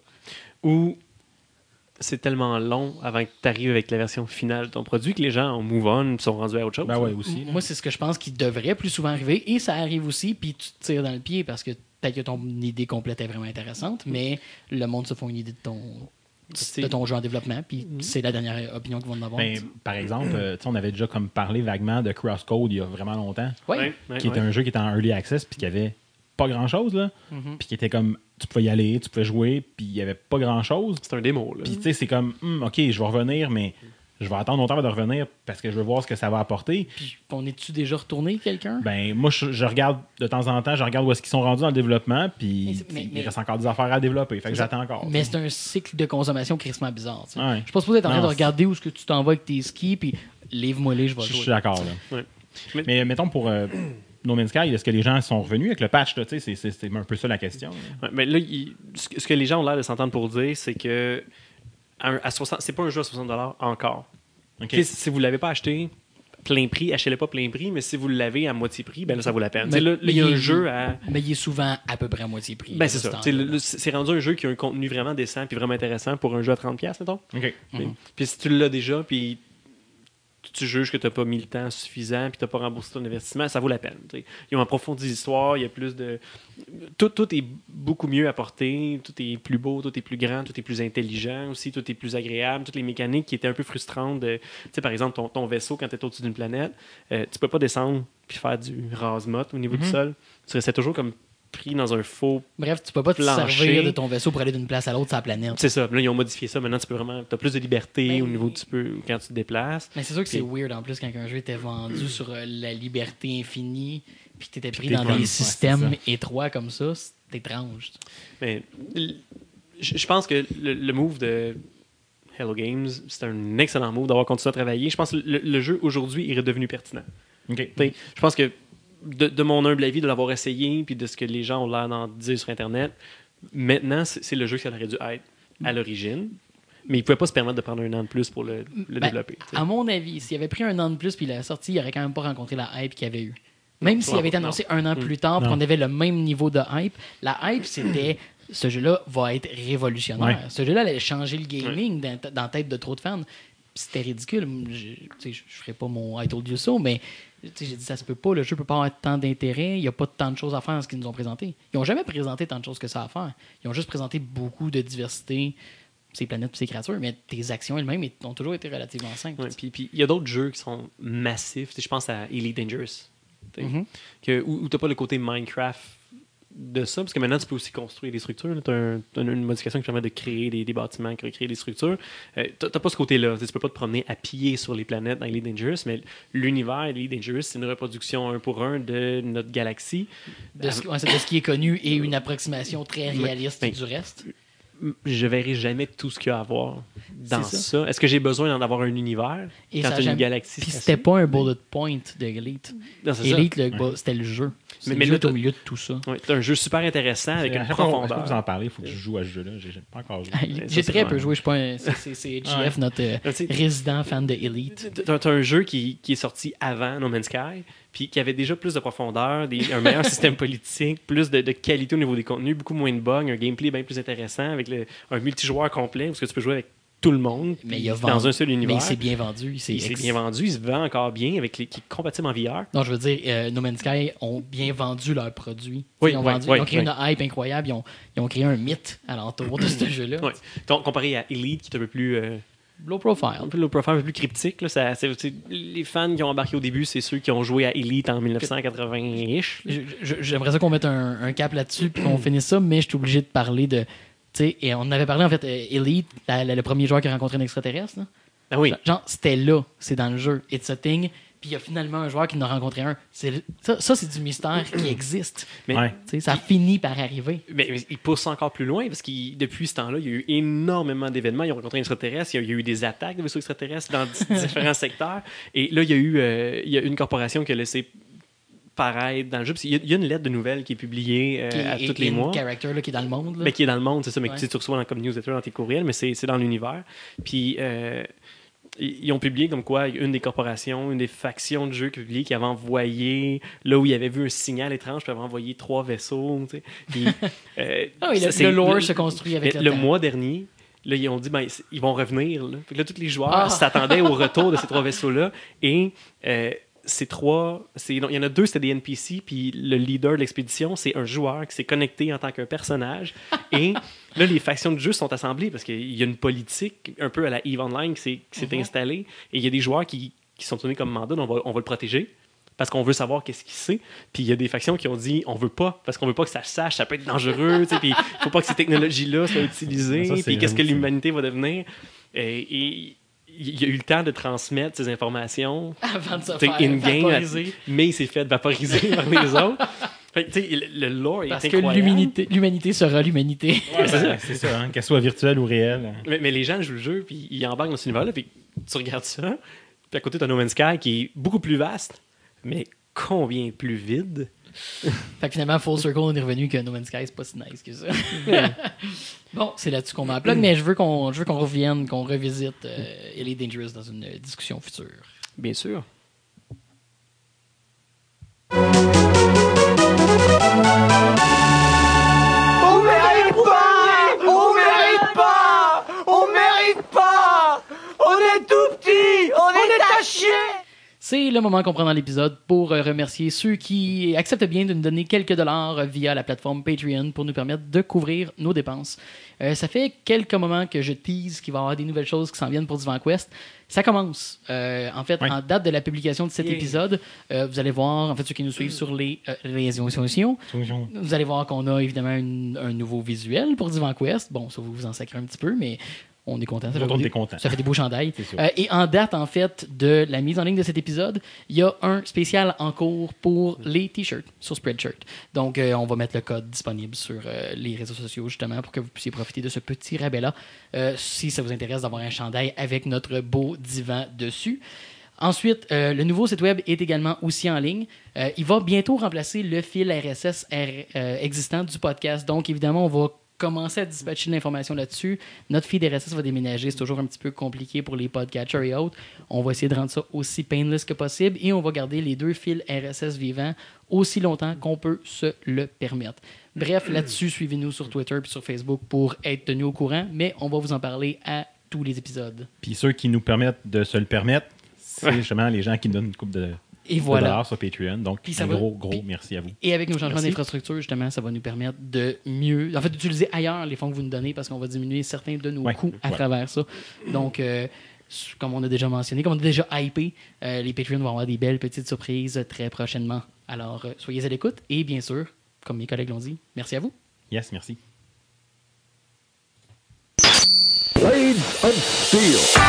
Ou c'est tellement long avant que tu arrives avec la version finale de ton produit que les gens en move on sont rendus à autre chose. Ben ouais, aussi. là. Moi, c'est ce que je pense qui devrait plus souvent arriver, et ça arrive aussi, puis tu te tires dans le pied, parce que peut-être que ton idée complète est vraiment intéressante, mais le monde se font une idée de ton, C'est- de ton jeu en développement, puis c'est la dernière opinion qu'ils vont en avoir. Ben, par exemple, euh, tu sais, on avait déjà comme parlé vaguement de Crosscode il y a vraiment longtemps, Ouais. Ouais, ouais, qui était ouais. un jeu qui était en early access puis qui avait pas grand chose là, puis qui était comme tu pouvais y aller, tu pouvais jouer, puis il y avait pas grand chose. C'est un démo. Là. Puis tu sais, c'est comme Hum, ok, je vais revenir, mais je vais attendre longtemps avant de revenir parce que je veux voir ce que ça va apporter. Puis on est-tu déjà retourné, quelqu'un? Ben moi, je, je regarde de temps en temps, je regarde où est-ce qu'ils sont rendus dans le développement, Mais puis c'est- mais- il mais- reste encore des affaires à développer, fait que j'attends encore. Mais c'est un cycle de consommation crissement bizarre. tu sais. Ouais. Je suis pas supposé être en train Non, de regarder où est-ce que tu t'en vas avec tes skis, puis livre-moi les, je vais Je je jouer. suis d'accord là. Ouais. Mais mettons pour euh, No Man's Sky, est-ce que les gens sont revenus avec le patch là, tu sais, c'est- c'est c'est un peu ça la question. là. Ouais, mais là, il- ce que ce que les gens ont l'air de s'entendre pour dire, c'est que à, un- à soixante, c'est pas un jeu à soixante dollars encore. Ok. Ok, si vous l'avez pas acheté, plein prix, achetez-le pas plein prix, mais si vous l'avez à moitié prix, ben là, ça vaut la peine. Mais- T'sais, là, là, mais il y a il un est- jeu à... Mais il est souvent à peu près à moitié prix. Ben, là, c'est ce ça. T'sais, temps-là. le- le- c'est rendu un jeu qui a un contenu vraiment décent puis vraiment intéressant pour un jeu à trente dollars, mettons. OK. Mhm. Puis si tu l'as déjà, puis tu juges que tu n'as pas mis le temps suffisant, puis tu n'as pas remboursé ton investissement, ça vaut la peine. T'sais. Ils ont approfondi l'histoire, il y a plus de... Tout, tout est beaucoup mieux apporté, tout est plus beau, tout est plus grand, tout est plus intelligent aussi, tout est plus agréable. Toutes les mécaniques qui étaient un peu frustrantes, de, par exemple, ton, ton vaisseau, quand tu es au-dessus d'une planète, euh, tu peux pas descendre puis faire du rase-mot au niveau Mhm. du sol. Tu restais toujours comme pris dans un faux... Bref, tu peux pas te plancher. servir de ton vaisseau pour aller d'une place à l'autre sur la planète. C'est ça. Là, ils ont modifié ça. Maintenant, tu peux vraiment... Tu as plus de liberté Ben, au niveau tu peux quand tu te déplaces. Mais c'est sûr que c'est Puis- weird en plus quand un jeu était vendu sur euh, la liberté infinie puis que t'étais pris t'es dans pris- des ouais, systèmes c'est étroits comme ça, c'est étrange. Mais l- je je pense que le, le move de Hello Games, c'est un excellent move d'avoir continué à travailler. Je pense que le, le jeu aujourd'hui est redevenu pertinent. OK. T'sais, Je pense que de, de mon humble avis, de l'avoir essayé, puis de ce que les gens ont l'air d'en dire sur Internet, maintenant, c'est c'est le jeu que ça aurait dû être à l'origine. Mais ils ne pouvaient pas se permettre de prendre un an de plus pour le, le Ben, développer. t'sais. À mon avis, s'il avait pris un an de plus puis il a sorti, il aurait quand même pas rencontré la hype qu'il y avait eu. Même s'il Non, avait été non. annoncé un an Mm. plus tard, puis Non. qu'on avait le même niveau de hype, la hype, c'était ce jeu-là va être révolutionnaire. Ouais. Ce jeu-là allait changer le gaming dans, dans la tête de trop de fans. Puis c'était ridicule. Je ne ferais pas mon I told you so, mais tu sais, j'ai dit ça se peut pas. Le jeu peut pas avoir tant d'intérêt. Il n'y a pas tant de choses à faire dans ce qu'ils nous ont présenté. Ils n'ont jamais présenté tant de choses que ça à faire. Ils ont juste présenté beaucoup de diversité, ces planètes et ces créatures, mais tes actions elles-mêmes elles ont toujours été relativement simples. Ouais, puis puis il y a d'autres jeux qui sont massifs. T'sais, Je pense à Elite Dangerous. t'sais, Mhm. que, où, où tu n'as pas le côté Minecraft de ça, parce que maintenant tu peux aussi construire des structures. Tu as une modification qui permet de créer des, des bâtiments, de créer des structures. Euh, tu n'as pas ce côté-là. Tu peux pas te promener à pied sur les planètes dans Elite Dangerous, mais l'univers Elite Dangerous, c'est une reproduction un pour un de notre galaxie. De ce, ouais, c'est de ce qui est connu et une approximation très réaliste Ben, du reste. Je verrai jamais tout ce qu'il y a à voir dans C'est ça. Est-ce que j'ai besoin d'en avoir un univers Et quand ça a tu as une jamais- galaxie? Puis c'est c'était assez? pas un bullet point de Elite. Non, c'est ça. Elite, le- bah, c'était le jeu. C'est Mais- le mais jeu là, est au t'as- milieu de tout ça. Ouais, t'as un jeu super intéressant avec À une chaque fois, à chaque fois que profondeur. vous en parlez, il faut que je joue à ce jeu-là. J'ai j'ai pas encore joué. J'ai ça, très c'est peu vrai. joué. Je suis pas un- c'est- c'est c'est G F, Ouais. notre euh, Tu sais, résident fan de Elite. T'as t'as un jeu qui, qui est sorti avant No Man's Sky, puis qui avait déjà plus de profondeur, des- un meilleur système politique, plus de, de qualité au niveau des contenus, beaucoup moins de bugs, un gameplay bien plus intéressant, avec le, un multijoueur complet, parce que tu peux jouer avec tout le monde, Mais puis il a dans vendu- un seul Mais univers. il s'est bien vendu. Il s'est Il s'est ex- bien vendu, il se vend encore bien, avec les, qui est compatible en V R. Non, je veux dire, euh, No Man's Sky ont bien vendu leurs produits. Oui, ils, ont oui, vendu- oui, ils ont créé oui. une hype incroyable. Ils ont, ils ont créé un mythe alentour de ce jeu-là. Ouais. Donc, comparé à Elite, qui est un peu plus, euh, Low profile. un peu low profile, un peu plus cryptique, là, ça, c'est- c'est- les fans qui ont embarqué au début, c'est ceux qui ont joué à Elite en dix-neuf cent quatre-vingts-ish. Je- je- J'aimerais ça qu'on mette un, un cap là-dessus puis qu'on finisse ça, mais je suis obligé de parler de. Tu sais, et on avait parlé en fait, euh, Elite, la- la- le premier joueur qui a rencontré un extraterrestre. Là. Ah oui. Genre, c'était là, c'est dans le jeu. It's a thing. Puis il y a finalement un joueur qui en a rencontré un. C'est- Ça, ça c'est du mystère qui existe. Mais, Ouais. Tu sais, ça finit par arriver. mais, mais il pousse encore plus loin parce que depuis ce temps-là, il y a eu énormément d'événements. Ils ont rencontré un extraterrestre, il y a, il y a eu des attaques de vaisseaux extraterrestres dans di- différents secteurs. Et là, il y a eu euh, il y a une corporation qui a laissé paraître dans le jeu. Parce qu'il y a- il y a une lettre de nouvelles qui est publiée euh, Qui à est- tous est les in mois. character là, qui est dans le monde. Là. Mais qui est dans le monde, c'est ça, mais Ouais. que tu sais, tu reçois dans, comme newsletter dans tes courriels, mais c'est c'est dans l'univers. Puis euh, ils ils ont publié comme quoi une des corporations, une des factions de jeux qui a publié, qui avait envoyé là où il avait vu un signal étrange, puis avait envoyé trois vaisseaux. Tu sais. Puis, euh, Ah oui, ça, le, c'est- le lore se construit avec le, le, le temps. mois dernier. Là, ils ont dit ben, ils vont revenir. Là. Fait que là, tous les joueurs Ah. s'attendaient au retour de ces trois vaisseaux-là. Et euh, ces trois, c'est- non, il y en a deux, c'était des N P C, puis le leader de l'expédition, c'est un joueur qui s'est connecté en tant qu'un personnage. Et là, les factions de jeu sont assemblées parce qu'il y a une politique un peu à la EVE Online qui s'est, qui s'est Mhm. installée. Et il y a des joueurs qui, qui sont donnés comme mandat, on va, on va le protéger. Parce qu'on veut savoir qu'est-ce qu'il sait. Puis il y a des factions qui ont dit on veut pas, parce qu'on veut pas que ça se sache, ça peut être dangereux. tu sais, Puis il faut pas que ces technologies-là soient utilisées. Ça, c'est Puis qu'est-ce que j'avoue, l'humanité va devenir. Et, et il y a eu le temps de transmettre ces informations Avant de se tu sais, faire in-game, vaporiser. mais il s'est fait vaporiser par les autres. Fait que, tu sais, le, le lore est Parce que incroyable. l'humanité, l'humanité sera l'humanité. Ouais, c'est c'est ça, hein, qu'elle soit virtuelle ou réelle. Mais, mais les gens jouent le jeu, puis ils embarquent dans cet univers-là, puis tu regardes ça, puis à côté, tu as No Man's Sky qui est beaucoup plus vaste, mais combien plus vide. Fait que finalement, Full Circle, on est revenu que No Man's Sky, c'est pas si nice que ça. Bon, c'est là-dessus qu'on m'en plug, mais je veux qu'on je veux qu'on revienne, qu'on revisite euh, Elite Dangerous dans une discussion future. Bien sûr. c'est le moment qu'on prend dans l'épisode pour euh, remercier ceux qui acceptent bien de nous donner quelques dollars via la plateforme Patreon pour nous permettre de couvrir nos dépenses. Euh, ça fait quelques moments que je tease qu'il va y avoir des nouvelles choses qui s'en viennent pour Divan Quest. Ça commence. Euh, en fait, Oui. en date de la publication de cet Yeah. épisode, euh, vous allez voir, en fait, ceux qui nous suivent sur les euh, réseaux sociaux, vous allez voir qu'on a évidemment une- un nouveau visuel pour Divan Quest. Bon, ça vous vous en sacrez un petit peu, mais on est content. Ça, Nous fait autres, on des, est contents. ça fait des beaux chandails. C'est sûr. Euh, et en date, en fait, de la mise en ligne de cet épisode, il y a un spécial en cours pour les t-shirts sur Spreadshirt. Donc, euh, on va mettre le code disponible sur euh, les réseaux sociaux, justement, pour que vous puissiez profiter de ce petit rabais-là. Euh, si ça vous intéresse d'avoir un chandail avec notre beau divan dessus. Ensuite, euh, le nouveau site web est également aussi en ligne. Euh, il va bientôt remplacer le fil R S S R- euh, existant du podcast. Donc, évidemment, on va commencer à dispatcher de l'information là-dessus. Notre feed R S S va déménager. C'est toujours un petit peu compliqué pour les podcatchers et autres. On va essayer de rendre ça aussi painless que possible et on va garder les deux fils R S S vivants aussi longtemps qu'on peut se le permettre. Bref, là-dessus, suivez-nous sur Twitter et sur Facebook pour être tenus au courant, mais on va vous en parler à tous les épisodes. Puis ceux qui nous permettent de se le permettre, c'est justement les gens qui nous donnent une coupe de, Et de voilà. dollars sur Patreon. Donc, Puis ça un va- gros, gros puis- merci à vous. Et avec nos changements Merci. d'infrastructure, justement, ça va nous permettre de mieux, en fait, d'utiliser ailleurs les fonds que vous nous donnez parce qu'on va diminuer certains de nos Ouais, coûts à ouais. travers ça. Donc, euh, comme on a déjà mentionné, comme on a déjà hypé, euh, les Patreons vont avoir des belles petites surprises très prochainement. Alors, euh, soyez à l'écoute et bien sûr, comme mes collègues l'ont dit, merci à vous. Yes, merci. Blades of Steel.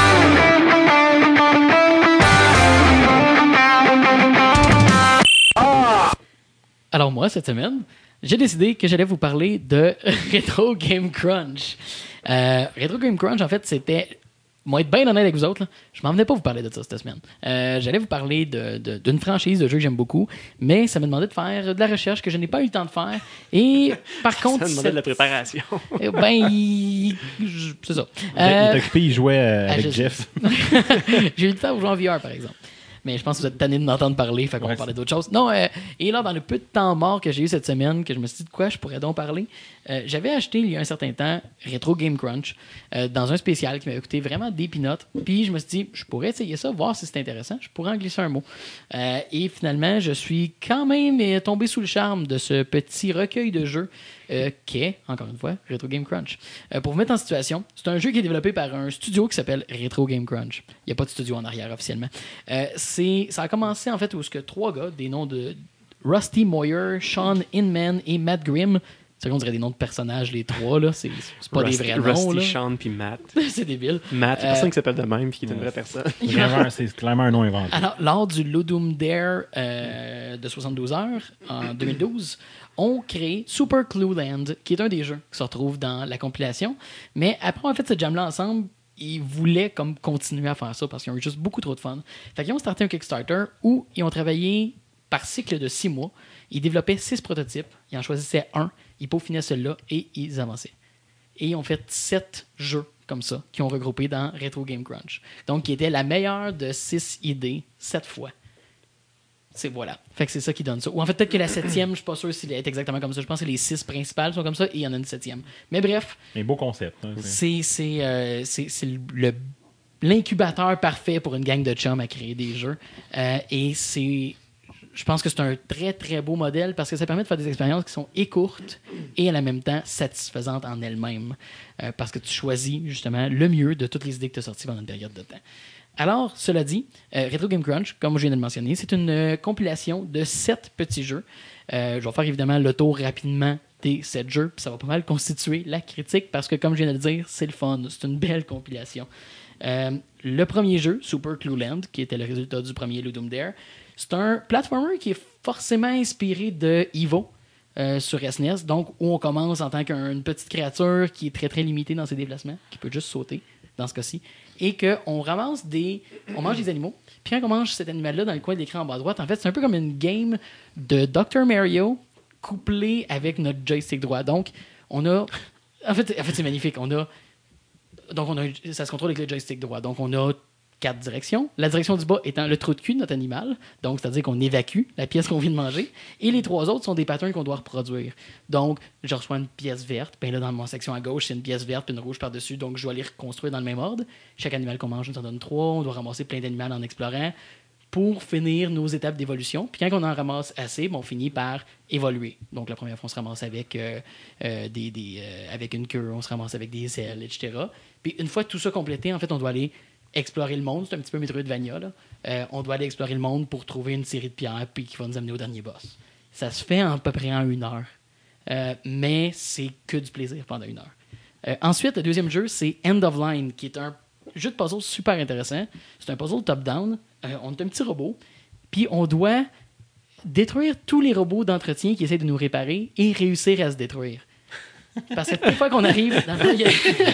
Alors moi, cette semaine, j'ai décidé que j'allais vous parler de Retro Game Crunch. Euh, Retro Game Crunch, en fait, c'était... Moi, être bien honnête avec vous autres, là, je m'en venais pas vous parler de ça cette semaine. Euh, j'allais vous parler de, de- d'une franchise de jeu que j'aime beaucoup, mais ça me demandait de faire de la recherche que je n'ai pas eu le temps de faire. Et par contre... Ça demandait de la cette- préparation. Eh ben, il- je- c'est ça. Il Euh, est occupé, il jouait euh, ah, avec je sais. Jeff. J'ai eu le temps de jouer en V R, par exemple. Mais je pense que vous êtes tanné de m'entendre parler, fait qu'on va Ouais, parler d'autre chose. Non, euh, et là, dans le peu de temps mort que j'ai eu cette semaine, que je me suis dit de quoi je pourrais donc parler, euh, j'avais acheté il y a un certain temps Retro Game Crunch euh, dans un spécial qui m'avait coûté vraiment des pinottes. Puis je me suis dit, je pourrais essayer ça, voir si c'est intéressant. Je pourrais en glisser un mot. Euh, et finalement, je suis quand même euh, tombé sous le charme de ce petit recueil de jeux euh, qu'est, encore une fois, Retro Game Crunch. Euh, pour vous mettre en situation, c'est un jeu qui est développé par un studio qui s'appelle Retro Game Crunch. Il n'y a pas de studio en arrière officiellement. Euh, c'est, ça a commencé en fait où ce que trois gars, des noms de Rusty Moyer, Sean Inman et Matt Grimm, c'est vrai qu'on dirait des noms de personnages les trois là, c'est, c'est pas Rusty, des vrais noms Rusty, là. Sean puis Matt. C'est débile. Matt, il y a Euh, personne qui s'appelle de même puis qui est une vraie personne. Vraiment, c'est clairement un nom inventé. Alors, lors du Ludum Dare euh, de soixante-douze heures, en deux mille douze, on crée Super Clue Land, qui est un des jeux qui se retrouve dans la compilation. Mais après, on a fait ce jam-là ensemble, ils voulaient comme continuer à faire ça parce qu'ils ont eu juste beaucoup trop de fun. Fait qu'ils ont starté un Kickstarter où ils ont travaillé par cycle de six mois. Ils développaient six prototypes, ils en choisissaient un, ils peaufinaient celui-là et ils avançaient. Et ils ont fait sept jeux comme ça qui ont regroupé dans Retro Game Crunch. Donc, qui était la meilleure de six idées, sept fois. C'est voilà. Fait que c'est ça qui donne ça. Ou en fait, peut-être que la septième, je suis pas sûr s'il est exactement comme ça. Je pense que les six principales sont comme ça et il y en a une septième. Mais bref, Un beau concept. hein, c'est- c'est c'est euh, c'est- c'est le l'incubateur parfait pour une gang de chums à créer des jeux. Euh, et c'est je pense que c'est un très très beau modèle parce que ça permet de faire des expériences qui sont et courtes et à la même temps satisfaisantes en elles-mêmes. Euh, parce que tu choisis justement le mieux de toutes les idées que tu as sorties pendant une période de temps. Alors, cela dit, euh, Retro Game Crunch, comme je viens de le mentionner, c'est une euh, compilation de sept petits jeux. Euh, je vais faire évidemment le tour rapidement des sept jeux, puis ça va pas mal constituer la critique parce que, comme je viens de le dire, c'est le fun. C'est une belle compilation. Euh, le premier jeu, Super Clue Land, qui était le résultat du premier Ludum Dare, c'est un platformer qui est forcément inspiré de Evo euh, sur S N E S, donc où on commence en tant qu'une petite créature qui est très très limitée dans ses déplacements, qui peut juste sauter dans ce cas-ci, et qu'on ramasse des... On mange des animaux, puis quand on mange cet animal-là dans le coin de l'écran en bas à droite, en fait, c'est un peu comme une game de docteur Mario couplée avec notre joystick droit. Donc, on a... En fait, en fait c'est magnifique. On a... Donc, on a... ça se contrôle avec le joystick droit. Donc, on a quatre directions. La direction du bas étant le trou de cul de notre animal, donc c'est-à-dire qu'on évacue la pièce qu'on vient de manger. Et les trois autres sont des patterns qu'on doit reproduire. Donc, je reçois une pièce verte, ben là, dans mon section à gauche, c'est une pièce verte puis une rouge par-dessus, donc je dois les reconstruire dans le même ordre. Chaque animal qu'on mange, nous en donne trois. On doit ramasser plein d'animaux en explorant. pour finir nos étapes d'évolution. Puis quand on en ramasse assez, ben, on finit par évoluer. Donc la première fois, on se ramasse avec, euh, euh, des, des, euh, avec une queue, on se ramasse avec des ailes, et cetera. Puis une fois tout ça complété, en fait, on doit aller explorer le monde. C'est un petit peu Metroidvania, là. Euh, on doit aller explorer le monde pour trouver une série de pierres puis qui va nous amener au dernier boss. Ça se fait à peu près en une heure. Euh, mais c'est que du plaisir pendant une heure. Euh, ensuite, le deuxième jeu, c'est End of Line, qui est un jeu de puzzle super intéressant. C'est un puzzle top-down. Euh, on est un petit robot. Puis on doit détruire tous les robots d'entretien qui essaient de nous réparer et réussir à se détruire. Parce que une fois qu'on arrive dans le... il y a-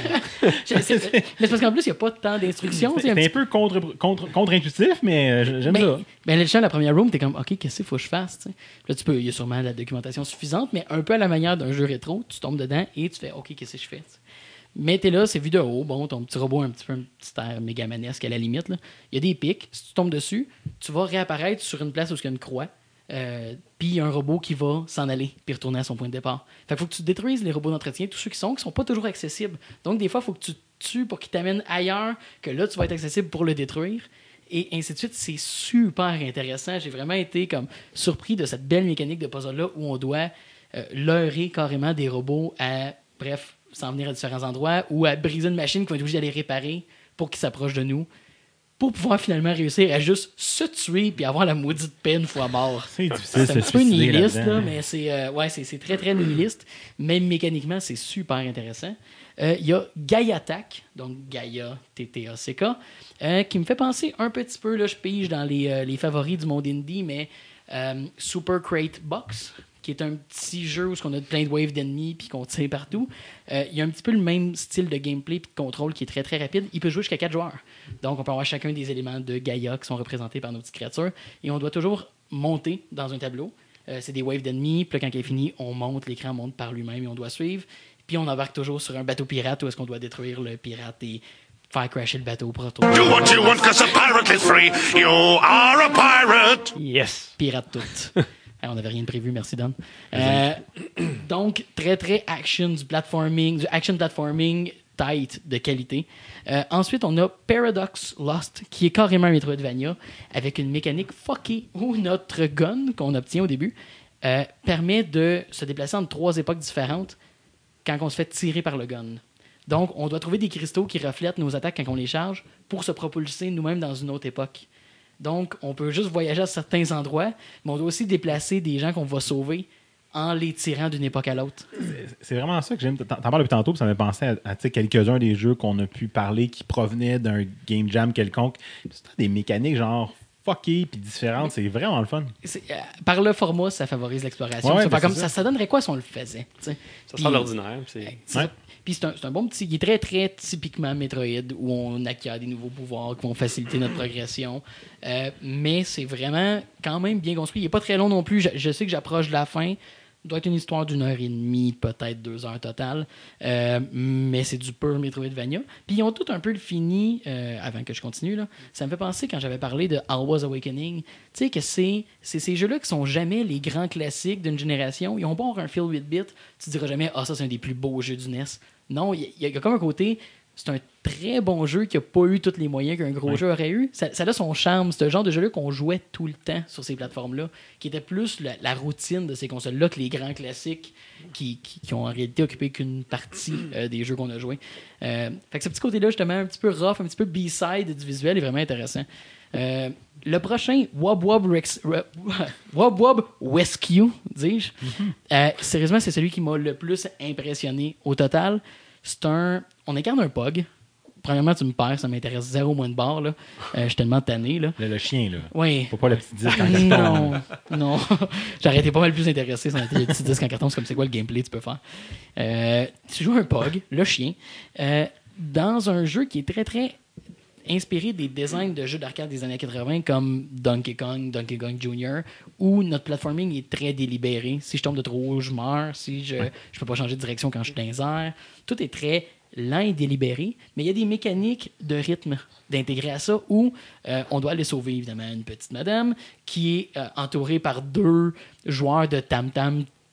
Je sais- mais c'est parce qu'en plus, il n'y a pas tant d'instructions. C'est un un petit- peu contre, contre, contre-intuitif, mais euh, j'aime Ben, ça. ben, le champ, la première room, t'es comme, OK, qu'est-ce qu'il faut que je fasse? T'sais? Là, tu peux, il y a sûrement de la documentation suffisante, mais un peu à la manière d'un jeu rétro, tu tombes dedans et tu fais, OK, qu'est-ce que je fais? T'sais. Mais t'es là, c'est vu de haut, bon, ton petit robot, un petit peu un petit air mégamanesque à la limite. Là. Il y a des pics, si tu tombes dessus, tu vas réapparaître sur une place où il y a une croix. Euh, puis il y a un robot qui va s'en aller puis retourner à son point de départ. Fait qu'il faut que tu détruises les robots d'entretien, tous ceux qui sont, qui sont pas toujours accessibles. Donc des fois, il faut que tu te tues pour qu'ils t'amènent ailleurs, que là, tu vas être accessible pour le détruire. Et ainsi de suite, c'est super intéressant. J'ai vraiment été comme surpris de cette belle mécanique de puzzle-là où on doit euh, leurrer carrément des robots à, bref, s'en venir à différents endroits ou à briser une machine qu'on va être obligé d'aller réparer pour qu'ils s'approchent de nous, pour pouvoir finalement réussir à juste se tuer puis avoir la maudite paix une fois mort. C'est difficile C'est de un se petit peu suicider nihiliste, là-dedans. là, mais c'est euh, ouais, c'est, c'est très, très nihiliste. Même mécaniquement, c'est super intéressant. Euh, Il y a Gaia Attack, donc Gaia, T T A C K, euh, qui me fait penser un petit peu, là, je pige dans les, euh, les favoris du monde indie, mais euh, Super Crate Box, qui est un petit jeu où on a plein de waves d'ennemis puis qu'on tire partout. Euh, il y a un petit peu le même style de gameplay et de contrôle qui est très très rapide. Il peut jouer jusqu'à quatre joueurs. Donc on peut avoir chacun des éléments de Gaia qui sont représentés par nos petites créatures et on doit toujours monter dans un tableau. Euh, c'est des waves d'ennemis, puis là, quand il est fini, on monte, l'écran monte par lui-même et on doit suivre. Puis on embarque toujours sur un bateau pirate où est-ce qu'on doit détruire le pirate et faire crasher le bateau pour retourner. Do what you want, cause a pirate is free. You are a pirate. Yes. Pirate tout. Ah, on n'avait rien de prévu, merci Don. Euh, donc, très très action, du platforming, du action platforming tight de qualité. Euh, ensuite, on a Paradox Lost, qui est carrément un Metroidvania, avec une mécanique fuckée où notre gun qu'on obtient au début euh, permet de se déplacer entre trois époques différentes quand on se fait tirer par le gun. Donc, on doit trouver des cristaux qui reflètent nos attaques quand on les charge pour se propulser nous-mêmes dans une autre époque. Donc, on peut juste voyager à certains endroits, mais on doit aussi déplacer des gens qu'on va sauver en les tirant d'une époque à l'autre. C'est vraiment ça que j'aime. T'en t'en parles depuis tantôt, puis ça m'a pensé à, à tu sais, quelques-uns des jeux qu'on a pu parler qui provenaient d'un game jam quelconque. C'est des mécaniques genre fuckées puis différentes. C'est vraiment le fun. C'est, euh, par le format, ça favorise l'exploration. Ouais, Ça ben fait comme c'est ça. ça. Ça donnerait quoi si on le faisait? t'sais? Ça Puis- sent l'ordinaire. C'est... C'est Ouais. ça. Puis c'est un, c'est un bon petit... Il est très, très typiquement Metroid, où on acquiert des nouveaux pouvoirs qui vont faciliter notre progression. Euh, mais c'est vraiment quand même bien construit. Il n'est pas très long non plus. Je, je sais que j'approche de la fin. Il doit être une histoire d'une heure et demie, peut-être deux heures total. Euh, mais c'est du pur Metroidvania. Puis ils ont tout un peu le fini, euh, avant que je continue, là. Ça me fait penser, quand j'avais parlé de Alwa's Awakening, tu sais que c'est, c'est ces jeux-là qui sont jamais les grands classiques d'une génération. Ils ont beau avoir un feel with bit. Tu diras jamais, ah, ça, c'est un des plus beaux jeux du N E S. Non, il y, y a comme un côté, c'est un très bon jeu qui n'a pas eu tous les moyens qu'un gros Ouais. jeu aurait eu. Ça, ça a son charme. C'est le genre de jeu-là qu'on jouait tout le temps sur ces plateformes-là, qui était plus la, la routine de ces consoles-là que les grands classiques qui, qui, qui ont en réalité occupé qu'une partie euh, des jeux qu'on a joués. Euh, fait que ce petit côté-là, justement, un petit peu rough, un petit peu B-side du visuel est vraiment intéressant. Euh, le prochain, Wob Wob, Rex, Re- Wob Wob Rescue, dis-je. Euh, sérieusement, c'est celui qui m'a le plus impressionné au total. C'est un... On incarne un pug. Premièrement, tu me perds, ça m'intéresse zéro moins de barre. Là. Euh, je suis tellement tanné. Là. Le, le chien, là. Oui. Faut pas le petit disque en carton. Non, non. J'aurais été pas mal plus intéressé si on était le petit disque en carton. C'est comme c'est quoi le gameplay tu peux faire. Euh, tu joues un pug, le chien, euh, dans un jeu qui est très, très inspiré des designs de jeux d'arcade des années quatre-vingts comme Donkey Kong, Donkey Kong Junior, où notre platforming est très délibéré. Si je tombe de trop haut, je meurs. Si je je peux pas changer de direction quand je suis dans les airs. Tout est très lent et délibéré, mais il y a des mécaniques de rythme d'intégrer à ça où euh, on doit aller sauver évidemment une petite madame qui est euh, entourée par deux joueurs de tam-tam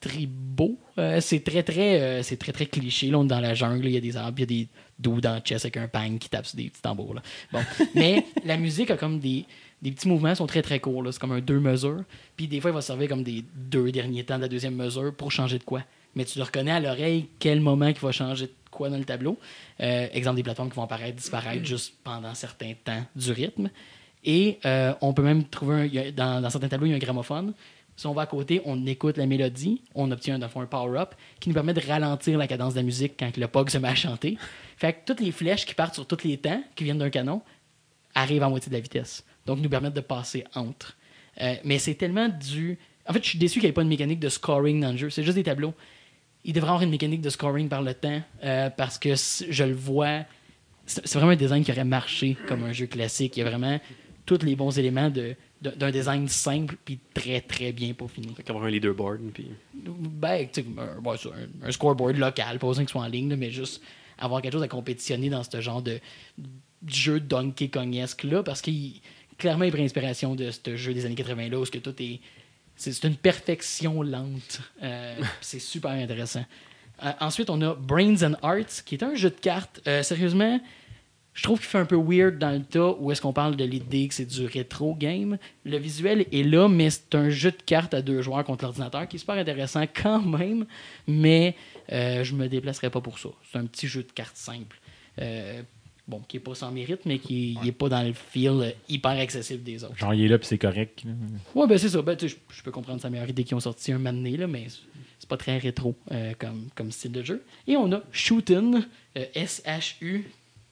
tribaux. Euh, c'est très, très euh, c'est très, très cliché. Là, on est dans la jungle, il y a des arbres, il y a des dos dans le chest avec un pang qui tape sur des petits tambours. Là. Bon. Mais la musique a comme des, des petits mouvements, sont très, très courts. Là. C'est comme un deux mesures. Puis des fois, il va servir comme des deux derniers temps de la deuxième mesure pour changer de quoi. Mais tu le reconnais à l'oreille quel moment il va changer de quoi dans le tableau. Euh, exemple, des plateformes qui vont apparaître, disparaître juste pendant certains temps du rythme. Et euh, on peut même trouver, un, il y a, dans, dans certains tableaux, il y a un gramophone. Si on va à côté, on écoute la mélodie, on obtient un, un power-up qui nous permet de ralentir la cadence de la musique quand le P O G se met à chanter. Fait que toutes les flèches qui partent sur tous les temps, qui viennent d'un canon, arrivent à moitié de la vitesse. Donc, nous permettent de passer entre. Euh, mais c'est tellement du... En fait, je suis déçu qu'il n'y ait pas une mécanique de scoring dans le jeu. C'est juste des tableaux. Il devrait avoir une mécanique de scoring par le temps euh, parce que je le vois... C'est, c'est vraiment un design qui aurait marché comme un jeu classique. Il y a vraiment tous les bons éléments de... d'un design simple puis très très bien peaufiné. Fait qu'avoir un leaderboard puis ben tu sais un, ouais, un, un scoreboard local, pas besoin qu'il soit en ligne là, mais juste avoir quelque chose à compétitionner dans ce genre de, de jeu Donkey Kong-esque là parce qu'il clairement il prend inspiration de ce jeu des années quatre-vingts là où que tout est c'est, c'est une perfection lente. Euh, c'est super intéressant. Euh, ensuite on a Brains and Hearts qui est un jeu de cartes euh, sérieusement. Je trouve qu'il fait un peu weird dans le tas où est-ce qu'on parle de l'idée que c'est du rétro game. Le visuel est là, mais c'est un jeu de cartes à deux joueurs contre l'ordinateur qui est super intéressant quand même, mais euh, je me déplacerai pas pour ça. C'est un petit jeu de cartes simple. Euh, bon, qui est pas sans mérite, mais qui n'est pas dans le feel hyper accessible des autres. Genre, il est là puis c'est correct. Là. Ouais, ben c'est ça. Ben, je, je peux comprendre sa meilleure idée qui ont sorti un moment donné, là, mais c'est pas très rétro euh, comme, comme style de jeu. Et on a Shootin', euh, S H U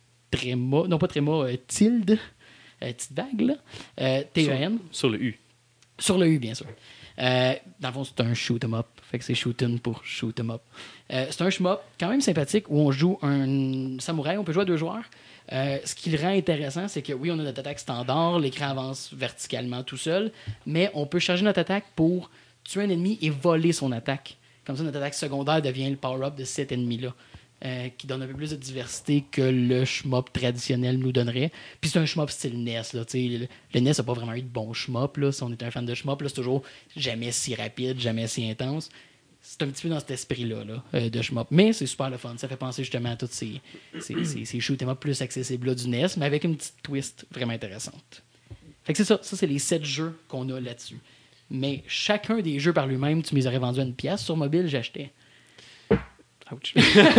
Tréma, non pas Tréma, euh, tilde, euh, petite vague, là, euh, T E N. Sur, sur le U. Sur le U, bien sûr. Euh, dans le fond, c'est un shoot 'em up. Fait que c'est shootin' pour shoot 'em up. Euh, c'est un shmup quand même sympathique où on joue un samouraï, on peut jouer à deux joueurs. Euh, ce qui le rend intéressant, c'est que oui, on a notre attaque standard, l'écran avance verticalement tout seul, mais on peut charger notre attaque pour tuer un ennemi et voler son attaque. Comme ça, notre attaque secondaire devient le power-up de cet ennemi-là. Euh, qui donne un peu plus de diversité que le shmup traditionnel nous donnerait. Puis c'est un shmup style N E S. Là, le, le N E S n'a pas vraiment eu de bon shmup. Là, si on est un fan de shmup, là, c'est toujours jamais si rapide, jamais si intense. C'est un petit peu dans cet esprit-là là, euh, de shmup. Mais c'est super le fun. Ça fait penser justement à tous ces, ces, ces, ces shoot 'em up plus accessibles là, du N E S, mais avec une petite twist vraiment intéressante. Fait que c'est ça. Ça, c'est les sept jeux qu'on a là-dessus. Mais chacun des jeux par lui-même, tu me les aurais vendus à une pièce. Sur mobile, j'achetais. Ouch.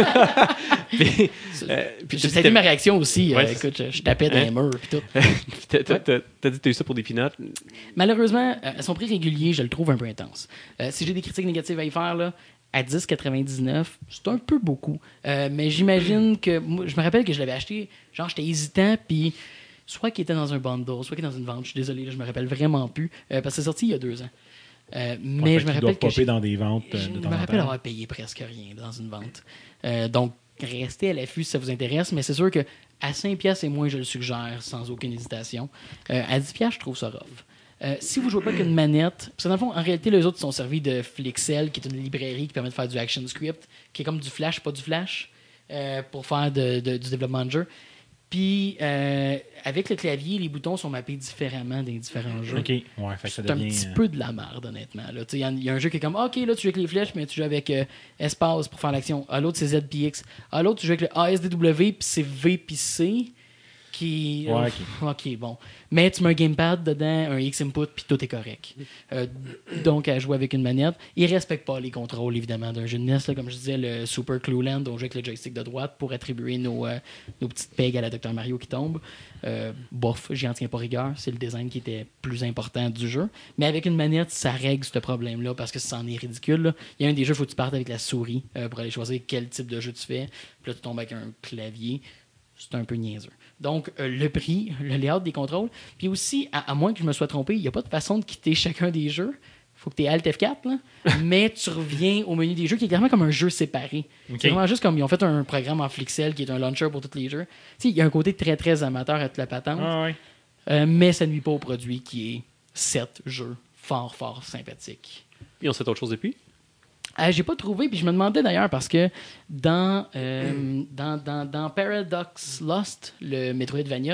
puis, euh, puis ça a été ma réaction aussi. Ouais, euh, écoute, je, je tapais dans hein? les murs et tout. t'as, t'as, t'as, t'as dit que t'as eu ça pour des peanuts? Malheureusement, euh, à son prix régulier, je le trouve un peu intense. Euh, si j'ai des critiques négatives à y faire, là, à dix quatre-vingt-dix-neuf, c'est un peu beaucoup. Euh, mais j'imagine que... Moi, je me rappelle que je l'avais acheté, genre j'étais hésitant, puis soit qu'il était dans un bundle, soit qu'il était dans une vente. Je suis désolé, là, je me rappelle vraiment plus. Euh, parce que c'est sorti il y a deux ans. Euh, mais je me rappelle que j'ai, dans des ventes je de me rappelle avoir payé presque rien dans une vente. Euh, donc, restez à l'affût si ça vous intéresse, mais c'est sûr que à cinq piastres et moins, je le suggère sans aucune hésitation. Euh, à dix piastres, je trouve ça rough. Euh, si vous ne jouez pas qu'une manette, parce que dans le fond, en réalité, les autres sont servis de Flixel, qui est une librairie qui permet de faire du action script, qui est comme du flash, pas du flash, euh, pour faire de, de, du développement de jeu. Puis, euh, avec le clavier, les boutons sont mappés différemment dans les différents jeux. OK. Ouais, fait que ça c'est devient... un petit peu de la merde, honnêtement. Il y, y a un jeu qui est comme, OK, là, tu joues avec les flèches, mais tu joues avec euh, espace pour faire l'action. À l'autre, c'est Z P X. À l'autre, tu joues avec le A S D W, puis c'est V puis C. Qui... Ouais, OK. OK, bon. Mais tu mets un gamepad dedans, un X-input, puis tout est correct. Euh, donc, à jouer avec une manette. Ils ne respectent pas les contrôles, évidemment, d'un jeu de N E S. Là, comme je disais, le Super Clueland, on joue avec le joystick de droite pour attribuer nos, euh, nos petites pegs à la Docteur Mario qui tombe. Euh, bof, j'y en tiens pas rigueur. C'est le design qui était plus important du jeu. Mais avec une manette, ça règle ce problème-là parce que c'en est ridicule. Là. Il y a un des jeux, il faut que tu partes avec la souris euh, pour aller choisir quel type de jeu tu fais. Puis là, tu tombes avec un clavier. C'est un peu niaiseux. Donc, euh, le prix, le layout des contrôles. Puis aussi, à, à moins que je me sois trompé, il n'y a pas de façon de quitter chacun des jeux. Il faut que tu aies Alt F quatre, là. Mais tu reviens au menu des jeux qui est clairement comme un jeu séparé. Okay. C'est vraiment juste comme ils ont fait un programme en Flixel qui est un launcher pour tous les jeux. Tu sais, il y a un côté très, très amateur à toute la patente. Ah, ouais. euh, mais ça ne nuit pas au produit qui est sept jeux fort, fort sympathiques. Ils ont fait autre chose depuis? Euh, j'ai pas trouvé, puis je me demandais d'ailleurs parce que dans, euh, dans, dans, dans Paradox Lost, le Metroidvania,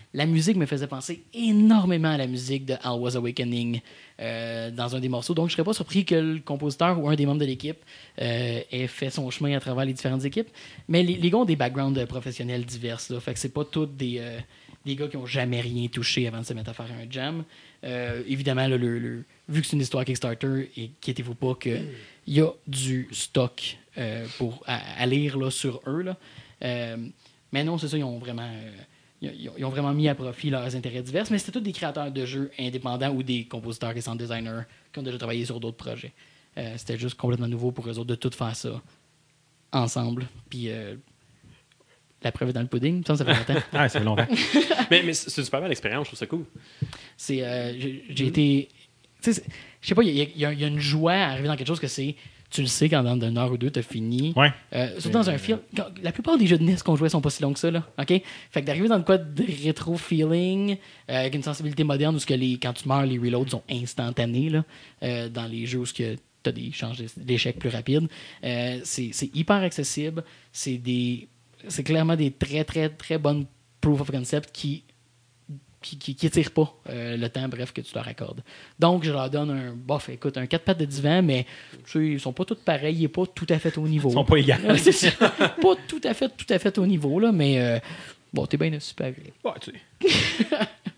la musique me faisait penser énormément à la musique de Al Was Awakening euh, dans un des morceaux. Donc, je ne serais pas surpris que le compositeur ou un des membres de l'équipe euh, ait fait son chemin à travers les différentes équipes. Mais les, les gars ont des backgrounds professionnels divers. Là, fait que c'est pas tous des, euh, des gars qui n'ont jamais rien touché avant de se mettre à faire un jam. Euh, évidemment, là, le, le, vu que c'est une histoire Kickstarter, et inquiétez-vous pas qu'il y a du stock euh, pour, à, à lire là, sur eux. Là. Euh, mais non, c'est ça, ils ont vraiment... Euh, Ils ont, ils ont vraiment mis à profit leurs intérêts divers, mais c'était tous des créateurs de jeux indépendants ou des compositeurs et sound designers qui ont déjà travaillé sur d'autres projets. Euh, c'était juste complètement nouveau pour eux autres de tout faire ça ensemble. Puis euh, la preuve est dans le pudding, ça, ça fait longtemps. Ah, ça fait longtemps. mais, mais c'est une super belle expérience, je trouve ça cool. C'est, euh, j'ai, j'ai été... Tu sais, je sais pas, il y, y, y a une joie à arriver dans quelque chose que c'est... Tu le sais quand dans une heure ou deux, tu as fini. Ouais. Euh, surtout dans un film. Quand, la plupart des jeux de N E S qu'on jouait sont pas si longs que ça. Là, okay? Fait que d'arriver dans le quoi de rétro-feeling, euh, avec une sensibilité moderne où ce que les, quand tu meurs, les reloads sont instantanés. Là, euh, dans les jeux où tu as des changes d'échecs plus rapides. Euh, c'est, c'est hyper accessible. C'est, des, c'est clairement des très, très, très bonnes proof of concept qui qui, qui, qui étirent pas euh, le temps, bref, que tu leur accordes. Donc, je leur donne un, bof, écoute, un quatre pattes de divan, mais tu sais, ils sont pas tous pareils, ils sont pas tout à fait au niveau. Ils sont pas égaux. C'est ça. Pas tout à fait, tout à fait au niveau, là, mais euh, bon, t'es bien super agréable. Ouais, tu sais.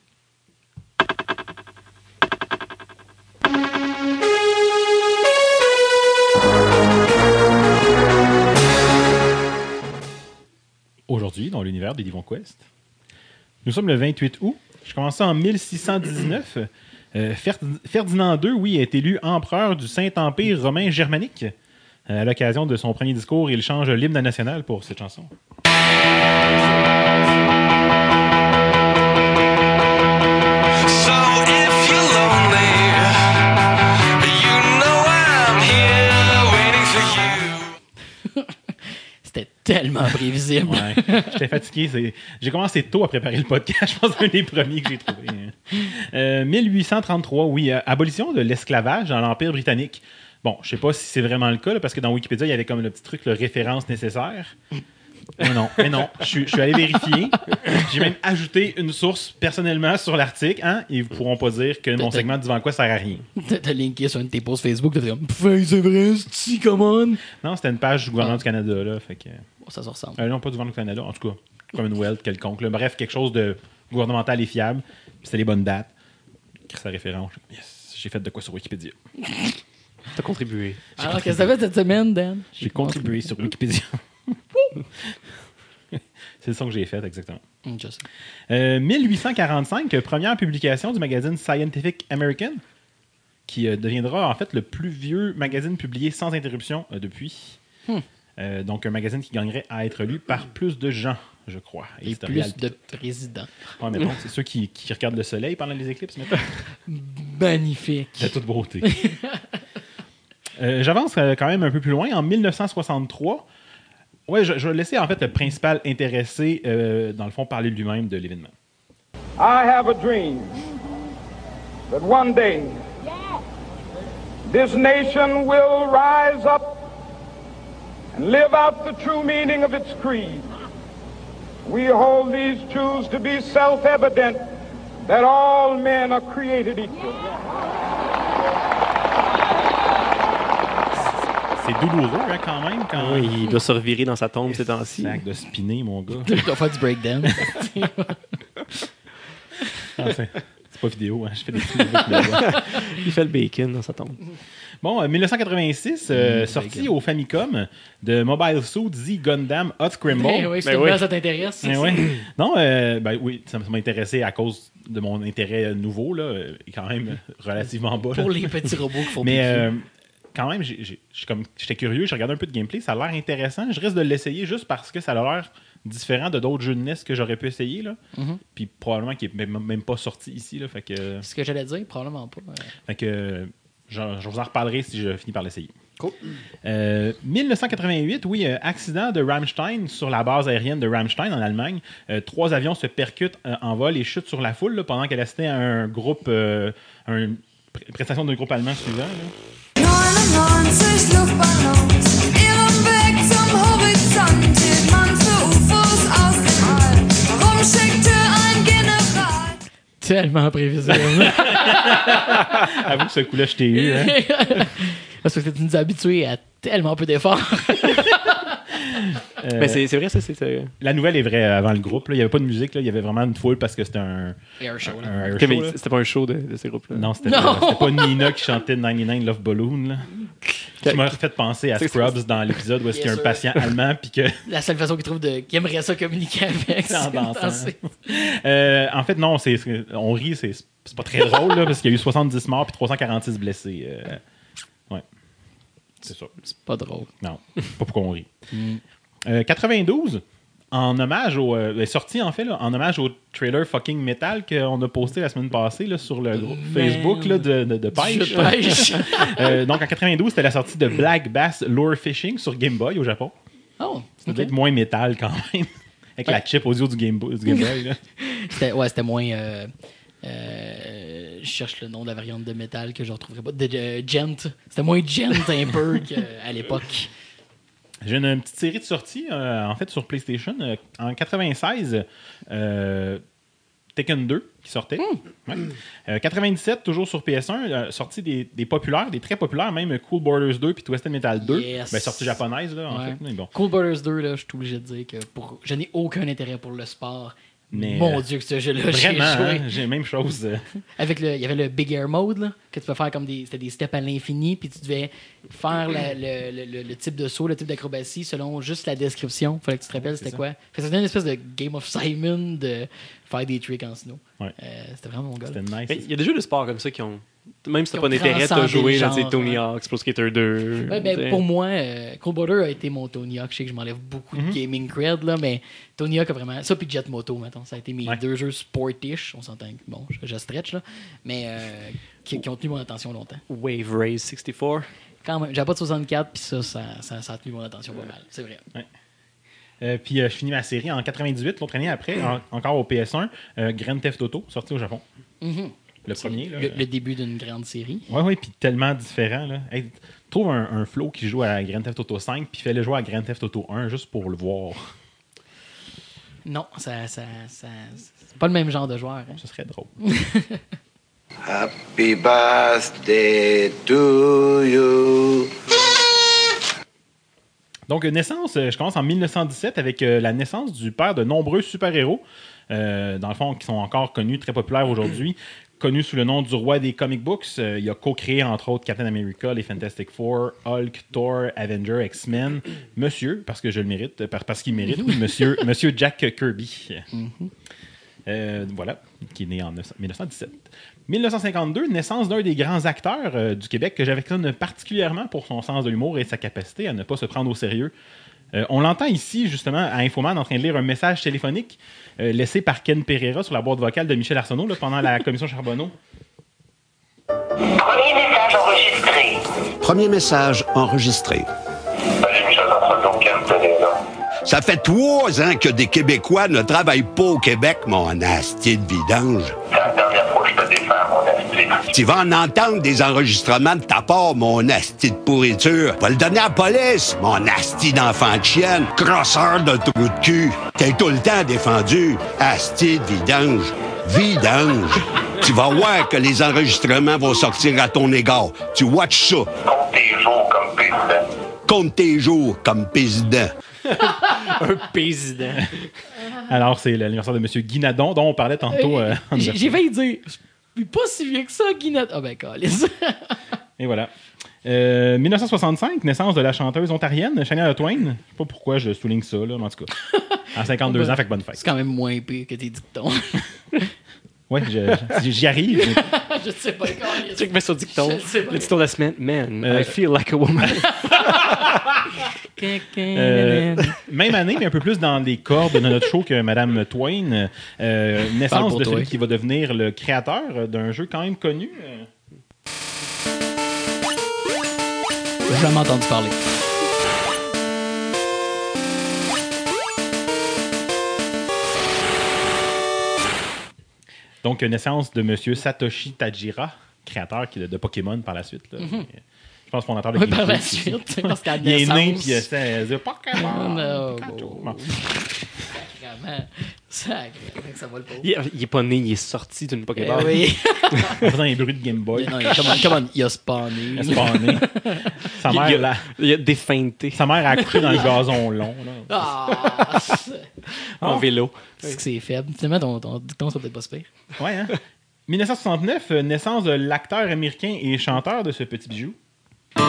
Aujourd'hui, dans l'univers des Devon Quest, nous sommes le vingt-huit août. Je commençais en mille six cent dix-neuf. Euh, Ferd- Ferdinand deux, oui, est élu empereur du Saint-Empire romain germanique. Euh, à l'occasion de son premier discours, il change l'hymne national pour cette chanson. So if you're lonely, you know I'm here waiting for you. C'était tellement prévisible. Ouais, j'étais fatigué. C'est... J'ai commencé tôt à préparer le podcast. Je pense que c'est un des premiers que j'ai trouvé. Euh, mille huit cent trente-trois, oui, euh, abolition de l'esclavage dans l'Empire britannique. Bon, je sais pas si c'est vraiment le cas, là, parce que dans Wikipédia, il y avait comme le petit truc, le référence nécessaire. Mais non, mais non. Je suis, je suis allé vérifier. J'ai même ajouté une source personnellement sur l'article. Hein, et vous pourront pas dire que mon segment de Devant quoi sert à rien. T'as linké sur une de tes posts Facebook, t'as fait comme, Fait, c'est vrai, c'est come on. Non, c'était une page du gouvernement du Canada. Là, fait que... Bon, ça se ressemble. Euh, non, pas du gouvernement du Canada. En tout cas, Commonwealth quelconque. Là. Bref, quelque chose de gouvernemental et fiable. Puis c'était les bonnes dates. Sa référence. Yes, j'ai fait de quoi sur Wikipédia. T'as contribué. Alors, qu'est-ce que t'as fait cette semaine, Dan? J'ai contribué sur Wikipédia. C'est le son que j'ai fait, exactement. Hum, je sais. Euh, mille huit cent quarante-cinq, première publication du magazine Scientific American, qui euh, deviendra en fait le plus vieux magazine publié sans interruption euh, depuis. Hmm. Euh, donc un magazine qui gagnerait à être lu par plus de gens, je crois. Et c'est plus réel- de présidents. Ouais, mais bon, c'est ceux qui, qui regardent le soleil pendant les éclipses, mettons. Magnifique. De toute beauté. Euh, j'avance euh, quand même un peu plus loin. En mille neuf cent soixante-trois, ouais, je, je vais laisser en fait le principal intéressé, euh, dans le fond, parler lui-même de l'événement. I have a dream that one day this nation will rise up and live out the true meaning of its creed. We hold these truths to be self-evident that all men are created equal. C'est douloureux, hein, quand même. Quand... Oui, il doit se revirer dans sa tombe ces temps-ci. Sac de spinner, mon gars. Tu dois faire du breakdown. Ah, c'est, c'est pas vidéo, hein. Je fais des petits mouvements avec mes doigts. Il fait le bacon dans sa tombe. Bon, euh, mille neuf cent quatre-vingt-six, euh, Mmh, sorti bacon. au Famicom de Mobile Suit Z Gundam Hot Scramble. Ben oui, Ben c'est oui. ça t'intéresse. Eh ouais. Non, euh, ben oui, ça m'a intéressé à cause de mon intérêt nouveau, là, euh, quand même relativement bas. là. Pour les petits robots qu'il faut Mais piquer. euh, quand même, j'ai, j'ai, j'ai comme, j'étais curieux, j'ai regardé un peu de gameplay, ça a l'air intéressant. Je risque de l'essayer juste parce que ça a l'air différent de d'autres jeux de N E S que j'aurais pu essayer. Là. Mhm. Puis probablement qu'il n'est même, même pas sorti ici. Là, fait que, C'est ce que j'allais dire, probablement pas. euh. fait que je, je vous en reparlerai si je finis par l'essayer. Cool. Euh, mille neuf cent quatre-vingt-huit, oui, euh, accident de Rammstein sur la base aérienne de Rammstein en Allemagne. Euh, trois avions se percutent euh, en vol et chutent sur la foule là, pendant qu'elle assistait à un groupe, euh, à une pr- prestation d'un groupe allemand suivant. Là. neunundneunzig Luftballons, ihrem Weg zum Horizont hielt man für U F Os aus dem All. Warum schickte ein General tellement prévisible. Avoue que ce coup-là, je t'ai eu. Hein? Parce que tu nous as habitués à tellement peu d'efforts. Euh, Mais c'est c'est vrai, ça. c'est- c'est- La nouvelle est vraie avant le groupe. là. Il n'y avait pas de musique. Là. Il y avait vraiment une foule parce que c'était un, Air show, là. un air Ok, show, mais là. c'était pas un show de, de ces groupes-là. Non, c'était Non. pas, c'était pas Nina qui chantait ninety-nine Love Balloon. Là. Tu m'as fait penser à C'est- Scrubs dans l'épisode où est-ce qu'il y a un Bien sûr. patient allemand puis que La seule façon qu'il trouve de. qu'il aimerait ça communiquer avec, c'est en c'est dansant. danser. Euh, en fait, non, c'est, c'est- on rit, c'est, c'est pas très drôle là, parce qu'il y a eu soixante-dix morts puis trois cent quarante-six blessés. Euh, ouais. C'est ça. C'est pas drôle. Non, pas pourquoi on rit. Euh, quatre-vingt-douze, en hommage au. Euh, est sorti en fait, là, en hommage au trailer fucking metal qu'on a posté la semaine passée là, sur le groupe Facebook là, de, de, de pêche. Du jeu de pêche. Euh, donc en quatre-vingt-douze, c'était la sortie de Black Bass Lure Fishing sur Game Boy au Japon. Oh, C'était ok. peut-être moins métal quand même. Avec la chip audio du Game Boy. Du Game Boy là. C'était, ouais, c'était moins. Euh, euh, je cherche le nom de la variante de métal que je retrouverai pas. De, de- gent. C'était moins gent un peu qu'à l'époque. J'ai une, une petite série de sorties, euh, en fait, sur PlayStation. Euh, en quatre-vingt-seize, euh, Tekken deux qui sortait. Ouais. Euh, quatre-vingt-dix-sept, toujours sur P S un, euh, sorti des, des populaires, des très populaires, même Cool Borders deux puis Twisted Metal deux. Yes. Ben, sortie japonaise, là, en Ouais. fait. Mais bon. Cool Borders deux, là, je suis obligé de dire que pour... je n'ai aucun intérêt pour le sport. Mais, Mon euh, Dieu, que ce jeu-là, j'ai Vraiment, joué. hein, j'ai la même chose. euh, Avec le, il y avait le Big Air Mode, là, que tu peux faire comme des, c'était des steps à l'infini, puis tu devais faire la- le, le- le- le type de saut, le type d'acrobatie selon juste la description. Fallait que tu te rappelles c'était ça. quoi. Fait que c'était une espèce de Game of Simon de faire des tricks en snow. Ouais. Euh, c'était vraiment mon gars. C'était nice. Mais il y a des jeux de sport comme ça qui ont. Même si Qui t'as pas ont d'intérêt, t'as transcendé joué le là, tu sais, genre, Tony ouais. Hawk's, Pro Skater deux. Ouais, ben, t'sais. pour moi, euh, Cold Border a été mon Tony Hawk. Je sais que je m'enlève beaucoup de gaming cred, là, mais Tony Hawk a vraiment. Ça, puis Jet Moto, mettons. Ça a été mes Ouais. deux jeux sportish. On s'entend. que, Bon, je, je stretch, là. Mais euh, qui, qui ont tenu mon attention longtemps. Wave Race soixante-quatre. Quand même. J'avais pas de soixante-quatre, puis ça, ça, ça, ça a tenu mon attention pas mal. C'est vrai. Euh, puis euh, je finis ma série en quatre-vingt-dix-huit, l'autre année après, en- encore au P S un, euh, Grand Theft Auto, sorti au Japon. Mhm. Le premier. Là, Le, le début d'une grande série. Ouais, ouais, puis tellement différent. Là. Hey, trouve un, un flow qui joue à Grand Theft Auto cinq, puis fais-le jouer à Grand Theft Auto un juste pour le voir. Non, ça, ça, ça, c'est pas le même genre de joueur. Hein. Ce serait drôle. Happy birthday to you. Donc, euh, naissance, euh, je commence en mille neuf cent dix-sept avec euh, la naissance du père de nombreux super-héros, euh, dans le fond, qui sont encore connus, très populaires aujourd'hui, connus sous le nom du roi des comic books. Euh, il a co-créé, entre autres, Captain America, les Fantastic Four, Hulk, Thor, Avenger, X-Men, Monsieur, parce que je le mérite, par- parce qu'il mérite, oui, Monsieur, Monsieur Jack Kirby. Euh, voilà, qui est né en mille neuf cent dix-sept. mille neuf cent cinquante-deux, naissance d'un des grands acteurs euh, du Québec que j'affectionne particulièrement pour son sens de l'humour et sa capacité à ne pas se prendre au sérieux. Euh, on l'entend ici, justement, à Infoman, en train de lire un message téléphonique euh, laissé par Ken Pereira sur la boîte vocale de Michel Arsenault là, pendant la commission Charbonneau. Premier message enregistré. Premier message enregistré. Salut Michel Arsenault, Ken Pereira. Ça fait trois ans que des Québécois ne travaillent pas au Québec, mon asti de vidange. C'est la dernière fois que je te défends, mon asti. Tu vas en entendre des enregistrements de ta part, mon asti de pourriture. Va le donner à la police, mon asti d'enfant de chienne, crosseur de trou de cul. T'es tout le temps défendu, asti de vidange. Vidange. Tu vas voir que les enregistrements vont sortir à ton égard. Tu watch ça. Compte tes jours comme président. Compte tes jours comme président. Un président. Alors, c'est l'anniversaire de M. Guy Nadon, dont on parlait tantôt. euh, en J'ai, ouverture. j'ai failli dire, je suis pas si vieux que ça, Guinette. Ah ben, calisse. Et voilà. Euh, mille neuf cent soixante-cinq, naissance de la chanteuse ontarienne Shania Twain. Je sais pas pourquoi je souligne ça, là, mais en tout cas. À cinquante-deux ans, fait que bonne fête. C'est quand même moins pire que tes dictons. Ouais, je- je- j'y arrive. mais- Je sais pas, calisse. Tu mets sur dicton. Je sais pas. Le dicton de la semaine. Man, Euh, I feel like a woman. Euh, même année, mais un peu plus dans les cordes de notre show que Madame Twain. Euh, Parle naissance pour de toi. celui qui va devenir le créateur d'un jeu quand même connu. Euh, J'ai jamais entendu parler. Donc, naissance de Monsieur Satoshi Tajira, créateur qui- de Pokémon par la suite. Là. Je pense fondateur de Oui, Game par la Freak aussi. suite. Parce qu'à la Il est né, naissance- puis euh, c'était euh, Pokémon. Non. Pikachu. Bon. Sacrement. Sacrement que ça va le pauvre. Il, il est pas né, il est sorti d'une Eh Pokéball. oui. En faisant un bruit de Game Boy. Non, il, comment, comment, il a spawné. Il a spawné. Sa mère, il, a, là, il a défeinté sa mère a accouché dans le gazon long. Là. Ah! c'est- en vélo. C'est que c'est faible. Finalement, ton, ton dicton, ça peut-être pas se pire. Ouais, hein? dix-neuf cent soixante-neuf, euh, naissance de l'acteur américain et chanteur de ce petit bijou. Oh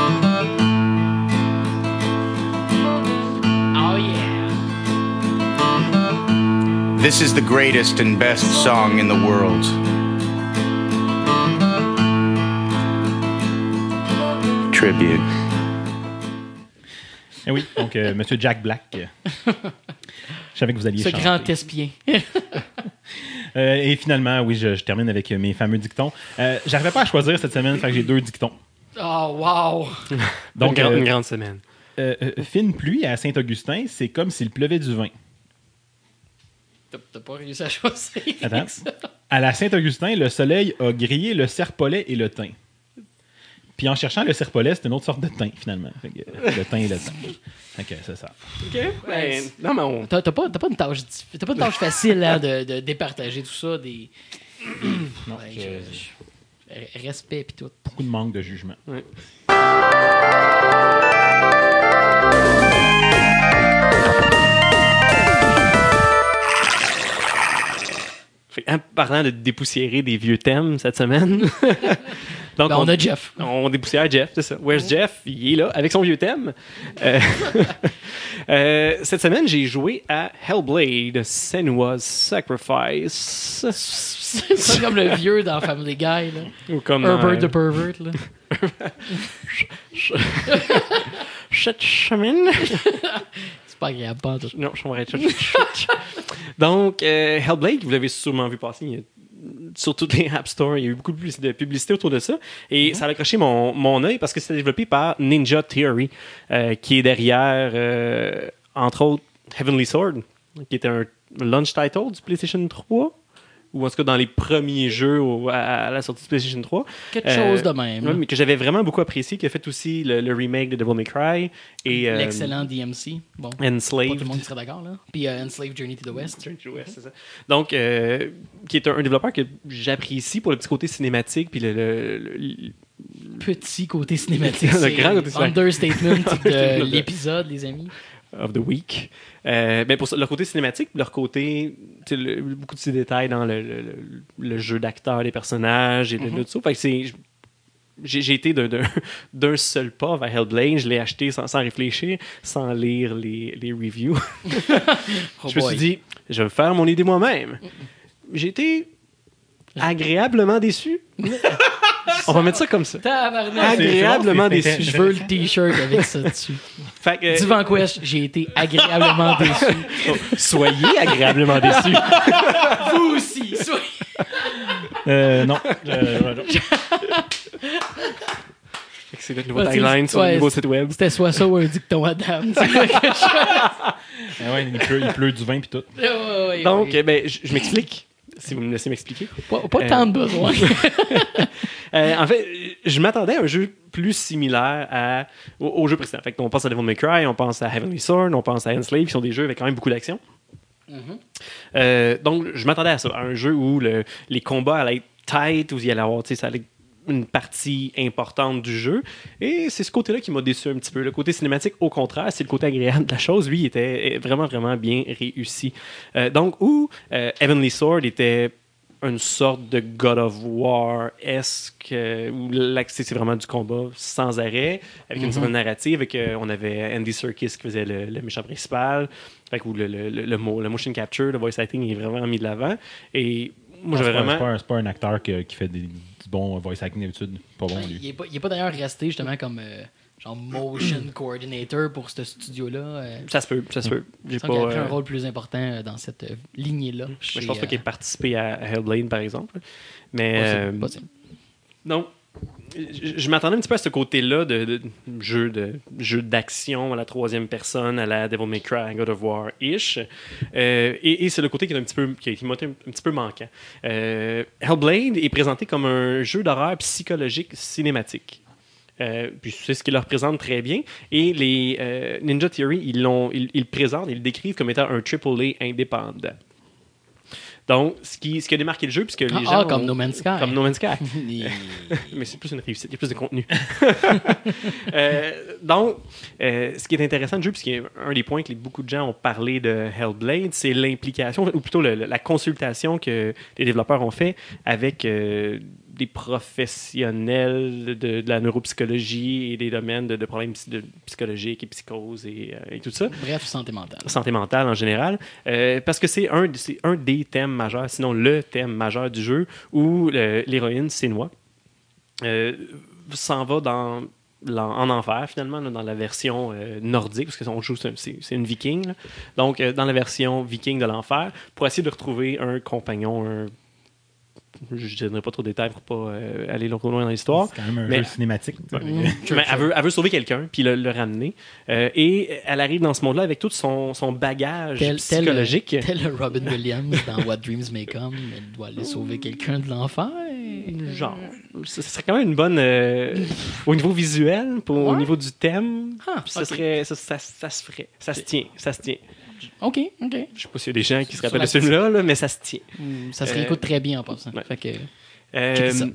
yeah! This is the greatest and best song in the world. Tribute. Eh oui, donc euh, Monsieur Jack Black. euh, Je savais que vous alliez Ce chanter. grand espien. Euh, et finalement, oui, je, je termine avec mes fameux dictons. Euh, J'arrivais pas à choisir cette semaine, fait que j'ai deux dictons. Oh, wow! Donc, une, grande, euh, une grande semaine. euh, euh, fine pluie à Saint-Augustin, c'est comme s'il pleuvait du vin. T'as t'as pas réussi à choisir. Attends. ça. À la Saint-Augustin, le soleil a grillé le serpolet et le thym. Puis en cherchant le serpolet, c'est une autre sorte de thym, finalement. Fait que, euh, le thym et le thym. Ok, c'est ça. OK. Ben, non, mais on... T'as t'as pas, t'as pas une tâche, dif- t'as pas une tâche facile hein, de, de départager tout ça. Des... Non, Ouais, je- je- je- respect pis tout. beaucoup de manque de jugement. Ouais. Fait, en parlant de dépoussiérer des vieux thèmes cette semaine. Donc, Ben, on a Jeff. On dépoussière Jeff, c'est ça. Where's Jeff? Il est là, avec son vieux thème. Euh, euh, cette semaine, j'ai joué à Hellblade, Senua's Sacrifice. C'est comme le vieux dans Family Guy. Là. Ou comme... Herbert euh, the Pervert. Là. Cette semaine... C'est pas agréable, pas en tout. Non, je m'arrête. Donc, euh, Hellblade, vous l'avez sûrement vu passer. Il y a- sur toutes les App Store, il y a eu beaucoup de publicité autour de ça. Et ça a accroché mon, mon œil parce que c'était développé par Ninja Theory, euh, qui est derrière, euh, entre autres, Heavenly Sword, qui était un launch title du PlayStation trois, ou en tout cas dans les premiers jeux au- à, à la sortie du PlayStation trois. Quelque Euh, chose de même. ouais, mais que j'avais vraiment beaucoup apprécié, qui a fait aussi le, le remake de Devil May Cry et euh, L'excellent D M C. Bon, pas Enslaved. tout le monde qui serait d'accord. là. Puis euh, Enslaved Journey to the West. Journey to the West, c'est ça. Donc, euh, qui est un, un développeur que j'apprécie pour le petit côté cinématique, puis le, le- le- Petit côté cinématique. Le c'est grand côté cinématique. understatement de l'épisode, les amis. of the week. Euh, ben pour ça, leur côté cinématique, leur côté, tu sais, le- beaucoup de petits détails dans le, le, le- le jeu d'acteurs, des personnages et de, Mhm. de tout ça. Fait que c'est, j'ai, j'ai été d'un, d'un, d'un seul pas vers Hellblade. Je l'ai acheté sans, sans réfléchir, sans lire les, les reviews. Oh je me boy. suis dit, je vais me faire mon idée moi-même. J'ai été agréablement déçu. On va mettre ça comme ça. Tabarnak. Agréablement c'est- c'est- déçu. Je veux le t-shirt avec ça dessus. Fait que, Dis Vanquest, j'ai été agréablement déçu. soyez agréablement déçus. Vous aussi, soyez. Euh, non. Je- je- Fait que c'est notre nouveau Ouais, tagline c'est- sur ouais, le nouveau c'est- site web. C'était soit ça ou un dicton Adam. tu sais, quelque chose. Ah ouais, il, pleut, il pleut du vin puis tout. Ouais, ouais, Donc, ouais. eh ben, je, je m'explique, si vous me laissez m'expliquer. Pas, pas tant de besoin. Euh, en fait, je m'attendais à un jeu plus similaire à, au, au jeu précédent. Fait que on pense à Devil May Cry, on pense à Heavenly Sword, on pense à Enslaved, qui sont des jeux avec quand même beaucoup d'action. Euh, donc, je m'attendais à ça, à un jeu où le- les combats allaient être tight, où il allait avoir, tu sais, ça allait être une partie importante du jeu. Et c'est ce côté-là qui m'a déçu un petit peu. Le côté cinématique, au contraire, c'est le côté agréable de la chose. Lui, il était vraiment, vraiment bien réussi. Euh, donc, où euh, Heavenly Sword était une sorte de God of War-esque, euh, où l'accès, c'est vraiment du combat sans arrêt, avec une Mhm. certaine narrative, avec, euh, on avait Andy Serkis qui faisait le, le méchant principal, fait que, où le, le, le, le, mo- le motion capture, le voice acting est vraiment mis de l'avant, et moi C'est j'avais pas- vraiment... C'est pas, un- c'est pas un acteur que- qui fait des, du bon voice acting d'habitude. Pas bon, il lui. est pas, il est pas d'ailleurs resté justement comme euh, genre motion coordinator pour ce studio-là. Euh, Ça se peut, ça se peut. il J'ai me pas... semble qu'il a pris euh, un rôle plus important euh, dans cette euh, lignée-là. mais chez, je pense pas euh, qu'il ait participé à, à Hellblade, par exemple. Mais... possible, euh, possible. Non. Je, je m'attendais un petit peu à ce côté-là de, de jeu de jeu d'action à la troisième personne, à la Devil May Cry, God of War-ish. Euh, et et c'est le côté qui, est un petit peu, qui, qui m'a été un, un petit peu manquant. Euh, Hellblade est présenté comme un jeu d'horreur psychologique cinématique. Euh, puis c'est ce qui le représente très bien. Et les euh, Ninja Theory, ils, l'ont, ils, ils le présentent, ils le décrivent comme étant un triple A indépendant. Donc, ce qui, ce qui a démarqué le jeu, puisque les Ah, gens... ah, comme ont- No Man's Sky. Comme No Man's Sky. Et- Mais c'est plus une réussite, il y a plus de contenu. Euh, donc, euh, ce qui est intéressant du jeu, puisqu'il y a un des points que les- beaucoup de gens ont parlé de Hellblade, c'est l'implication, ou plutôt le- le- la consultation que les développeurs ont fait avec euh, des professionnels de, de la neuropsychologie et des domaines de, de problèmes psy- de- psychologiques et psychose et, euh, et tout ça. Bref, santé mentale. Santé mentale en général, euh, parce que c'est un, c'est un des thèmes majeurs, sinon le thème majeur du jeu, où euh, l'héroïne Senua euh, s'en va dans, l'en- en enfer, finalement, là, dans la version euh, nordique, parce que on joue, c'est, c'est c'est une viking. Là. Donc, euh, dans la version viking de l'enfer, pour essayer de retrouver un compagnon, un je ne donnerai pas trop de détails pour pas euh, aller trop loin dans l'histoire. C'est quand même un Mais- jeu cinématique. tu sais. Ouais. Mais elle, veut, elle veut sauver quelqu'un puis le, le ramener. Euh, et elle arrive dans ce monde-là avec tout son, son bagage Tel, tel, psychologique. tel Robin Williams dans What Dreams May Come, elle doit aller sauver quelqu'un de l'enfer. Genre, ce serait quand même une bonne. euh, au niveau visuel, pour, au Ouais. niveau du thème, Ah, puis ça, ok. serait, ça, ça, ça se ferait. Ça se tient. Ça se tient. OK, OK. Je sais pas s'il y a des gens qui se Sur rappellent la de ce film-là, là, mais ça se tient. Ça se Euh, réécoute très bien en passant. ouais. Fait que, Euh, checkez ça.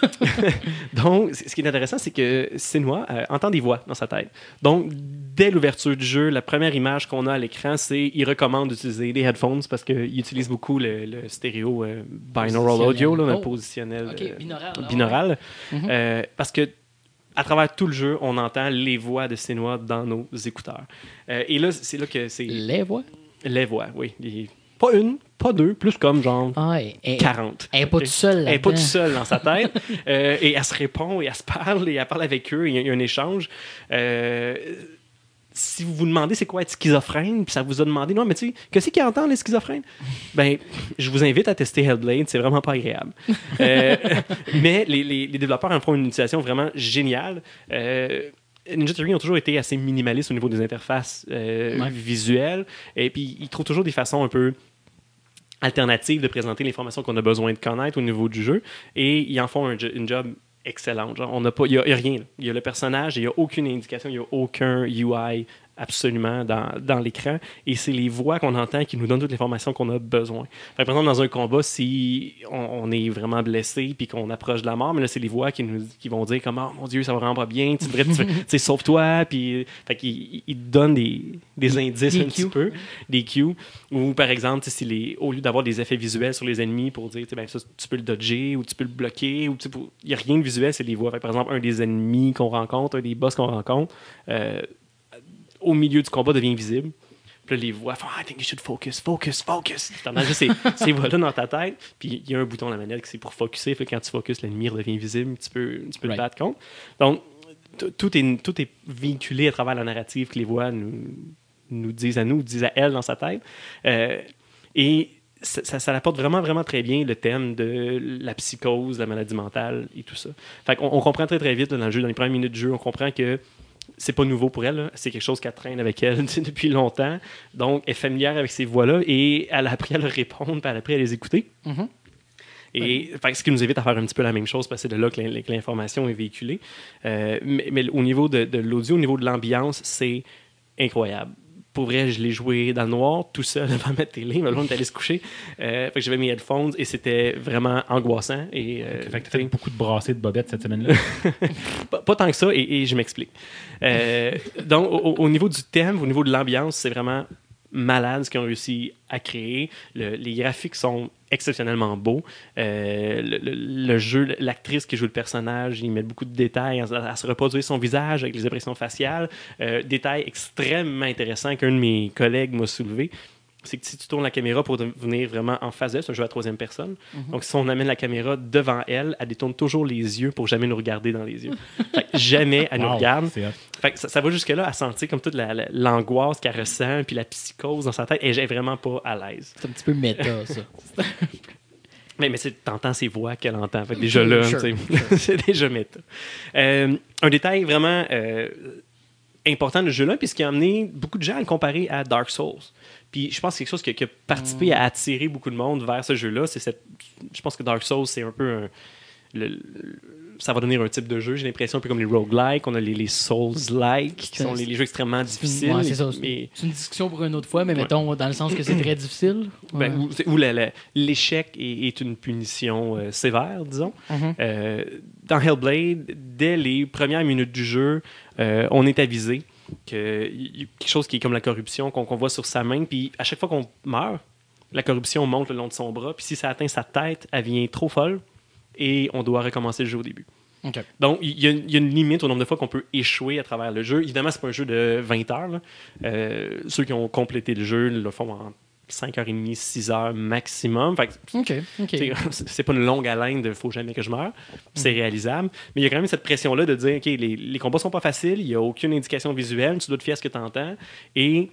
donc, c- ce qui est intéressant, c'est que Senua euh, entend des voix dans sa tête. Donc, dès l'ouverture du jeu, la première image qu'on a à l'écran, c'est il recommande d'utiliser des headphones parce qu'il utilise beaucoup le, le stéréo euh, binaural audio, là, le Oh. positionnel OK, euh, binaural, ah binaural. ouais. Mhm. Euh, parce que à travers tout le jeu, on entend les voix de Senua dans nos écouteurs. Euh, et là, c'est là que c'est... Les voix? Les voix, oui. Les- Pas une, pas deux, plus comme genre Ah, elle- elle- quarante. Elle n'est pas Ok? toute seule Elle n'est pas là-dedans. toute seule dans sa tête. Euh, et elle se répond et elle se parle et elle parle avec eux. Il y a, il y a un échange. Euh, si vous vous demandez c'est quoi être schizophrène, puis ça vous a demandé, non, mais tu sais, qu'est-ce qu'ils entendent les schizophrènes? Ben, je vous invite à tester Hellblade, c'est vraiment pas agréable. Euh, mais les, les- les développeurs en font une utilisation vraiment géniale. Euh, Ninja Theory ont toujours été assez minimalistes au niveau des interfaces euh, Ouais. visuelles. Et puis, ils trouvent toujours des façons un peu alternatives de présenter l'information qu'on a besoin de connaître au niveau du jeu. Et ils en font un, jo- une job excellente. Genre, on n'a pas, il n'y a, il y a rien. là. Il y a le personnage, il n'y a aucune indication, il n'y a aucun U I absolument dans, dans l'écran. Et c'est les voix qu'on entend qui nous donnent toute l'information qu'on a besoin. Fait que, par exemple, dans un combat, si on, on est vraiment blessé puis qu'on approche de la mort, mais là, c'est les voix qui, nous, qui vont dire comme « Oh mon Dieu, ça va vraiment pas bien, tu devrais, tu sais, sauve-toi ». Puis, fait qu'ils ils te donnent des, des indices des un petit cues. peu, des cues. Ou par exemple, tu sais, si les, au lieu d'avoir des effets visuels sur les ennemis pour dire tu sais, ben, ça, tu peux le dodger ou tu peux le bloquer, ou tu sais, pour- il n'y a rien de visuel, c'est les voix. Fait que, par exemple, un des ennemis qu'on rencontre, un des boss qu'on rencontre, euh, au milieu du combat devient visible. Puis là, les voix font I think you should focus, focus, focus. T'entends juste ces, ces voix-là dans ta tête. Puis il y a un bouton à la manette qui c'est pour focuser. Fait que quand tu focuses, l'ennemi redevient visible. Tu peux, tu peux Right. le battre contre. Donc, t- tout est, tout est véhiculé à travers la narrative que les voix nous, nous disent à nous, disent à elle dans sa tête. Euh, et ça, ça, ça apporte vraiment, vraiment très bien le thème de la psychose, la maladie mentale et tout ça. Fait qu'on on comprend très, très vite là, dans le jeu, dans les premières minutes du jeu, on comprend que c'est pas nouveau pour elle. là. C'est quelque chose qu'elle traîne avec elle tu sais, depuis longtemps. Donc, elle est familière avec ces voix-là et elle a appris à leur répondre, puis elle a appris à les écouter. Mhm. Et fait que ce qui nous invite à faire un petit peu la même chose, parce que c'est de là que l'in- que l'information est véhiculée. Euh, mais, mais au niveau de, de l'audio, au niveau de l'ambiance, c'est incroyable. Pour vrai, je l'ai joué dans le noir, tout seul devant ma télé. Mais là, on est allé se coucher. Euh, fait que j'avais mes headphones et c'était vraiment angoissant. Et, euh, Fait que t'as fait beaucoup de brassées de bobettes cette semaine-là. pas, pas tant que ça, et, et je m'explique. Euh, donc, au, au niveau du thème, au niveau de l'ambiance, c'est vraiment malade ce qu'ils ont réussi à créer. Le- les graphiques sont exceptionnellement beaux. Euh, le, le- le jeu, l'actrice qui joue le personnage, il met beaucoup de détails à, à se reproduire son visage avec les expressions faciales. Euh, détail extrêmement intéressant qu'un de mes collègues m'a soulevé. C'est que si tu tournes la caméra pour venir vraiment en face d'elle, c'est un jeu à troisième personne. Mhm. Donc, si on amène la caméra devant elle, elle détourne toujours les yeux pour jamais nous regarder dans les yeux. Fait que jamais elle nous Wow, regarde. c'est hot. Fait que ça, ça va jusque-là à sentir comme toute la- la- l'angoisse qu'elle ressent, puis la psychose dans sa tête, et elle est vraiment pas à l'aise. C'est un petit peu méta, ça. Mais, mais c'est- t'entends ses voix qu'elle entend. Fait que déjà là, Sure, tu sais, c'est déjà méta. Euh, un détail vraiment euh, important de ce jeu-là, puis ce qui a amené beaucoup de gens à le comparer à Dark Souls. Puis je pense que c'est quelque chose qui a, qui a participé à attirer beaucoup de monde vers ce jeu-là. C'est cette, je pense que Dark Souls, c'est un peu un, le- le- ça va devenir un type de jeu, j'ai l'impression, un peu comme les roguelikes, on a les, les Souls-like, qui C'est- sont les, les jeux extrêmement difficiles. Ouais, c'est ça. C'est mais- c'est une discussion pour une autre fois, mais mettons dans le sens que c'est très difficile. Ben, Ouais. où c'est- où la- la- l'échec est, est une punition euh, sévère, disons. Mhm. Euh, dans Hellblade, dès les premières minutes du jeu, euh, on est avisé qu'il y a quelque chose qui est comme la corruption qu'on qu'on voit sur sa main, puis à chaque fois qu'on meurt, la corruption monte le long de son bras, puis si ça atteint sa tête, elle vient trop folle, et on doit recommencer le jeu au début. OK. Donc, il y, a- il y a une limite au nombre de fois qu'on peut échouer à travers le jeu. Évidemment, c'est pas un jeu de vingt heures. Là. Euh, ceux qui ont complété le jeu le font en cinq heures trente, six heures maximum. Fait que, OK. OK. t'sais, c'est pas une longue haleine de « faut jamais que je meure ». C'est réalisable. Mais il y a quand même cette pression-là de dire « OK, les, les combats sont pas faciles, il y a aucune indication visuelle, tu dois te fier à ce que tu entends. » Et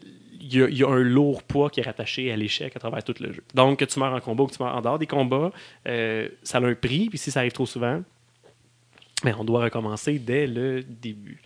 il y, a, il y a un lourd poids qui est rattaché à l'échec à travers tout le jeu. Donc, que tu meurs en combat ou que tu meurs en dehors des combats, euh, ça a un prix. Puis si ça arrive trop souvent, ben, on doit recommencer dès le début.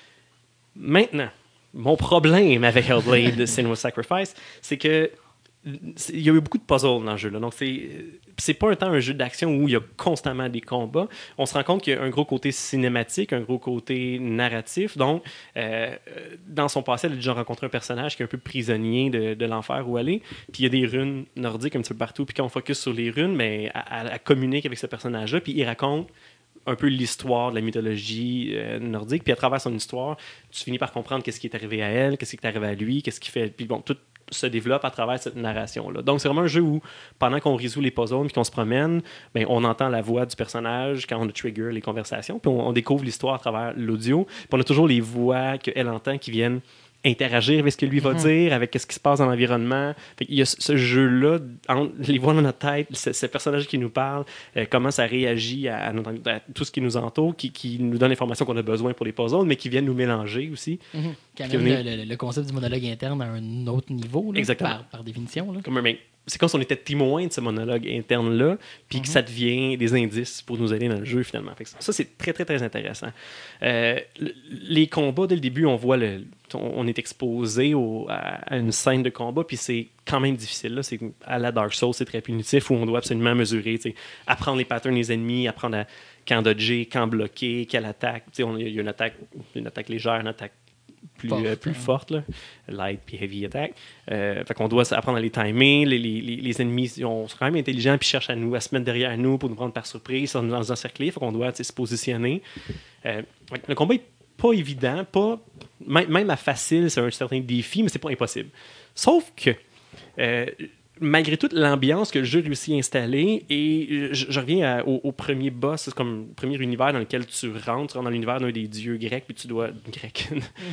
Maintenant, mon problème avec Hellblade Senua's Sacrifice, c'est que c'est- il y a eu beaucoup de puzzles dans le jeu. Là. Donc, c'est, c'est pas un temps un jeu d'action où il y a constamment des combats. On se rend compte qu'il y a un gros côté cinématique, un gros côté narratif. Donc, euh, dans son passé, elle a déjà rencontré un personnage qui est un peu prisonnier de, de l'enfer où aller. Puis il y a des runes nordiques un petit peu partout. Puis quand on focus sur les runes, mais elle, elle- elle communique avec ce personnage-là. Puis il raconte un peu l'histoire de la mythologie euh, nordique. Puis à travers son histoire, tu finis par comprendre qu'est-ce qui est arrivé à elle, qu'est-ce qui est arrivé à lui, qu'est-ce qui fait. Puis bon, tout se développe à travers cette narration-là. Donc, c'est vraiment un jeu où, pendant qu'on résout les puzzles et qu'on se promène, ben, on entend la voix du personnage quand on a trigger les conversations, puis on, on découvre l'histoire à travers l'audio. Puis on a toujours les voix qu'elle entend qui viennent interagir avec ce que lui va Mhm. dire, avec ce qui se passe dans l'environnement. Fait qu'il y a ce, ce jeu-là, entre les voix dans notre tête, ce, ce personnage qui nous parle, euh, comment ça réagit à, à notre- à tout ce qui nous entoure, qui, qui nous donne l'information qu'on a besoin pour les puzzles, mais qui viennent nous mélanger aussi. Mhm. Qui Puis amène venir- le, le- le concept du monologue interne à un autre niveau, là, Exactement. par, par définition. Là. Comme un- ben, c'est comme si on était témoin de ce monologue interne-là, puis que ça devient des indices pour nous aider dans le jeu, finalement. Fait que ça, c'est très, très, très intéressant. Euh, le- les combats, dès le début, on voit le, on, on est exposé au- à, à une scène de combat, puis c'est quand même difficile. Là. C'est, à la Dark Souls, c'est très punitif, où on doit absolument mesurer, tu sais, apprendre les patterns des ennemis, apprendre à, quand dodger, quand bloquer, quelle attaque. Tu sais, on- Il y a une attaque, une attaque légère, une attaque plus, Forte, euh, plus hein. forte, là. Light puis heavy attack. Euh, fait qu'on doit apprendre à les timer. Les, les, les- les ennemis ils sont quand même intelligents puis cherchent à nous, à se mettre derrière nous pour nous prendre par surprise, à nous encercler. Fait qu'on doit tu sais, se positionner. Euh, ouais, le combat est pas évident, pas même, même à facile, c'est un certain défi, mais c'est pas impossible. Sauf que euh, malgré toute l'ambiance que le jeu réussit à installer, et je, je reviens à- au, au premier boss, c'est comme le premier univers dans lequel tu rentres, tu rentres dans l'univers d'un des dieux grecs, puis tu dois... grec...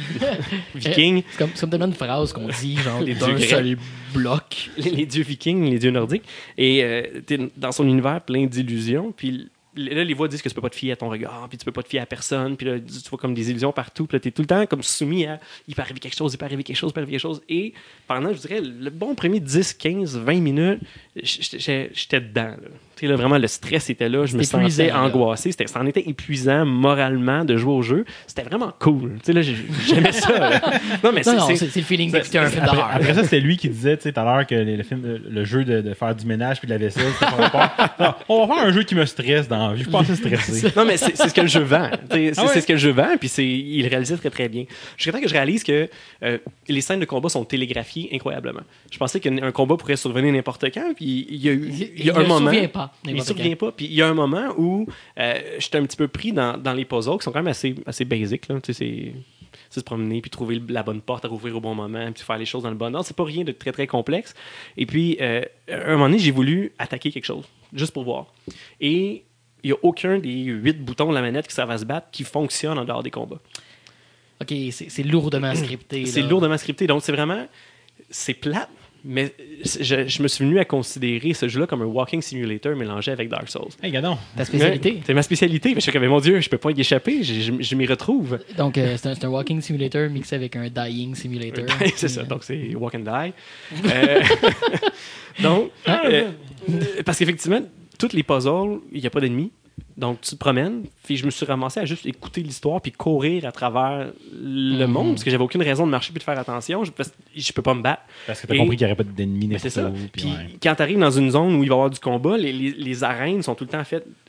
viking. C'est comme, c'est comme tellement une phrase qu'on dit, genre, Les d'un dieux grecs. seul bloc. les, les dieux vikings, les dieux nordiques. Et euh, t'es dans son univers plein d'illusions. Puis là, les voix disent que tu peux pas te fier à ton regard, puis tu peux pas te fier à personne. Puis là, tu vois comme des illusions partout. Puis là, t'es tout le temps comme soumis à il peut arriver quelque chose, il peut arriver quelque chose, il peut arriver quelque chose. Et pendant, je dirais, le bon premier dix, quinze, vingt minutes, j'étais j'étais dedans. Là. Tu sais, là, vraiment, le stress était là. Je me C'était épuisant, sentais là. angoissé. C'était, ça en était épuisant moralement de jouer au jeu. C'était vraiment cool. Tu sais, là, j'ai- j'aimais ça. là. Non, mais Non, non, c'est, c'est, c'est le feeling d'écouter un film Après, d'horreur. après ça, c'était lui qui disait, tu sais, tout à l'heure, que les- le, film, le jeu de, de faire du ménage puis de la vaisselle, c'était pas rapport. Non, on va faire un jeu qui me stresse dans la vie. Je suis pas assez stressé. Non, mais c'est, c'est ce que le jeu vend. T'sais, C'est, Ah ouais. c'est ce que le jeu vend, puis c'est, il le réalisait très, très bien. Jusqu'à temps que je réalise que euh, les scènes de combat sont télégraphiées incroyablement. Je pensais qu'un un combat pourrait survenir n'importe quand, puis il y a, eu, il y a Il un ne moment... souvient pas, Il ne n'importe se souvient pas. Puis il y a un moment où euh, j'étais un petit peu pris dans, dans les puzzles, qui sont quand même assez, assez basiques. Là. Tu sais, c'est... c'est se promener, puis trouver le- la bonne porte à rouvrir au bon moment, puis faire les choses dans le bon ordre. C'est pas rien de très, très complexe. Et puis, euh, à un moment donné, j'ai voulu attaquer quelque chose, juste pour voir. Et il n'y a aucun des huit boutons de la manette qui servent à se battre qui fonctionne en dehors des combats. OK, c'est, c'est lourdement scripté. C'est là. lourdement scripté. Donc, c'est vraiment... C'est plate, mais je, je me suis venu à considérer ce jeu-là comme un walking simulator mélangé avec Dark Souls. Hey, gadon. Ta spécialité. Ouais, c'est ma spécialité. Mais je suis comme, mais mon Dieu, je peux pas y échapper. Je, je- je m'y retrouve. Donc, euh, c'est, un, c'est un walking simulator mixé avec un dying simulator. c'est ça. Donc, c'est walk and die. Euh, donc, euh, parce qu'effectivement, toutes les puzzles, il n'y a pas d'ennemis. Donc, tu te promènes. Puis, je me suis ramassé à juste écouter l'histoire puis courir à travers le Mhm. monde parce que j'avais aucune raison de marcher puis de faire attention. Je, parce que je peux pas me battre. Parce que t'as Et- compris qu'il n'y aurait pas d'ennemis Mais c'est ça. nécessaires. Puis quand tu arrives dans une zone où il va y avoir du combat, les, les, les arènes sont tout le temps faites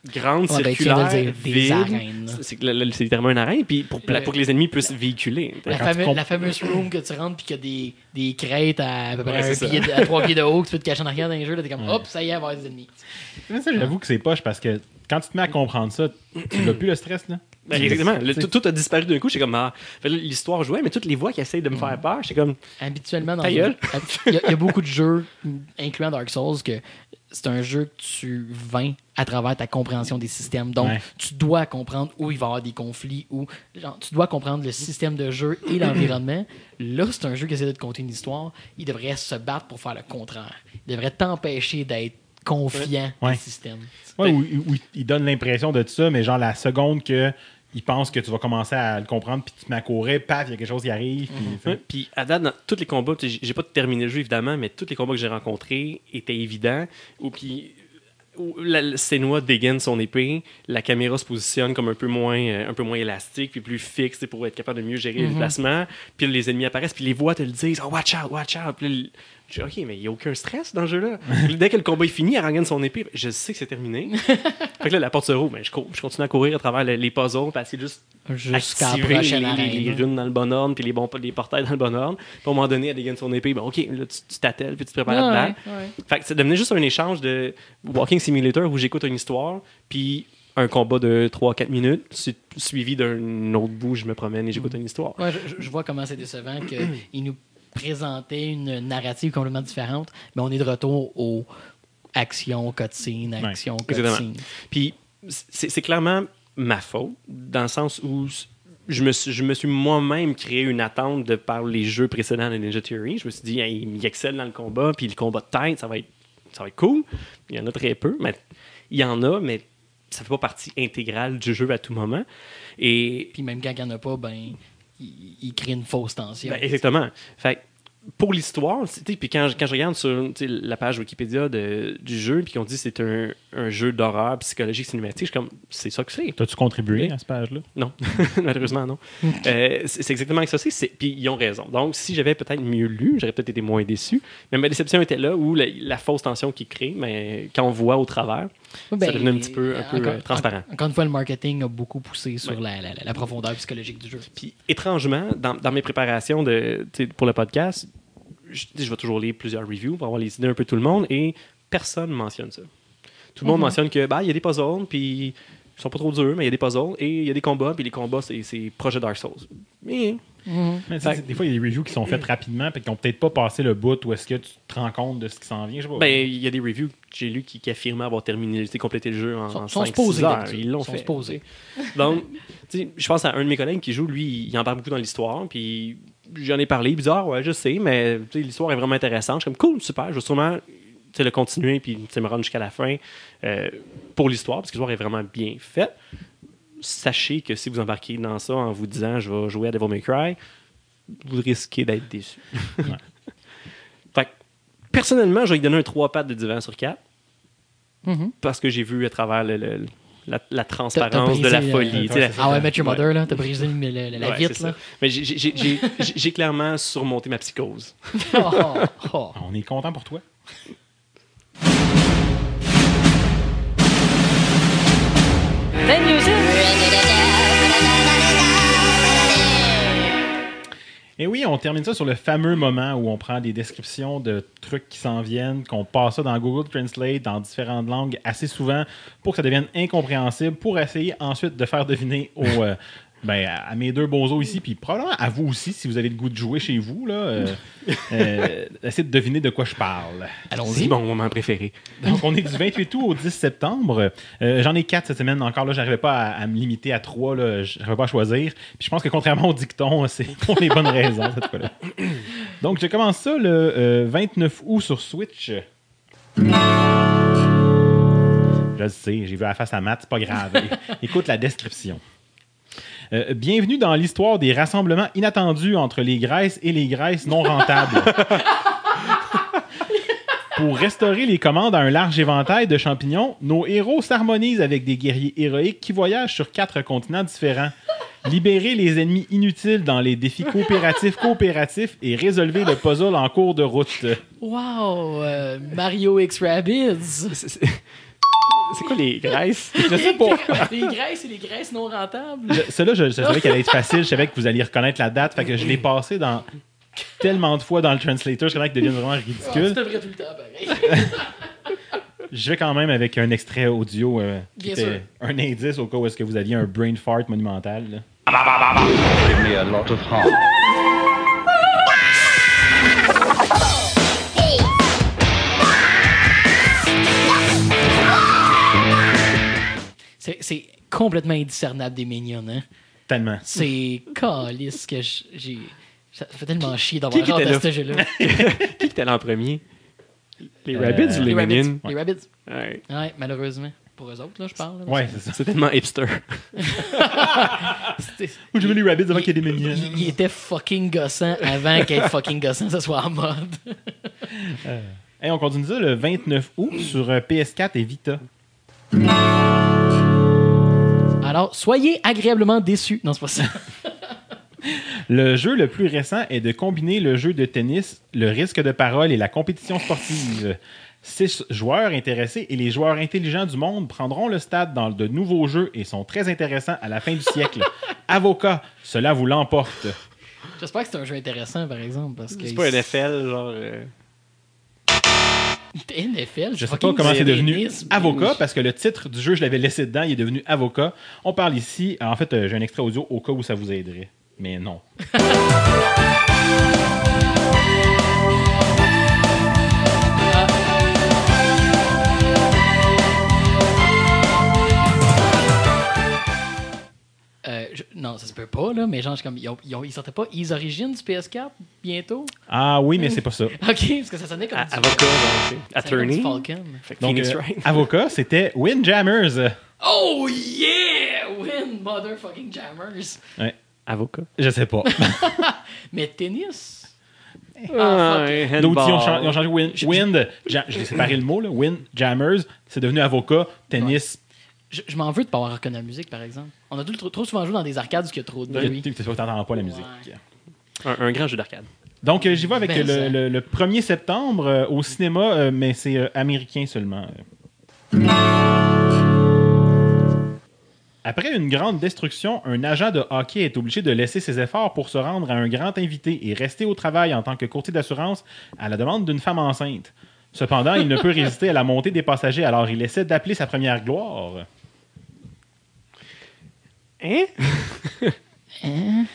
grande, Ouais, ben, tu viens de circulaire, le dire, des vide. arènes, là. C'est, là, là, c'est littéralement une arène, puis pour, Ouais. pour que les ennemis puissent véhiculer. La, Quand fameux- tu comp- la fameuse room que tu rentres puis qu'il y a des, des crêtes à, à peu près Ouais, un c'est pied, de- à trois pieds de haut que tu peux te cacher en arrière dans les jeux. Là, t'es comme, Ouais. hop, ça y est, il va y avoir des ennemis. Mais ça, j'avoue que c'est poche parce que quand tu te mets à comprendre ça, tu n'as plus le stress, là. Ben, Tu- exactement. tu Le- sais, tout, tout a disparu d'un coup. J'étais comme, ah. Fait là, l'histoire jouait, mais toutes les voix qui essayent de me faire peur, j'étais comme, Habituellement, dans Ta un- gueule. il y, a- il y a beaucoup de jeux, incluant Dark Souls, que c'est un jeu que tu vins à travers ta compréhension des systèmes. Donc, Ouais. tu dois comprendre où il va y avoir des conflits, où genre, tu dois comprendre le système de jeu et l'environnement. Là, c'est un jeu qui essaie de te conter une histoire. Il devrait se battre pour faire le contraire. Il devrait t'empêcher d'être confiant Ouais. des systèmes. Ouais, où, où il donne l'impression de ça, mais genre la seconde que il pense que tu vas commencer à le comprendre, puis tu te mets à courir, paf, il y a quelque chose qui arrive. Puis, tu sais. Ouais, puis à date, dans tous les combats, tu sais, j'ai j'ai pas terminé le jeu évidemment, mais tous les combats que j'ai rencontrés étaient évidents. Ou puis où la- le Senua dégaine son épée, la caméra se positionne comme un peu moins, euh, un peu moins élastique, puis plus fixe, tu sais, pour être capable de mieux gérer le placement. Puis là, les ennemis apparaissent, puis les voix te le disent, oh watch out, watch out. Puis là, le- je dis, ok, mais il n'y a aucun stress dans ce jeu-là. Puis dès que le combat est fini, elle regagne son épée, je sais que c'est terminé. Fait que là, la porte se rouvre, ben, je, cours- je continue à courir à travers le- les puzzles, puis essayer juste Jusqu'à la activer prochaine les, arène. les, les runes dans le bon ordre, puis les, bons, les portails dans le bon ordre. Puis à un moment donné, elle dégaine son épée. Ben, OK, là, tu tu t'attelles, puis tu te prépares à te battre. Ouais, ouais. Fait que ça devenait juste un échange de Walking Simulator où j'écoute une histoire, puis un combat de trois à quatre minutes, su- suivi d'un autre bout, je me promène et j'écoute une histoire. Ouais, je, je vois comment c'est décevant qu'il nous présentait une narrative complètement différente, mais on est de retour aux action, cutscene, action, Exactement. cutscene. Puis c'est c'est clairement ma faute, dans le sens où je me suis, je me suis moi-même créé une attente de par les jeux précédents de Ninja Theory. Je me suis dit, hey, il excelle dans le combat, puis le combat de tête, ça va être, ça va être cool. Il y en a très peu, mais il y en a, mais ça fait pas partie intégrale du jeu à tout moment. Et Puis même quand il n'y en a pas, ben, il, il crée une fausse tension. ben, exactement. Fait que pour l'histoire, tu sais, puis quand, je- quand je regarde sur tu sais, la page Wikipédia de- du jeu, puis qu'on dit que c'est un, un jeu d'horreur psychologique cinématique, je suis comme, c'est ça que c'est. T'as-tu contribué Oui. à cette page-là? Non, malheureusement non. Euh, c'est c'est exactement ça. c'est- c'est- Puis ils ont raison. Donc, si j'avais peut-être mieux lu, j'aurais peut-être été moins déçu. Mais ma déception était là où la, la fausse tension qui crée, mais quand on voit au travers, Ben, ça devenait un petit peu, un peu encore- euh, transparent. Encore une fois, le marketing a beaucoup poussé sur la, la- la profondeur psychologique du jeu. Puis étrangement, dans, dans mes préparations de, tu sais, pour le podcast, je, tu sais, je vais toujours lire plusieurs reviews pour avoir les idées un peu de tout le monde et personne mentionne ça. Tout le monde Mhm. mentionne que bah il y a des puzzles, puis ils sont pas trop durs, mais il y a des puzzles et il y a des combats, puis les combats c'est, c'est proche de Dark Souls. Mais Mais tu sais, c'est- des fois, il y a des reviews qui sont faites rapidement et qui n'ont peut-être pas passé le bout où est-ce que tu te rends compte de ce qui s'en vient. Je sais pas. ben il y a des reviews que j'ai lues qui, qui affirmaient avoir terminé, tu sais, complété le jeu en, Sont- en sont cinq supposés six heures. là-dessus. Ils l'ont Sont fait. supposés. Donc, tu sais, je pense à un de mes collègues qui joue, lui, il embarque beaucoup dans l'histoire, puis j'en ai parlé, il me dit ah ouais, je sais, mais tu sais, l'histoire est vraiment intéressante. Je suis comme cool, super, je vais sûrement tu sais, le continuer puis tu sais, me rendre jusqu'à la fin euh, pour l'histoire, parce que l'histoire est vraiment bien faite. Sachez que si vous embarquez dans ça en vous disant je vais jouer à Devil May Cry, vous risquez d'être déçu. Fait que, personnellement, je vais lui donner un trois pattes de divan sur quatre, Mhm. parce que j'ai vu à travers le- le- la, la T'as- t'as transparence de la brisé, folie. euh, tu sais, la- Ah ouais, Met Your Ouais. Mother, là, t'as brisé le- le- la, la Ouais, vitre, c'est là. ça. Mais j'ai- j'ai j'ai- j'ai- j'ai clairement surmonté ma psychose. Oh, oh. On est content pour toi. Et oui, on termine ça sur le fameux moment où on prend des descriptions de trucs qui s'en viennent, qu'on passe ça dans Google Translate dans différentes langues assez souvent pour que ça devienne incompréhensible, pour essayer ensuite de faire deviner aux, euh, ben, à à mes deux bozos ici, puis probablement à vous aussi, si vous avez le goût de jouer chez vous, là, euh, euh, essayez de deviner de quoi je parle. C'est mon moment préféré. Donc, on est du vingt-huit août au dix septembre. Euh, j'en ai quatre cette semaine encore. Là, j'arrivais pas à, à me limiter à trois. Là, j'arrivais pas à choisir. Puis je pense que contrairement au dicton, c'est pour les bonnes raisons cette fois-là. Donc, je commence ça le euh, vingt-neuf août sur Switch. Je le sais, j'ai vu la face à Matt, c'est pas grave. Écoute la description. Euh, bienvenue dans l'histoire des rassemblements inattendus entre les Grèces et les Grèces non rentables. Pour restaurer les commandes à un large éventail de champignons, nos héros s'harmonisent avec des guerriers héroïques qui voyagent sur quatre continents différents. Libérez les ennemis inutiles dans les défis coopératifs coopératifs et résolvez le puzzle en cours de route. Wow, euh, Mario X Rabbids. C'est- c'est- C'est quoi les graisses? Je sais pas. Les graisses et les graisses non rentables. Je- Celle-là, je, je savais qu'elle allait être facile. Je savais que vous alliez reconnaître la date. Fait que je l'ai passé dans tellement de fois dans le translator. Je savais qu'elle devient vraiment Ah, tu ridicule. devrais tout le temps, pareil. Je vais quand même avec un extrait audio. Euh, qui Bien était sûr. un indice au cas où est-ce que vous aviez un brain fart monumental. Là. Give me a lot of heart. C'est, c'est complètement indiscernable des Minions, hein. Tellement. C'est calice que j- j'ai... Ça fait tellement chier Qui d'avoir qui hâte était à là? ce jeu-là. Qui était là en premier? Les Euh, Rabbids ou les, Les Rabbids. Minions? Les Rabbids. Ouais. Ouais, malheureusement. Pour eux autres, là, je parle. là. Ouais, c'est ça. C'est tellement hipster. C'était- Moi, j'ai vu les Rabbids avant qu'il y ait des minions. Il, il était fucking gossant avant qu'être fucking gossant, ça soit en mode. Hey, on continue ça le vingt-neuf août sur euh, P S quatre et Vita. Alors, soyez agréablement déçus. Non, c'est pas ça. Le jeu le plus récent est de combiner le jeu de tennis, le risque de parole et la compétition sportive. Six joueurs intéressés et les joueurs intelligents du monde prendront le stade dans de nouveaux jeux et sont très intéressants à la fin du siècle. Avocat, cela vous l'emporte. J'espère que c'est un jeu intéressant, par exemple. Parce que C'est pas N F L, genre. euh, N F L, Je sais fucking pas comment c'est devenu tennis, avocat parce que le titre du jeu, je l'avais laissé dedans, il est devenu avocat. On parle ici, en fait, euh, j'ai un extrait audio au cas où ça vous aiderait. Mais non. Euh, je- non, ça se peut pas, là, mais genre, je suis comme, ils, ont, ils, ont- ils sortaient pas Ease Origins du P S quatre bientôt? Ah oui, mais c'est pas ça. Ok, parce que ça sonnait comme a- du, Avocat, genre, c'est- ça sonnait comme attorney. du Falcon. Fait que Donc, Phoenix euh, Wright. avocat, c'était Windjammers. Oh yeah! Win motherfucking jammers! Ouais, Avocat. je sais pas. Mais tennis? Ah, fuck it. handball. D'autres, ils ont, changé, ils ont changé Wind. Wind ja- je vais séparer le mot, là. Windjammers, c'est devenu avocat. Tennis, Je, je m'en veux de pas avoir reconnu la musique, par exemple. On a tout- trop, trop souvent joué dans des arcades où il y a trop de bruit. tu n'entends pas la musique. Ouais. Un, un grand jeu d'arcade. Donc, euh, j'y vais avec Ben, le, ça. le- le premier septembre euh, au cinéma, euh, mais c'est euh, américain seulement. Après une grande destruction, un agent de hockey est obligé de laisser ses efforts pour se rendre à un grand invité et rester au travail en tant que courtier d'assurance à la demande d'une femme enceinte. Cependant, il ne peut résister à la montée des passagers, alors il essaie d'appeler sa première gloire. Hein? Hein?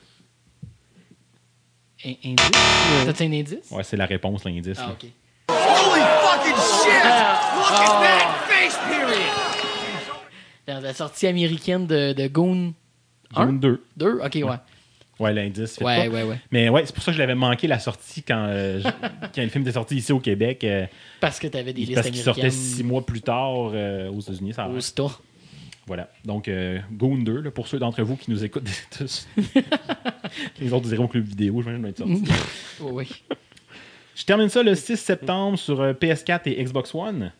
Un indice? T'as-tu un indice? Ouais, c'est la réponse, l'indice. Ah, là. ok. Holy fucking shit! Look at that face period! Dans la sortie américaine de, de Goon Zone deux. deux? Ok, ouais. Ouais, l'indice. faites Ouais, pas. ouais, ouais. Mais ouais, c'est pour ça que je l'avais manqué la sortie quand, euh, je- quand le film était sorti ici au Québec. euh, Parce que t'avais des listes parce qu'il sortait américaines. six mois plus tard euh, aux États-Unis. Ça a Au l'air. store. Voilà. Donc, euh, Goon deux, là, pour ceux d'entre vous qui nous écoutent tous. Les autres diront club vidéo, je vais même être sorti. Oh, oui. Je termine ça le six septembre sur euh, P S quatre et Xbox One.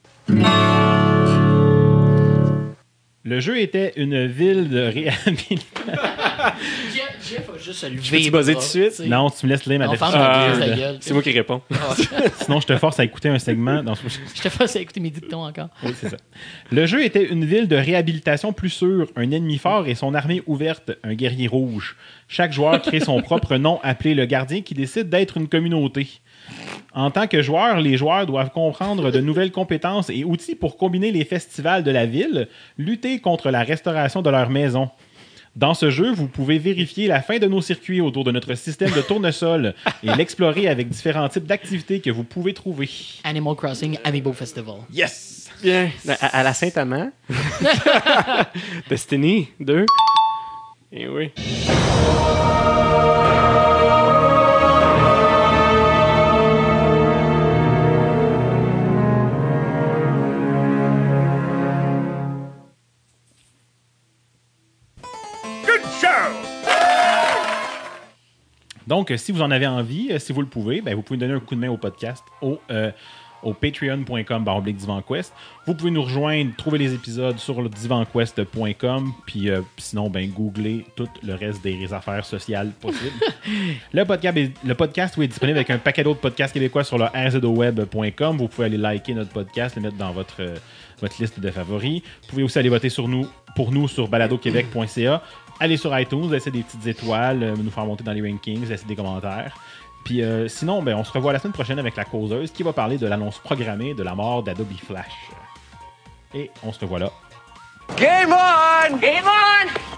Le jeu était une ville de réhabilitation. Jeff, Jeff a juste se lever. Je peux-tu buzzer tout de suite? Non, tu me laisses lire ma On ferme description. la Euh, gueule. C'est moi qui réponds. Sinon, je te force à écouter un segment. Dans ce... Je te fasse écouter mes dictons encore. Oui, c'est ça. Le jeu était une ville de réhabilitation plus sûre, un ennemi fort et son armée ouverte, un guerrier rouge. Chaque joueur crée son propre nom appelé le gardien qui décide d'être une communauté. En tant que joueur, les joueurs doivent comprendre de nouvelles compétences et outils pour combiner les festivals de la ville, lutter contre la restauration de leur maison. Dans ce jeu, vous pouvez vérifier la fin de nos circuits autour de notre système de tournesol et l'explorer avec différents types d'activités que vous pouvez trouver. Animal Crossing Amiibo Festival. Yes! Bien. À, à la Saint-Amand. Destiny deux. Et oui. Good show! Donc, euh, si vous en avez envie, euh, si vous le pouvez, ben, vous pouvez donner un coup de main au podcast au, euh, au patreon point com baroblique divanquest. Vous pouvez nous rejoindre, trouver les épisodes sur le divanquest point com, puis euh, sinon, ben, googlez tout le reste des affaires sociales possibles. le, podcast est, le podcast oui, est disponible avec un paquet d'autres podcasts québécois sur le r z o web point com. Vous pouvez aller liker notre podcast, le mettre dans votre, euh, votre liste de favoris. Vous pouvez aussi aller voter sur nous, pour nous sur balado québec point c a. Allez sur iTunes, laissez des petites étoiles, euh, nous faire monter dans les rankings, laissez des commentaires. Puis euh, sinon, ben, on se revoit la semaine prochaine avec la causeuse qui va parler de l'annonce programmée de la mort d'Adobe Flash. Et on se revoit là. Game on! Game on!